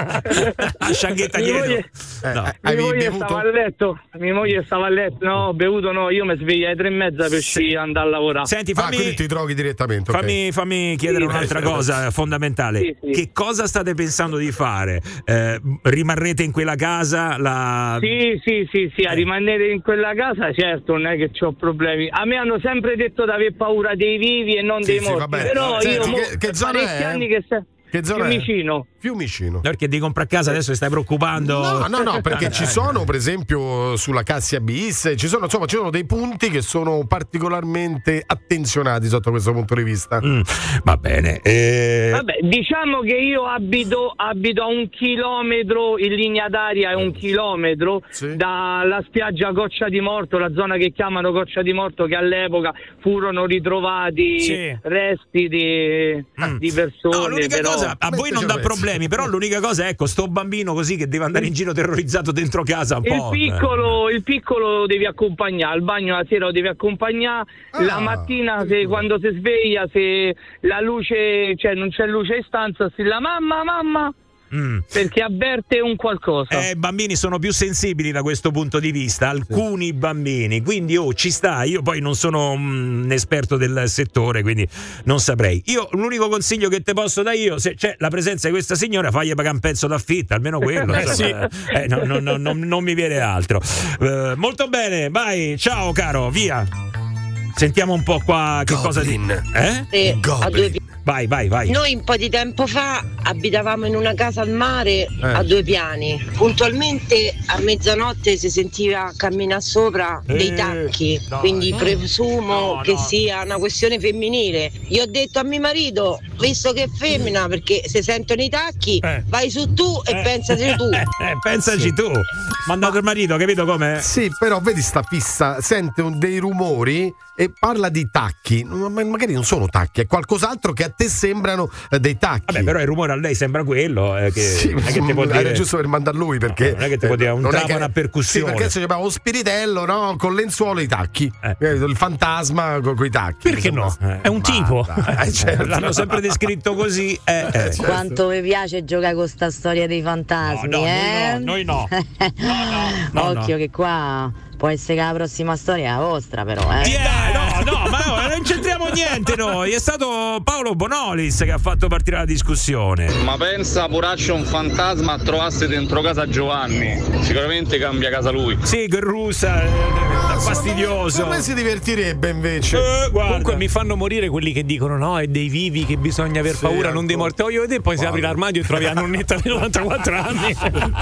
a scianghetta mia dietro. moglie, Eh, No. mia avevi moglie bevuto? stava a letto, mia moglie stava a letto, no, ho bevuto no, io mi sveglio alle tre e mezza per uscire andare a lavorare. Senti, Ah, fammi, quindi ti droghi direttamente. ok. fammi, fammi chiedere Sì. un'altra cosa fondamentale. Sì, sì. Che cosa state pensando di fare? Eh, rimarrete in quella casa? La... Sì, sì, sì, sì, a Eh. rimanere in quella casa, certo, non è che ho problemi. A me hanno sempre detto di aver paura dei vivi e non Sì, dei sì, morti, vabbè. però Senti, io mo- che- che zona parecchi è? anni che se... Che zona è? Fiumicino. Fiumicino. Perché di comprare a casa adesso ti stai preoccupando? No, no, no, perché ci sono, per esempio, sulla Cassia Bis, ci sono, insomma, ci sono dei punti che sono particolarmente attenzionati sotto questo punto di vista. Mm, va bene. Eh, Vabbè, diciamo che io abito, abito a un chilometro, in linea d'aria è un chilometro Sì. dalla spiaggia Goccia di Morto, la zona che chiamano Goccia di Morto, che all'epoca furono ritrovati Sì. resti di, di persone. No, l'unica però... cosa a voi non dà problemi, però l'unica cosa è ecco, sto bambino così che deve andare in giro terrorizzato dentro casa un Il po'. piccolo, il piccolo lo devi accompagnare, al bagno la sera lo devi accompagnare, Ah, la mattina se, quando si sveglia, se la luce, cioè non c'è luce in stanza, si la mamma, mamma, Mm. perché avverte un qualcosa. Eh, I bambini sono più sensibili da questo punto di vista, alcuni sì. bambini, quindi oh, ci sta, io poi non sono mm, un esperto del settore, quindi non saprei. Io l'unico consiglio che ti posso dare io, se c'è la presenza di questa signora, fagli pagare un pezzo d'affitto, almeno quello. Eh, insomma, sì. eh, no, no, no, no, non mi viene altro. Uh, molto bene, vai, ciao caro, via. Sentiamo un po' qua che Goblin. cosa di... Eh? Sì, a due pi- Vai, vai, vai. Noi un po' di tempo fa abitavamo in una casa al mare Eh. a due piani. Puntualmente a mezzanotte si sentiva camminare sopra dei Eh, tacchi, dai. quindi presumo No, che no. sia una questione femminile. Io ho detto a mio marito, visto che è femmina, perché se sentono i tacchi, Eh. vai su tu e pensaci tu. Eh, pensaci tu. Mandato il marito, capito come? Sì, però vedi sta fissa, sente un- dei rumori e parla di tacchi. Ma magari non sono tacchi, è qualcos'altro che a te sembrano eh, dei tacchi. Vabbè, però il rumore a lei sembra quello. Eh, che, Sì, non è che ti può era dire. giusto per mandar lui perché Non è che ti può dire un non è trapano che- a percussione. Sì, perché se c'è un spiritello, no, con lenzuolo e i tacchi. Eh, il fantasma con i tacchi. Perché no? insomma. È un tipo. Eh, certo. L'hanno sempre descritto così. Eh, eh. Certo. Quanto vi piace giocare con sta storia dei fantasmi, No, no, eh? noi no, noi no. No, no. Occhio che qua può essere che la prossima storia è la vostra, però, eh. Sì, eh, no, no, ma no, non c'entriamo niente noi. È stato Paolo Bonolis che ha fatto partire la discussione. Ma pensa Poraccio un fantasma a trovarsi dentro casa Giovanni. Sicuramente cambia casa lui. Sì, quel russa, eh, fastidioso. Come si divertirebbe invece? Eh, guarda. Comunque mi fanno morire quelli che dicono no, è dei vivi che bisogna aver Sì, paura, non dei ancora. morti. Voglio vedere, poi si apri l'armadio e trovi la nonnetta di novantaquattro anni.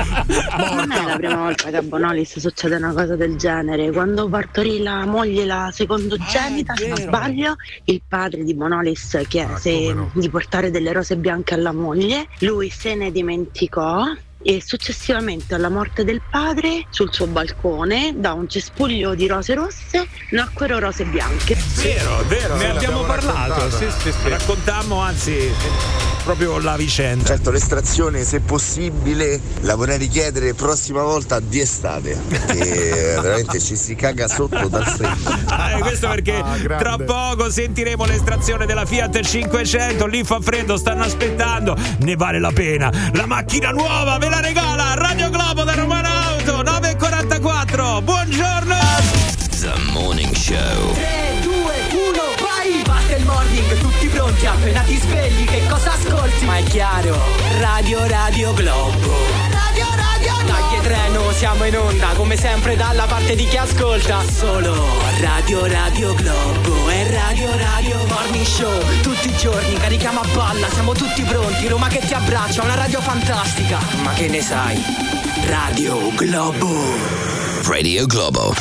Non è la prima volta che a Bonolis succede una cosa del genere. Quando partorì la moglie, la secondogenita, se non sbaglio, il padre di Bonolis chiese di portare delle rose bianche alla moglie, lui se ne dimenticò e successivamente alla morte del padre sul suo balcone da un cespuglio di rose rosse nacquero rose bianche. Vero, vero. Ne abbiamo parlato. Sì, sì, sì. Raccontammo, anzi, proprio la vicenda. Certo, l'estrazione se possibile la vorrei richiedere prossima volta di estate, perché veramente ci si caga sotto dal freddo. Ah, questo perché Ah, grande. tra poco sentiremo l'estrazione della Fiat cinquecento, lì fa freddo, stanno aspettando, ne vale la pena. La macchina nuova ve la regala Radio Globo da Romano Auto, nove e quarantaquattro. Buongiorno. The Morning Show. tre, due, uno, vai! Batte il morning, tutti pronti, appena ti svegli, che cosa ascolti? chiaro, Radio Radio Globo. Radio Radio Globo. Dai treno, siamo in onda, come sempre dalla parte di chi ascolta. Solo Radio Radio Globo e Radio Radio Morning Show. Tutti i giorni carichiamo a palla, siamo tutti pronti. Roma che ti abbraccia, una radio fantastica. Ma che ne sai? Radio Globo. Radio Globo.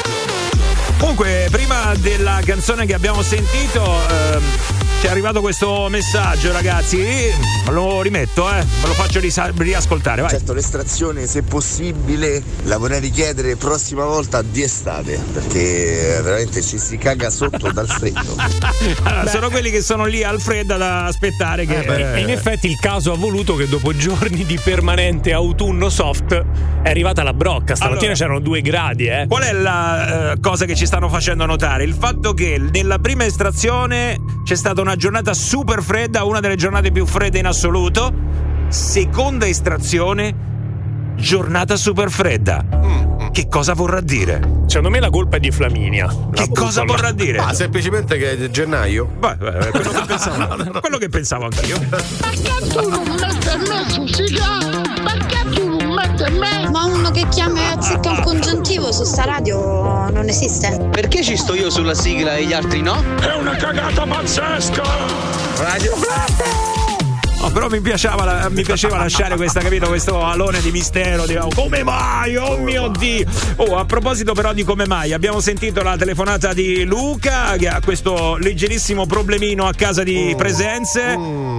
Comunque, prima della canzone che abbiamo sentito, ehm, ci è arrivato questo messaggio, ragazzi. Me lo rimetto, eh. Me lo faccio risa- riascoltare, vai. Certo, l'estrazione, se possibile, la vorrei richiedere prossima volta di estate, perché veramente ci si caga sotto dal freddo. Allora, sono quelli che sono lì al freddo ad aspettare che. Eh beh, in effetti il caso ha voluto che dopo giorni di permanente autunno soft è arrivata la brocca. Stamattina Allora, c'erano due gradi, eh. Qual è la eh, cosa che ci stanno facendo notare? Il fatto che nella prima estrazione c'è stata una giornata super fredda, una delle giornate più fredde in assoluto. Seconda estrazione, giornata super fredda. Che cosa vorrà dire? Secondo me la colpa è di Flaminia. Che cosa vorrà dire? Ah, semplicemente che è gennaio. Beh, beh, quello che pensavo, quello che pensavo anch'io. Perché tu non metti me sul sigaro? Perché tu non metti me? Ma uno che chiama e azzecca un congiuntivo su sta radio non esiste. Perché ci sto io sulla sigla e gli altri no? È una cagata pazzesca! Radio Globo! Oh, però mi piaceva, la, mi piaceva lasciare questa, capito, questo alone di mistero di, oh, come mai, oh mio Dio. Oh, a proposito però di come mai, abbiamo sentito la telefonata di Luca che ha questo leggerissimo problemino a casa di presenze.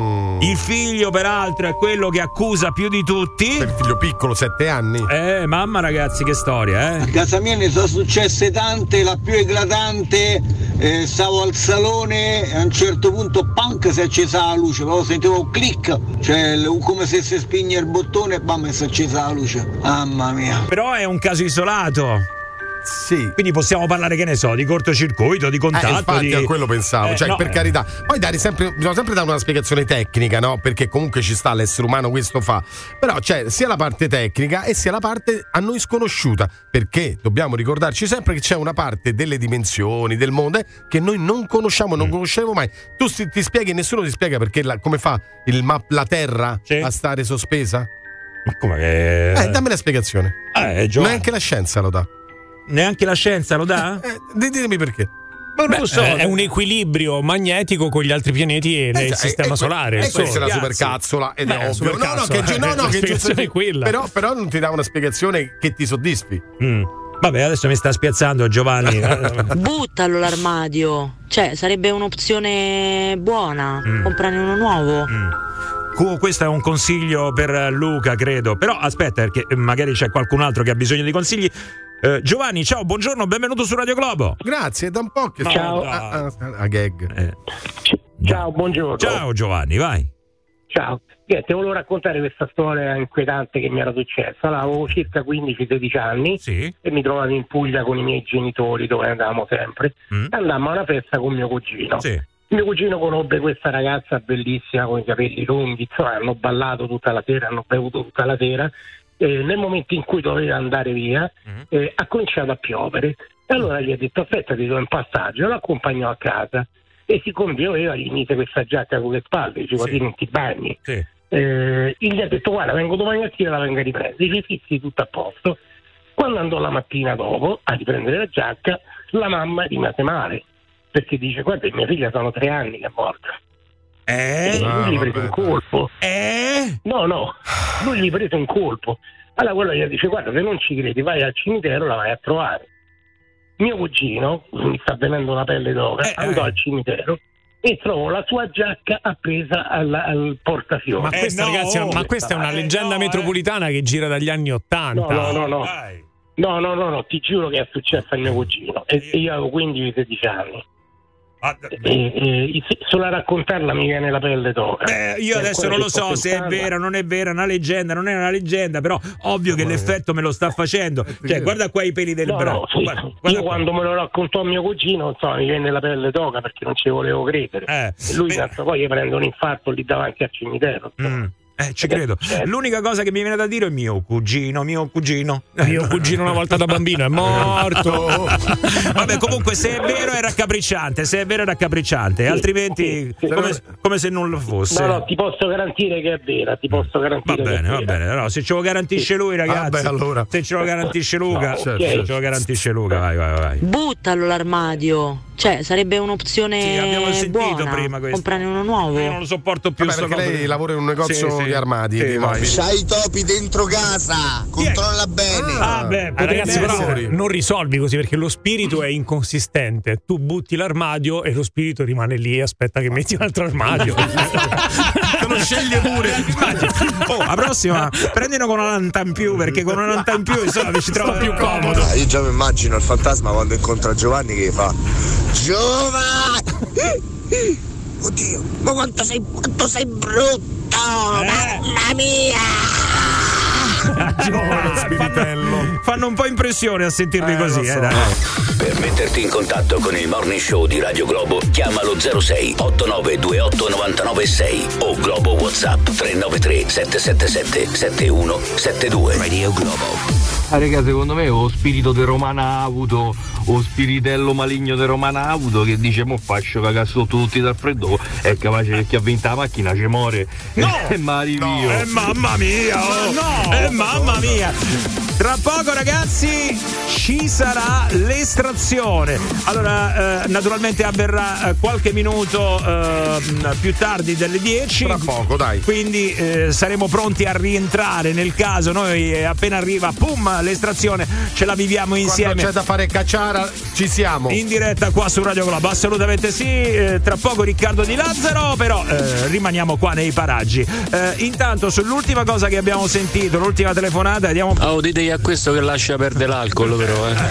Il figlio peraltro è quello che accusa più di tutti. Per il figlio piccolo, sette anni. Eh, mamma ragazzi, che storia, eh. A casa mia ne sono successe tante, la più eclatante, eh, stavo al salone e a un certo punto punk si è accesa la luce, proprio sentivo un click, cioè come se si spegne il bottone e bam, si è accesa la luce. Mamma mia. Però è un caso isolato. Sì. Quindi possiamo parlare, che ne so, di cortocircuito, di contatto. Eh, infatti di... a quello pensavo, Eh, cioè no, per eh. carità. Poi dare sempre, bisogna sempre dare una spiegazione tecnica, no? Perché comunque ci sta, l'essere umano questo fa. Però c'è sia la parte tecnica e sia la parte a noi sconosciuta. Perché dobbiamo ricordarci sempre che c'è una parte delle dimensioni, del mondo eh, che noi non conosciamo, non conoscevo mai. Tu si, ti spieghi e nessuno ti spiega perché la, come fa il map, la Terra a stare sospesa? Ma come che. Eh, dammi la spiegazione. Eh, Giovanni. Neanche la scienza lo dà. Neanche la scienza lo dà? Eh, ditemi perché. Ma non Beh, lo so. è un equilibrio magnetico con gli altri pianeti e Eh, il già, sistema e- solare. E, il e questa è Sole. la supercazzola ed Beh, è ovvio. No, no, supercazzola, che, gi- no, no, la che spiegazione giusto. è quella. Però, però non ti dà una spiegazione che ti soddisfi. Mm. Vabbè, adesso mi sta spiazzando Giovanni. Buttalo l'armadio. Cioè, sarebbe un'opzione buona. Mm. Comprarne uno nuovo. Cu- Questo è un consiglio per Luca, credo. Però aspetta, perché magari c'è qualcun altro che ha bisogno di consigli. Eh, Giovanni, ciao, buongiorno, benvenuto su Radio Globo. Grazie, da un po' che Ciao. Ah, ah, ah, gag. Eh. Ciao, buongiorno. Ciao Giovanni, vai. Ciao. Niente, volevo raccontare questa storia inquietante che mi era successa. Allora, avevo circa quindici sedici anni e mi trovavo in Puglia con i miei genitori, dove andavamo sempre. Mm. E andammo a una festa con mio cugino. Sì. Mio cugino conobbe questa ragazza bellissima con i capelli lunghi, insomma, hanno ballato tutta la sera, hanno bevuto tutta la sera. E nel momento in cui doveva andare via, eh, ha cominciato a piovere. E allora gli ha detto: aspetta, ti do un passaggio. Lo accompagnò a casa e siccome pioveva gli mise questa giacca con le spalle, dice: così non ti bagni. Sì. Eh, gli ha detto: guarda, vengo domani mattina, la vengo a riprendere. Dice: sì, sì, tutto a posto. Quando andò la mattina dopo a riprendere la giacca, la mamma rimase male, perché dice: guarda, mia figlia sono tre anni che è morta. Eh? E lui gli prese un colpo. Eh? No, no, lui gli prese un colpo. Allora quello gli dice: guarda, se non ci credi, vai al cimitero, la vai a trovare. Mio cugino, mi sta venendo la pelle d'oca, Eh, andò eh. al cimitero e trovò la sua giacca appesa al, al portafiori. Ma questa, no, ragazzi, oh, ma questa è una eh, leggenda no, metropolitana che gira dagli anni Ottanta. No, no, no, no. Dai. No, no, no, no, ti giuro che è successo a mio cugino. E e io avevo quindici sedici anni. Ah, E, e, solo a raccontarla mi viene la pelle d'oca. Beh, io E adesso ancora non lo ci sto so se è pensando. vera o non è vera, una leggenda, non è una leggenda, però ovvio che l'effetto me lo sta facendo. Cioè, guarda qua i peli del No, braccio. no, sì. Guarda, Io guarda qua. quando me lo raccontò mio cugino, insomma, mi venne la pelle d'oca perché non ci volevo credere. Eh, E lui beh. pensa, poi gli prende un infarto lì davanti al cimitero. Mm. Eh, ci credo. L'unica cosa che mi viene da dire è mio cugino, mio cugino. Mio cugino una volta da bambino è morto. Vabbè, comunque se è vero è raccapricciante, se è vero è raccapricciante, altrimenti sì, sì. come, come se non lo fosse. No, no, ti posso garantire che è vera, ti posso garantire. Va bene, che è va vera. bene. No, se ce lo garantisce lui, ragazzi. Ah, beh, allora. Se ce lo garantisce Luca, No, se okay. ce lo garantisce Luca, vai, vai, vai. Buttalo l'armadio. Cioè, sarebbe un'opzione Sì, abbiamo sentito buona. prima questo. Comprare uno nuovo. Io non lo sopporto più. Vabbè, sto perché coso. lei lavora in un negozio Sì, sì. di armadi, Sì, di vai. mobili. C'hai i topi dentro casa, controlla bene. Ah, beh, Eh, ragazzi, però essere. non risolvi così perché lo spirito è inconsistente. Tu butti l'armadio e lo spirito rimane lì e aspetta che metti un altro armadio. Te lo sceglie pure. Oh, la prossima prendino con una lanta in più, perché con una lanta in più insomma ci trova più comodo. Ah, io già mi immagino il fantasma quando incontra Giovanni che fa Giovanni! Oddio, ma quanto sei, quanto sei brutto! Mamma mia! Giovane spiritello. Fanno un po' impressione a sentirvi Eh, così, lo so. eh, dai. Per metterti in contatto con il Morning Show di Radio Globo, chiamalo zero sei otto nove due otto nove nove sei o Globo WhatsApp tre nove tre sette sette sette sette uno sette due. Radio Globo. Ah, raga, secondo me o spirito di Romana Auto o spiritello maligno di Romana Auto che dice mo faccio cagare sotto tutti dal freddo è capace che chi ha vinto la macchina ci muore. No! E ma rivio. Eh, mamma mia, oh. No! Eh, mamma mia. Tra poco, ragazzi, ci sarà l'estrazione. Allora, eh, naturalmente avverrà eh, qualche minuto eh, più tardi delle dieci. Tra poco, dai. Quindi eh, saremo pronti a rientrare nel caso. Noi eh, appena arriva, pum, l'estrazione, ce la viviamo insieme. Quando c'è da fare cacciara, ci siamo. In diretta qua su Radio Globo, assolutamente sì. Eh, tra poco Riccardo Di Lazzaro, però eh, rimaniamo qua nei paraggi. Eh, intanto, sull'ultima cosa che abbiamo sentito, l'ultima telefonata, andiamo. Oh, ditegli a questo che lascia perdere l'alcol, però, eh.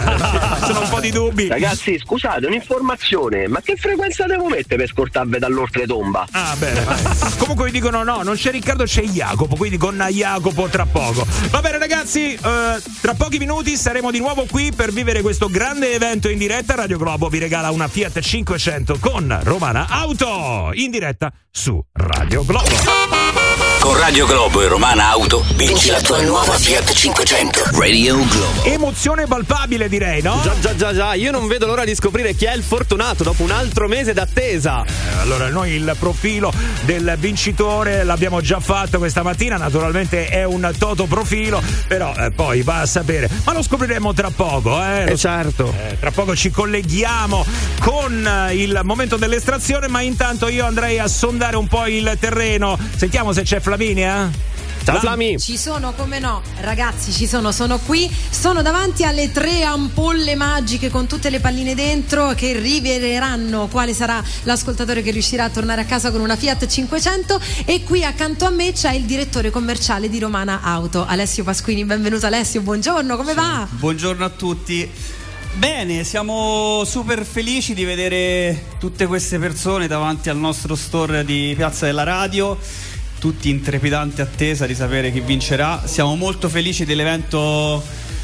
Sono un po' di dubbi. Ragazzi, scusate, un'informazione, ma che frequenza devo mettere per scortarvi dall'oltretomba? Ah, bene, vai. Comunque vi dicono no, non c'è Riccardo, c'è Jacopo, quindi con Jacopo tra poco. Va bene, ragazzi, eh, tra pochi minuti saremo di nuovo qui per vivere questo grande evento in diretta. Radio Globo vi regala una Fiat cinquecento con Romana Auto in diretta su Radio Globo. Con Radio Globo e Romana Auto vinci la tua nuova Fiat cinquecento. Radio Globo. Emozione palpabile, direi, no? Già, già, già, già. Io non vedo l'ora di scoprire chi è il fortunato dopo un altro mese d'attesa. Eh, allora, noi il profilo del vincitore l'abbiamo già fatto questa mattina. Naturalmente è un toto profilo, però eh, poi va a sapere. Ma lo scopriremo tra poco, eh? Eh, certo. Eh, tra poco ci colleghiamo con eh, il momento dell'estrazione, ma intanto io andrei a sondare un po' il terreno. Sentiamo se c'è Flaminia. Ciao Flami. Ci sono, come no, ragazzi, ci sono, sono qui, sono davanti alle tre ampolle magiche con tutte le palline dentro che riveleranno quale sarà l'ascoltatore che riuscirà a tornare a casa con una Fiat cinquecento, e qui accanto a me c'è il direttore commerciale di Romana Auto, Alessio Pasquini. Benvenuto Alessio, buongiorno, come va? Buongiorno a tutti. Bene, siamo super felici di vedere tutte queste persone davanti al nostro store di Piazza della Radio, tutti in trepidante attesa di sapere chi vincerà. Siamo molto felici dell'evento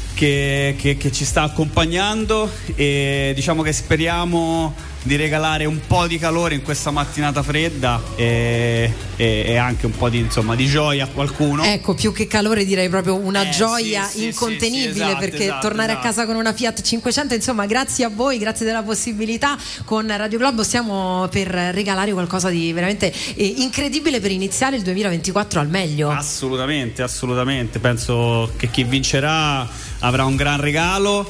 che, che, che ci sta accompagnando e diciamo che speriamo di regalare un po' di calore in questa mattinata fredda e, e, e anche un po' di, insomma, di gioia a qualcuno. Ecco, più che calore direi proprio una Eh, gioia sì, sì, incontenibile, sì, sì, esatto, perché esatto, tornare esatto. a casa con una Fiat cinquecento, insomma, grazie a voi, grazie della possibilità. Con Radio Globo stiamo per regalare qualcosa di veramente eh, incredibile per iniziare il duemilaventiquattro al meglio. Assolutamente, assolutamente. Penso che chi vincerà avrà un gran regalo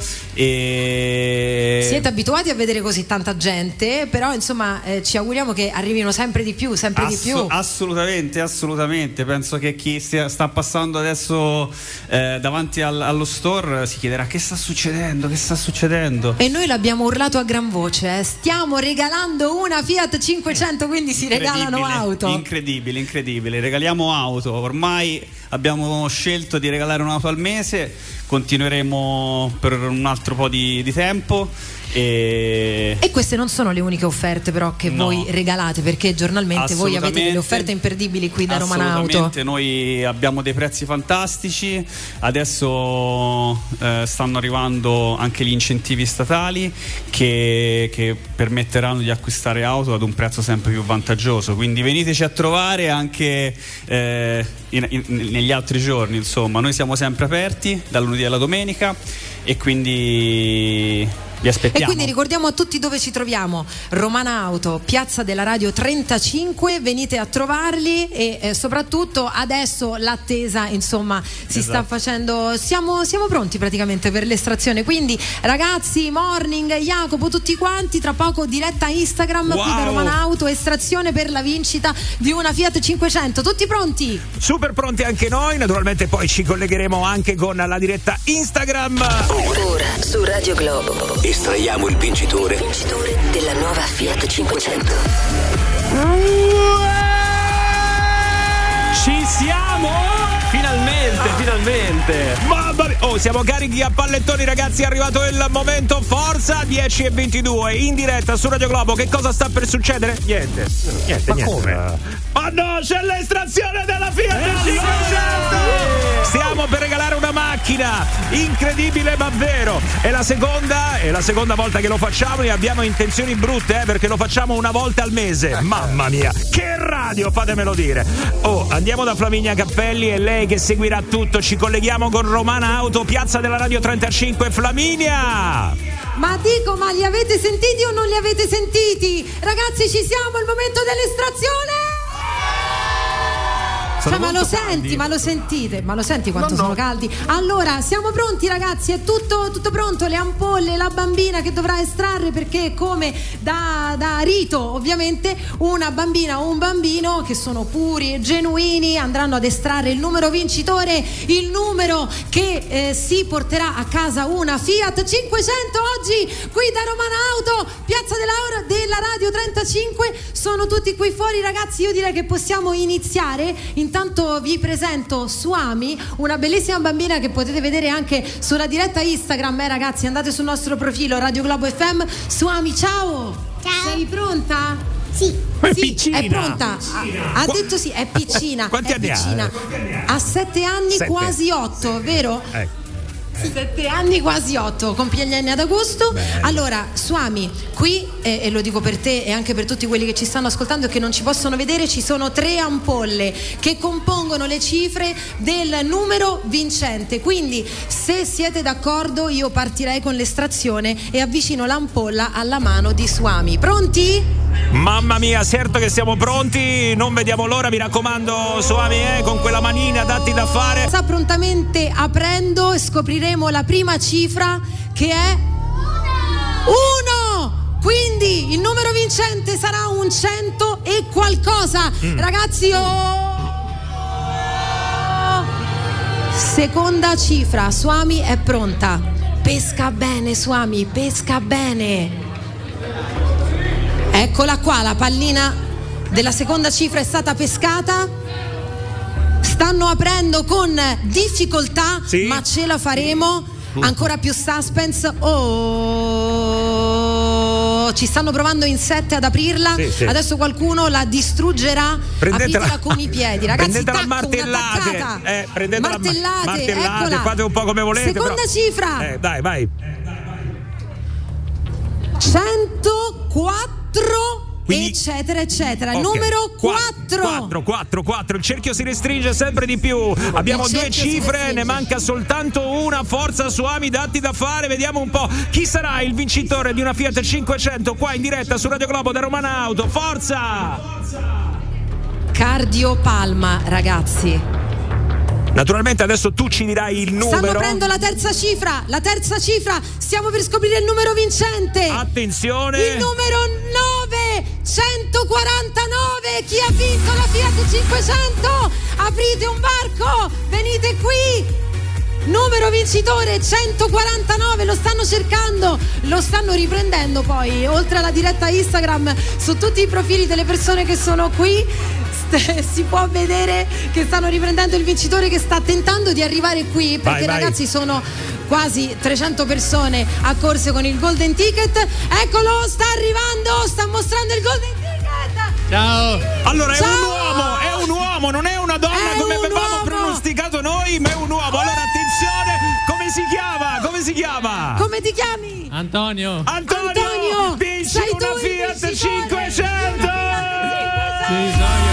e Siete abituati a vedere così tanta gente, però insomma eh, ci auguriamo che arrivino sempre di più, sempre di Ass- più. Assolutamente, assolutamente. Penso che chi stia, sta passando adesso eh, davanti al- allo store si chiederà che sta succedendo, che sta succedendo. E noi l'abbiamo urlato a gran voce, eh. Stiamo regalando una Fiat cinquecento, quindi si regalano Incredibile, auto. Incredibile, incredibile. Regaliamo auto. Ormai abbiamo scelto di regalare un'auto al mese. Continueremo per un altro po' di, di tempo E... e queste non sono le uniche offerte però che No. voi regalate, perché giornalmente voi avete delle Assolutamente. offerte imperdibili qui da Romana Auto. Assolutamente, noi abbiamo dei prezzi fantastici. Adesso eh, stanno arrivando anche gli incentivi statali che, che permetteranno di acquistare auto ad un prezzo sempre più vantaggioso, quindi veniteci a trovare anche eh, in, in, negli altri giorni. Insomma, noi siamo sempre aperti dal lunedì alla domenica e quindi vi E aspettiamo. quindi ricordiamo a tutti dove ci troviamo: Romana Auto, Piazza della Radio trentacinque, venite a trovarli e eh, soprattutto adesso l'attesa insomma si sta Esatto. facendo, siamo, siamo pronti praticamente per l'estrazione, quindi ragazzi, Morning, Jacopo, tutti quanti, tra poco diretta Instagram qui da Wow. Romana Auto, estrazione per la vincita di una Fiat cinquecento, tutti pronti? Super pronti anche noi, naturalmente poi ci collegheremo anche con la diretta Instagram. Ora su Radio Globo Estraiamo il vincitore della nuova Fiat cinquecento. Ci siamo! Finalmente, finalmente. Mamma mia. Oh, siamo carichi a pallettoni, ragazzi, è arrivato il momento, forza. Dieci e ventidue in diretta su Radio Globo. Che cosa sta per succedere? Niente, niente, Ma niente. come? Ma no, c'è l'estrazione della Fiat cinquecento. Stiamo per regalare una macchina, incredibile ma vero. È la seconda, è la seconda volta che lo facciamo e abbiamo intenzioni brutte, eh, perché lo facciamo una volta al mese. Mamma mia, che radio, fatemelo dire. Oh, andiamo da Flaminia Cappelli, è lei che seguirà tutto. Ci colleghiamo con Romana Auto, Piazza della Radio trentacinque. Flaminia! Ma dico, ma li avete sentiti o non li avete sentiti? Ragazzi, ci siamo, è il momento dell'estrazione! Sono Cioè, ma lo molto caldi. senti, ma lo sentite, ma lo senti quanto No, no. sono caldi? Allora, siamo pronti ragazzi, è tutto, tutto pronto, le ampolle, la bambina che dovrà estrarre, perché come da, da rito ovviamente una bambina o un bambino che sono puri e genuini andranno ad estrarre il numero vincitore, il numero che eh, si porterà a casa una Fiat cinquecento oggi qui da Romana Auto, Piazza della, della Radio trentacinque. Sono tutti qui fuori ragazzi, io direi che possiamo iniziare. Intanto vi presento Suami, una bellissima bambina che potete vedere anche sulla diretta Instagram, eh ragazzi, andate sul nostro profilo Radio Globo F M. Suami, ciao! Ciao! Sei pronta? Sì. È Sì, piccina. è pronta. Ha, ha detto sì, è piccina. Quanti è anni ha? piccina. Ha sette anni, Sette. quasi otto, vero? Ecco. Sette anni, quasi otto, compie gli anni ad agosto. Bene. Allora, Suami, qui, eh, e lo dico per te e anche per tutti quelli che ci stanno ascoltando e che non ci possono vedere, ci sono tre ampolle che compongono le cifre del numero vincente. Quindi, se siete d'accordo, io partirei con l'estrazione e avvicino l'ampolla alla mano di Suami. Pronti? Mamma mia, certo che siamo pronti, non vediamo l'ora, mi raccomando, Suami, eh, con quella manina datti da fare. Sta prontamente aprendo e scopriremo la prima cifra, che è uno. Quindi il numero vincente sarà un cento e qualcosa. Mm. Ragazzi, oh! Seconda cifra, Suami è pronta. Pesca bene, Suami, pesca bene. Eccola qua, la pallina della seconda cifra è stata pescata. Stanno aprendo con difficoltà, Sì. ma ce la faremo. Ancora più suspense. Oh, ci stanno provando in sette ad aprirla. Sì, sì. Adesso qualcuno la distruggerà. Prendetela- Apritela con i piedi, ragazzi. Prendetela a tacco, martellate. un'attaccata. Eh, prendetela a ma- martellate, martellate, eccola. fate un po' come volete. Seconda però- cifra. Eh, dai, vai. centoquattro, Quindi- eccetera, eccetera. Ok. Numero Qua- quattro. quattro, quattro, quattro. Il cerchio si restringe sempre di più. Abbiamo Il due cerchio si cifre, restringe. ne manca soltanto una. Forza Suami, datti da fare. Vediamo un po' chi sarà il vincitore di una Fiat cinquecento qua in diretta su Radio Globo da Romana Auto. Forza! Cardiopalma, ragazzi. Naturalmente adesso tu ci dirai il numero. Stanno aprendo la terza cifra, la terza cifra, stiamo per scoprire il numero vincente. Attenzione. Il numero nove, centoquarantanove, chi ha vinto la Fiat cinquecento? Aprite un varco, venite qui. Numero vincitore centoquarantanove, lo stanno cercando, lo stanno riprendendo poi, oltre alla diretta Instagram, su tutti i profili delle persone che sono qui. Si può vedere che stanno riprendendo il vincitore che sta tentando di arrivare qui, perché Vai, vai. ragazzi sono quasi trecento persone accorse con il Golden Ticket. Eccolo, sta arrivando, sta mostrando il Golden Ticket. Ciao. Allora Ciao. è un uomo, è un uomo, non è una donna È come un avevamo uomo. pronosticato noi, ma è un uomo. Allora attenzione, come si chiama? Come si chiama? Come ti chiami? Antonio. Antonio, Antonio, vinci sei una tu il Fiat vincitore. cinquecento. Sì, Sonia,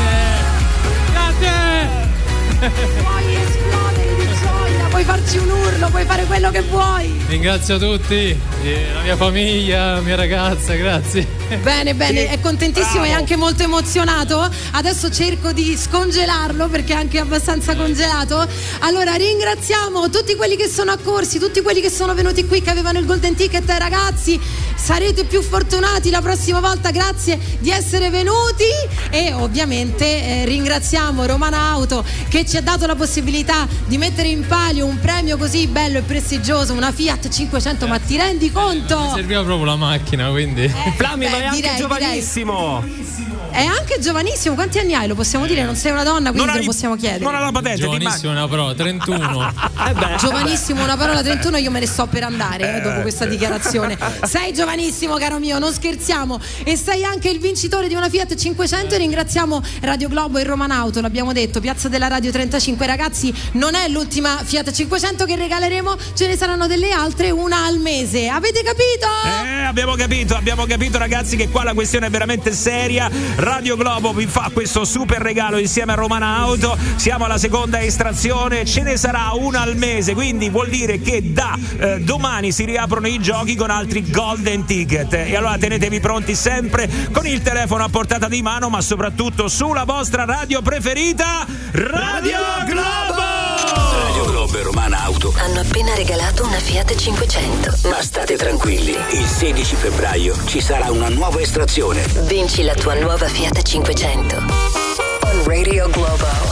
grazie. Grazie. Puoi esplodere di gioia, puoi farci un urlo, puoi fare quello che vuoi. Ringrazio tutti, eh, la mia famiglia, la mia ragazza, grazie. Bene, bene, è contentissimo e anche molto emozionato. Adesso cerco di scongelarlo perché è anche abbastanza congelato. Allora ringraziamo tutti quelli che sono accorsi, tutti quelli che sono venuti qui, che avevano il Golden Ticket. Ragazzi, sarete più fortunati la prossima volta, grazie di essere venuti. E ovviamente eh, ringraziamo Romana Auto che ci ha dato la possibilità di mettere in palio un premio così bello e prestigioso, una Fiat cinquecento. Ma ti rendi conto? Mi serviva proprio la macchina, quindi. Eh, Flammi, ma beh, è anche direi, giovanissimo. È anche giovanissimo, quanti anni hai? Lo possiamo dire, non sei una donna, quindi Non te hai- lo possiamo chiedere. Non ha la patente, ti Giovanissimo, una parola, trentuno. Eh beh. Giovanissimo, una parola trentuno, io me ne sto per andare eh, dopo questa dichiarazione. Sei giovanissimo, caro mio, non scherziamo. E sei anche il vincitore di una Fiat cinquecento. E ringraziamo Radio Globo e Romanauto, l'abbiamo detto, Piazza della Radio trentacinque. Ragazzi, non è l'ultima Fiat cinquecento che regaleremo, ce ne saranno delle altre, una al mese. Avete capito? Eh, abbiamo capito, abbiamo capito ragazzi che qua la questione è veramente seria. Radio Globo vi fa questo super regalo insieme a Romana Auto. Siamo alla seconda estrazione, ce ne sarà una al mese, quindi vuol dire che da eh, domani si riaprono i giochi con altri Golden Ticket. E allora tenetevi pronti sempre con il telefono a portata di mano, ma soprattutto sulla vostra radio preferita, Radio Globo! Radio Globo e Romana Auto Hanno appena regalato una Fiat cinquecento. Ma state tranquilli, il sedici febbraio ci sarà una nuova estrazione. Vinci la tua nuova Fiat cinquecento. On Radio Globo.